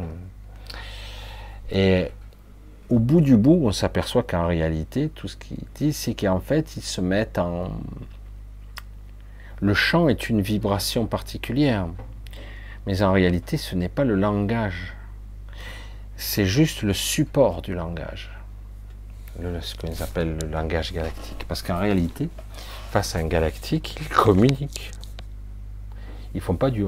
Et au bout du bout, on s'aperçoit qu'en réalité, tout ce qu'ils disent, c'est qu'en fait, ils se mettent le chant est une vibration particulière. Mais en réalité, ce n'est pas le langage. C'est juste le support du langage. Ce qu'on appelle le langage galactique. Parce qu'en réalité, face à un galactique, ils communiquent. Ils font pas du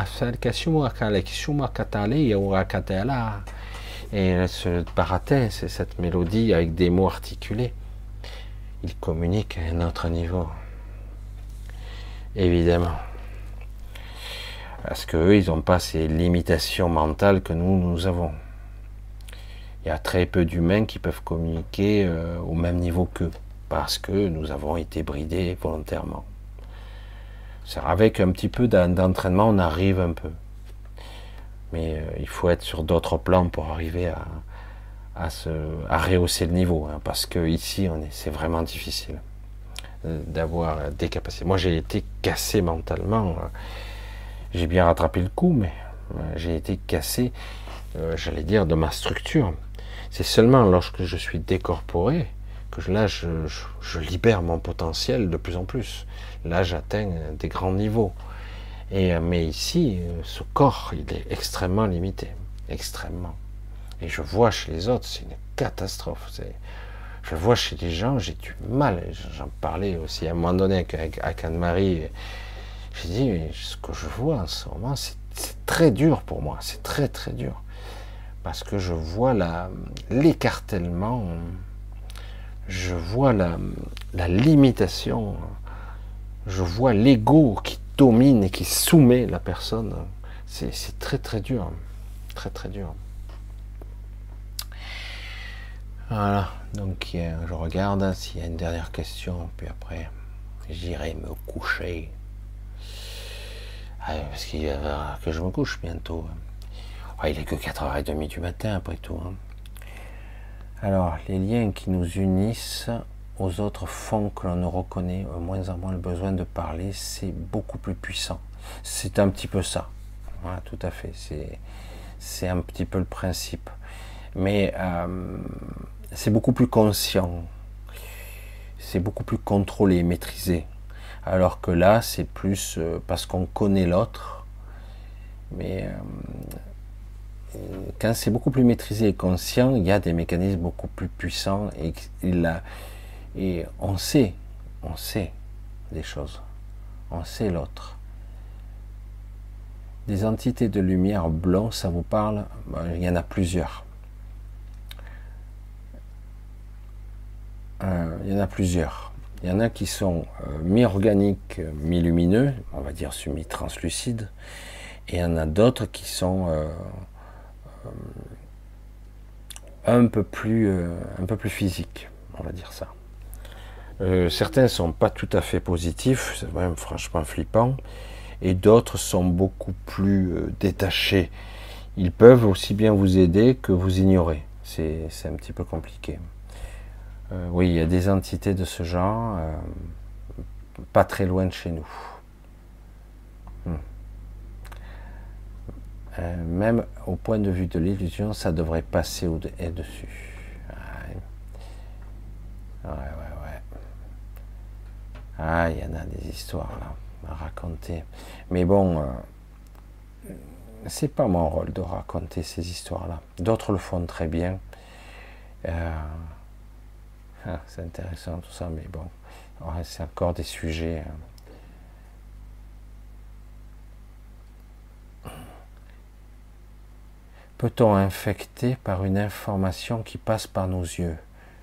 et ce baratin, c'est cette mélodie avec des mots articulés. Ils communiquent à un autre niveau. Évidemment. Parce qu'eux, ils n'ont pas ces limitations mentales que nous avons. Il y a très peu d'humains qui peuvent communiquer au même niveau qu'eux. Parce que nous avons été bridés volontairement. Avec un petit peu d'entraînement, on arrive un peu. Mais il faut être sur d'autres plans pour arriver à rehausser le niveau. Hein, parce que ici, c'est vraiment difficile d'avoir des capacités. Moi, j'ai été cassé mentalement. J'ai bien rattrapé le coup, mais j'ai été cassé, j'allais dire, de ma structure. C'est seulement lorsque je suis décorporé que là, je libère mon potentiel de plus en plus. Là, j'atteins des grands niveaux. Mais ici, ce corps, il est extrêmement limité. Extrêmement. Et je vois chez les autres, c'est une catastrophe. Je vois chez les gens, j'ai du mal. J'en parlais aussi à un moment donné avec Anne-Marie. J'ai dit, mais ce que je vois en ce moment, c'est très dur pour moi. C'est très, très dur. Parce que je vois l'écartèlement, je vois la limitation, je vois l'ego qui domine et qui soumet la personne. C'est très, très dur. Très, très dur. Voilà. Donc, je regarde s'il y a une dernière question, puis après, j'irai me coucher. Parce qu'il va falloir que je me couche bientôt. Il est que 4h30 du matin après tout. Hein. Alors, les liens qui nous unissent aux autres font que l'on ne reconnaît moins en moins le besoin de parler. C'est beaucoup plus puissant. C'est un petit peu ça. Voilà, tout à fait. C'est un petit peu le principe. Mais c'est beaucoup plus conscient. C'est beaucoup plus contrôlé, maîtrisé. Alors que là, c'est plus parce qu'on connaît l'autre. Mais quand c'est beaucoup plus maîtrisé et conscient, il y a des mécanismes beaucoup plus puissants et on sait des choses. On sait l'autre. Des entités de lumière blanc, ça vous parle? Il y en a plusieurs. Il y en a plusieurs. Il y en a qui sont mi-organiques, mi-lumineux, on va dire semi-translucides, et il y en a d'autres qui sont un peu plus physiques, on va dire ça. Certains ne sont pas tout à fait positifs, c'est même franchement flippant, et d'autres sont beaucoup plus détachés. Ils peuvent aussi bien vous aider que vous ignorer. C'est un petit peu compliqué. Oui, il y a des entités de ce genre, pas très loin de chez nous. Même au point de vue de l'illusion, ça devrait passer au-dessus. Ouais. Ah, il y en a des histoires là à raconter. Mais bon, c'est pas mon rôle de raconter ces histoires-là. D'autres le font très bien. C'est intéressant tout ça, mais bon, c'est encore des sujets. Peut-on infecter par une information qui passe par nos yeux?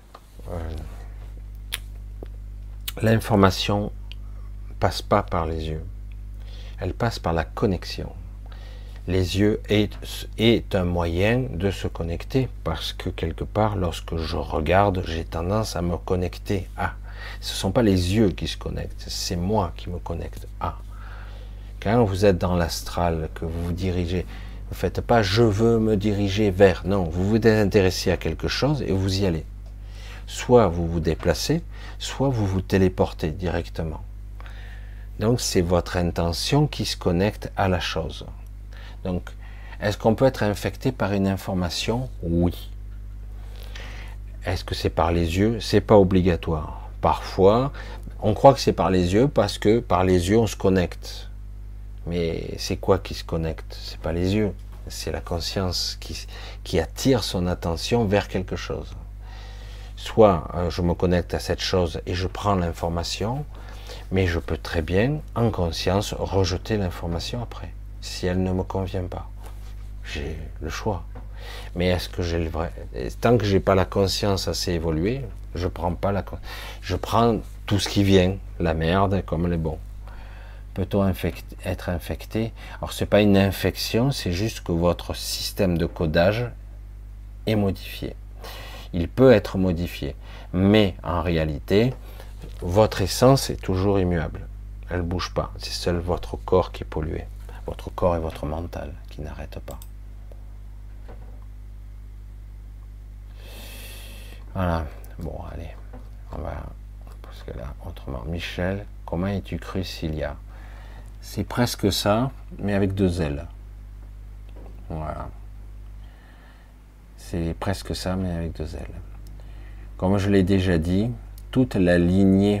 L'information passe pas par les yeux, elle passe par la connexion. Les yeux est un moyen de se connecter, parce que quelque part, lorsque je regarde, j'ai tendance à me connecter à. Ce ne sont pas les yeux qui se connectent, c'est moi qui me connecte à. Quand vous êtes dans l'astral, que vous vous dirigez, vous ne faites pas « je veux me diriger vers ». Non, vous vous intéressez à quelque chose et vous y allez. Soit vous vous déplacez, soit vous vous téléportez directement. Donc c'est votre intention qui se connecte à la chose. Donc, est-ce qu'on peut être infecté par une information? Oui. Est-ce que c'est par les yeux? C'est pas obligatoire. Parfois, on croit que c'est par les yeux parce que par les yeux on se connecte. Mais c'est quoi qui se connecte? C'est pas les yeux, c'est la conscience qui attire son attention vers quelque chose. Soit je me connecte à cette chose et je prends l'information, mais je peux très bien, en conscience, rejeter l'information après, si elle ne me convient pas. J'ai le choix. Mais est-ce que j'ai le vrai? Tant que j'ai pas la conscience assez évoluée, je prends pas je prends tout ce qui vient, la merde comme les bons. Peut-on être infecté? Alors c'est pas une infection, c'est juste que votre système de codage est modifié. Il peut être modifié, mais en réalité, votre essence est toujours immuable. Elle ne bouge pas. C'est seul votre corps qui est pollué. Votre corps et votre mental qui n'arrêtent pas. Voilà. Bon, allez. On va... Parce que là, autrement. Michel, comment es-tu cru Cilia? C'est presque ça, mais avec 2 L. Voilà. C'est presque ça, mais avec 2 L. Comme je l'ai déjà dit, toute la lignée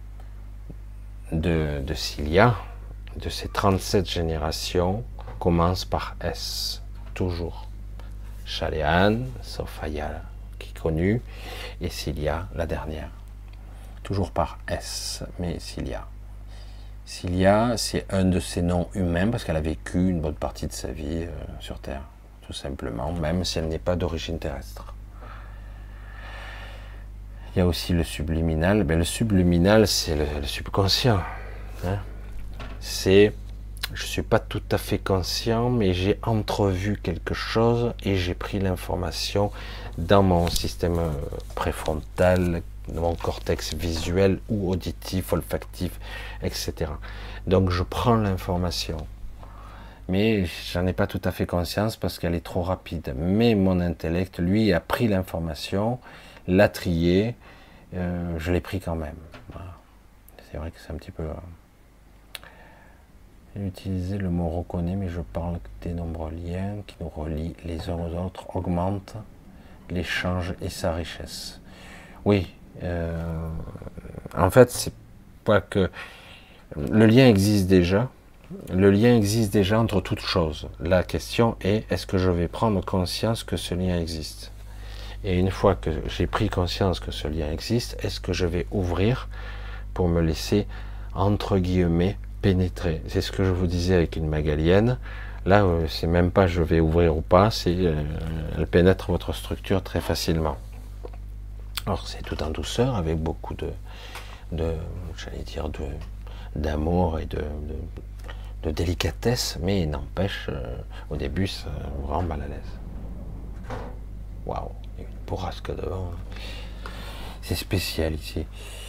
de Cilia, de ces 37 générations, commence par S. Toujours. Chaléane, Sophia, qui est connue, et Cilia, la dernière. Toujours par S, mais Cilia. Cilia, c'est un de ses noms humains, parce qu'elle a vécu une bonne partie de sa vie sur Terre, tout simplement, même si elle n'est pas d'origine terrestre. Il y a aussi le subliminal. Ben, le subliminal, c'est le subconscient. Hein. C'est, je ne suis pas tout à fait conscient, mais j'ai entrevu quelque chose et j'ai pris l'information dans mon système préfrontal, dans mon cortex visuel ou auditif, olfactif, etc. Donc je prends l'information. Mais j'en ai pas tout à fait conscience parce qu'elle est trop rapide. Mais mon intellect, lui, a pris l'information, l'a trié, je l'ai pris quand même. Voilà. C'est vrai que c'est un petit peu... J'ai utilisé le mot reconnaît, mais je parle des nombreux liens qui nous relient les uns aux autres, augmentent l'échange et sa richesse. Oui, en fait, c'est pas que... Le lien existe déjà. Le lien existe déjà entre toutes choses. La question est, est-ce que je vais prendre conscience que ce lien existe? Et une fois que j'ai pris conscience que ce lien existe, est-ce que je vais ouvrir pour me laisser, entre guillemets, pénétrer? C'est ce que je vous disais avec une magalienne. Là, c'est même pas je vais ouvrir ou pas, c'est elle pénètre votre structure très facilement. Alors c'est tout en douceur, avec beaucoup j'allais dire, d'amour et de délicatesse, mais il n'empêche, au début, ça me rend mal à l'aise. Waouh, il y a une bourrasque devant. C'est spécial ici.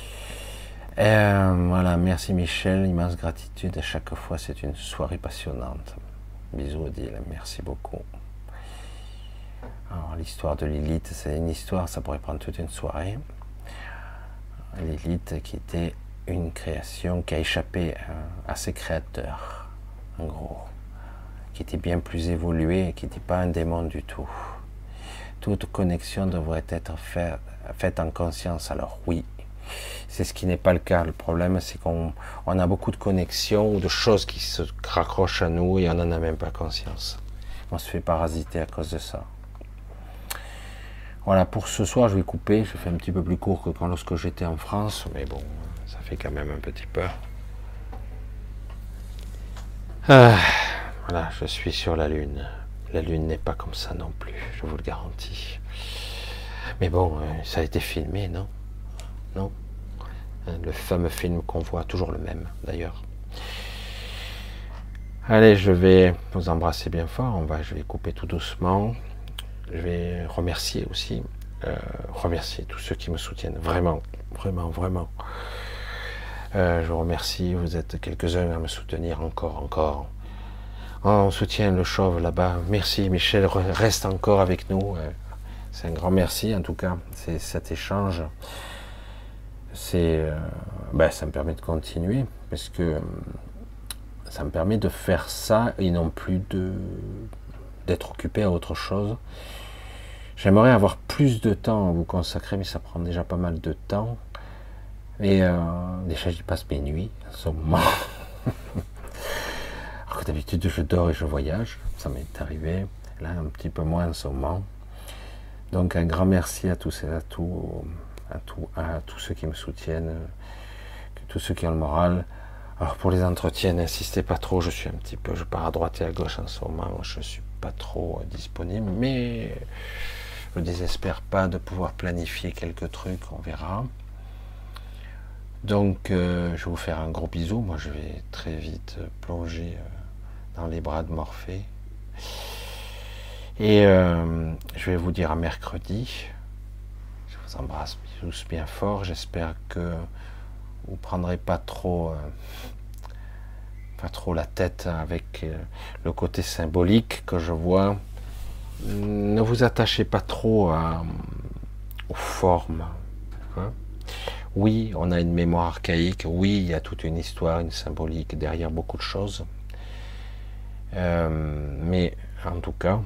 Voilà, merci Michel, immense gratitude. À chaque fois, c'est une soirée passionnante. Bisous Odile, merci beaucoup. Alors, l'histoire de Lilith, c'est une histoire, ça pourrait prendre toute une soirée. Lilith qui était une création qui a échappé à ses créateurs, en gros, qui était bien plus évoluée et qui n'était pas un démon du tout. Toute connexion devrait être faite en conscience. Alors oui, c'est ce qui n'est pas le cas. Le problème, c'est qu'on a beaucoup de connexions ou de choses qui se raccrochent à nous et on n'en a même pas conscience. On se fait parasiter à cause de ça. Voilà, pour ce soir, je vais couper. Je fais un petit peu plus court que lorsque j'étais en France, mais bon, ça fait quand même un petit peu. Voilà, je suis sur la Lune. La Lune n'est pas comme ça non plus, je vous le garantis. Mais bon, ça a été filmé, non? Non? Le fameux film qu'on voit, toujours le même, d'ailleurs. Allez, je vais vous embrasser bien fort. Je vais couper tout doucement. Je vais remercier aussi, remercier tous ceux qui me soutiennent, vraiment, vraiment, vraiment. Je vous remercie, vous êtes quelques-uns à me soutenir encore. On soutient le chauve là-bas. Merci Michel, reste encore avec nous. C'est un grand merci en tout cas. C'est cet échange. Ça me permet de continuer parce que ça me permet de faire ça et non plus d'être occupé à autre chose. J'aimerais avoir plus de temps à vous consacrer, mais ça prend déjà pas mal de temps. Et déjà, j'y passe mes nuits en ce moment. d'habitude, je dors et je voyage. Ça m'est arrivé. Là, un petit peu moins en ce moment. Donc, un grand merci à tous et à tous ceux qui me soutiennent, tous ceux qui ont le moral. Alors, pour les entretiens, n'insistez pas trop. Je pars à droite et à gauche en ce moment. Je suis pas trop disponible, mais je ne désespère pas de pouvoir planifier quelques trucs. On verra. Donc, je vais vous faire un gros bisou. Moi, je vais très vite plonger dans les bras de Morphée. Et je vais vous dire à mercredi. Je vous embrasse tous bien fort. J'espère que vous ne prendrez pas trop la tête avec le côté symbolique que je vois. Ne vous attachez pas trop aux formes. Hein. Oui, on a une mémoire archaïque. Oui, il y a toute une histoire, une symbolique derrière beaucoup de choses. Mais en tout cas,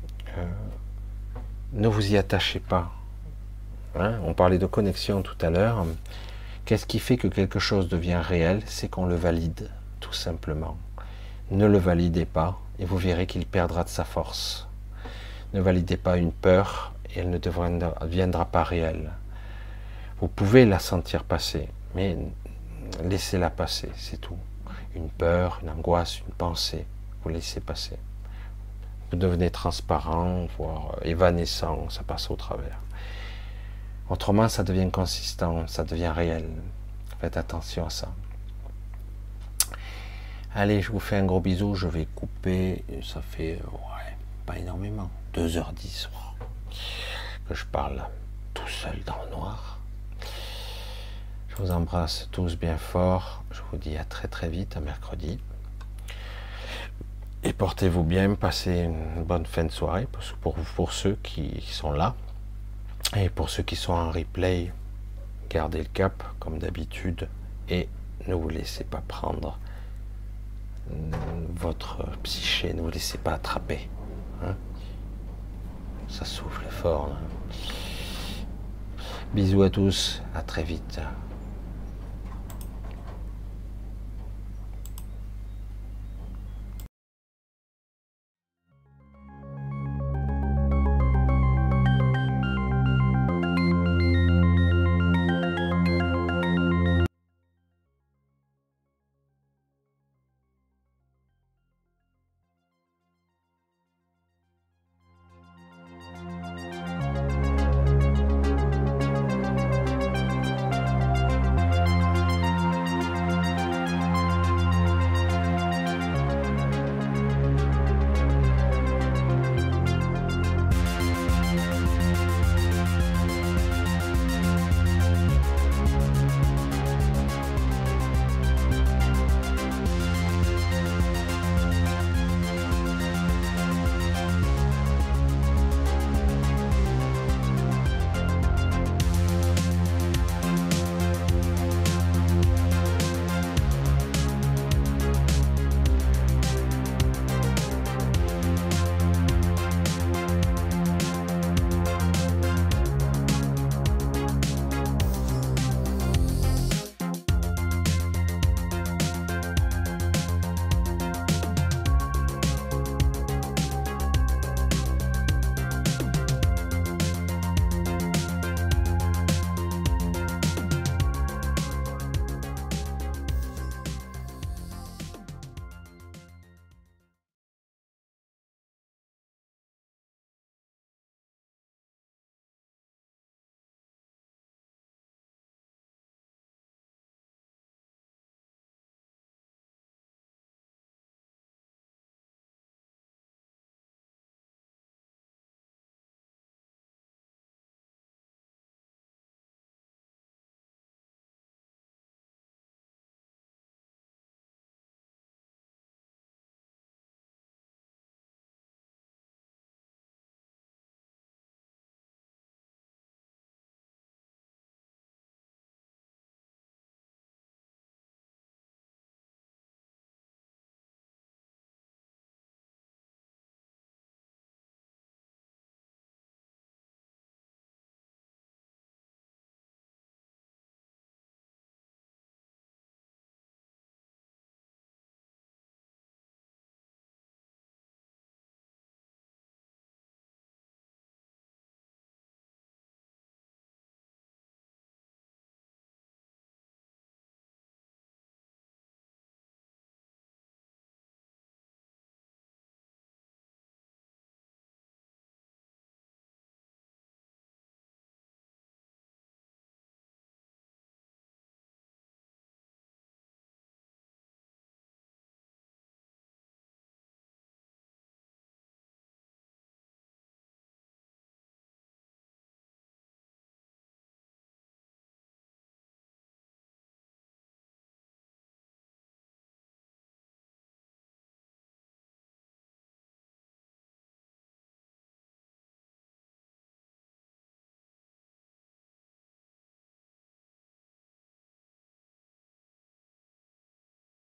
ne vous y attachez pas. Hein, on parlait de connexion tout à l'heure. Qu'est-ce qui fait que quelque chose devient réel? C'est qu'on le valide, tout simplement. Ne le validez pas et vous verrez qu'il perdra de sa force. Ne validez pas une peur et elle ne deviendra pas réelle. Vous pouvez la sentir passer, mais laissez-la passer, c'est tout. Une peur, une angoisse, une pensée, vous laissez passer. Vous devenez transparent, voire évanescent, ça passe au travers. Autrement, ça devient consistant, ça devient réel. Faites attention à ça. Allez, je vous fais un gros bisou, je vais couper, ça fait, pas énormément, 2h10, que je parle tout seul dans le noir. Je vous embrasse tous bien fort, je vous dis à très très vite, à mercredi. Et portez-vous bien, passez une bonne fin de soirée, pour ceux qui sont là. Et pour ceux qui sont en replay, gardez le cap, comme d'habitude, et ne vous laissez pas prendre votre psyché, ne vous laissez pas attraper. Hein, ça souffle fort. Là. Bisous à tous, à très vite.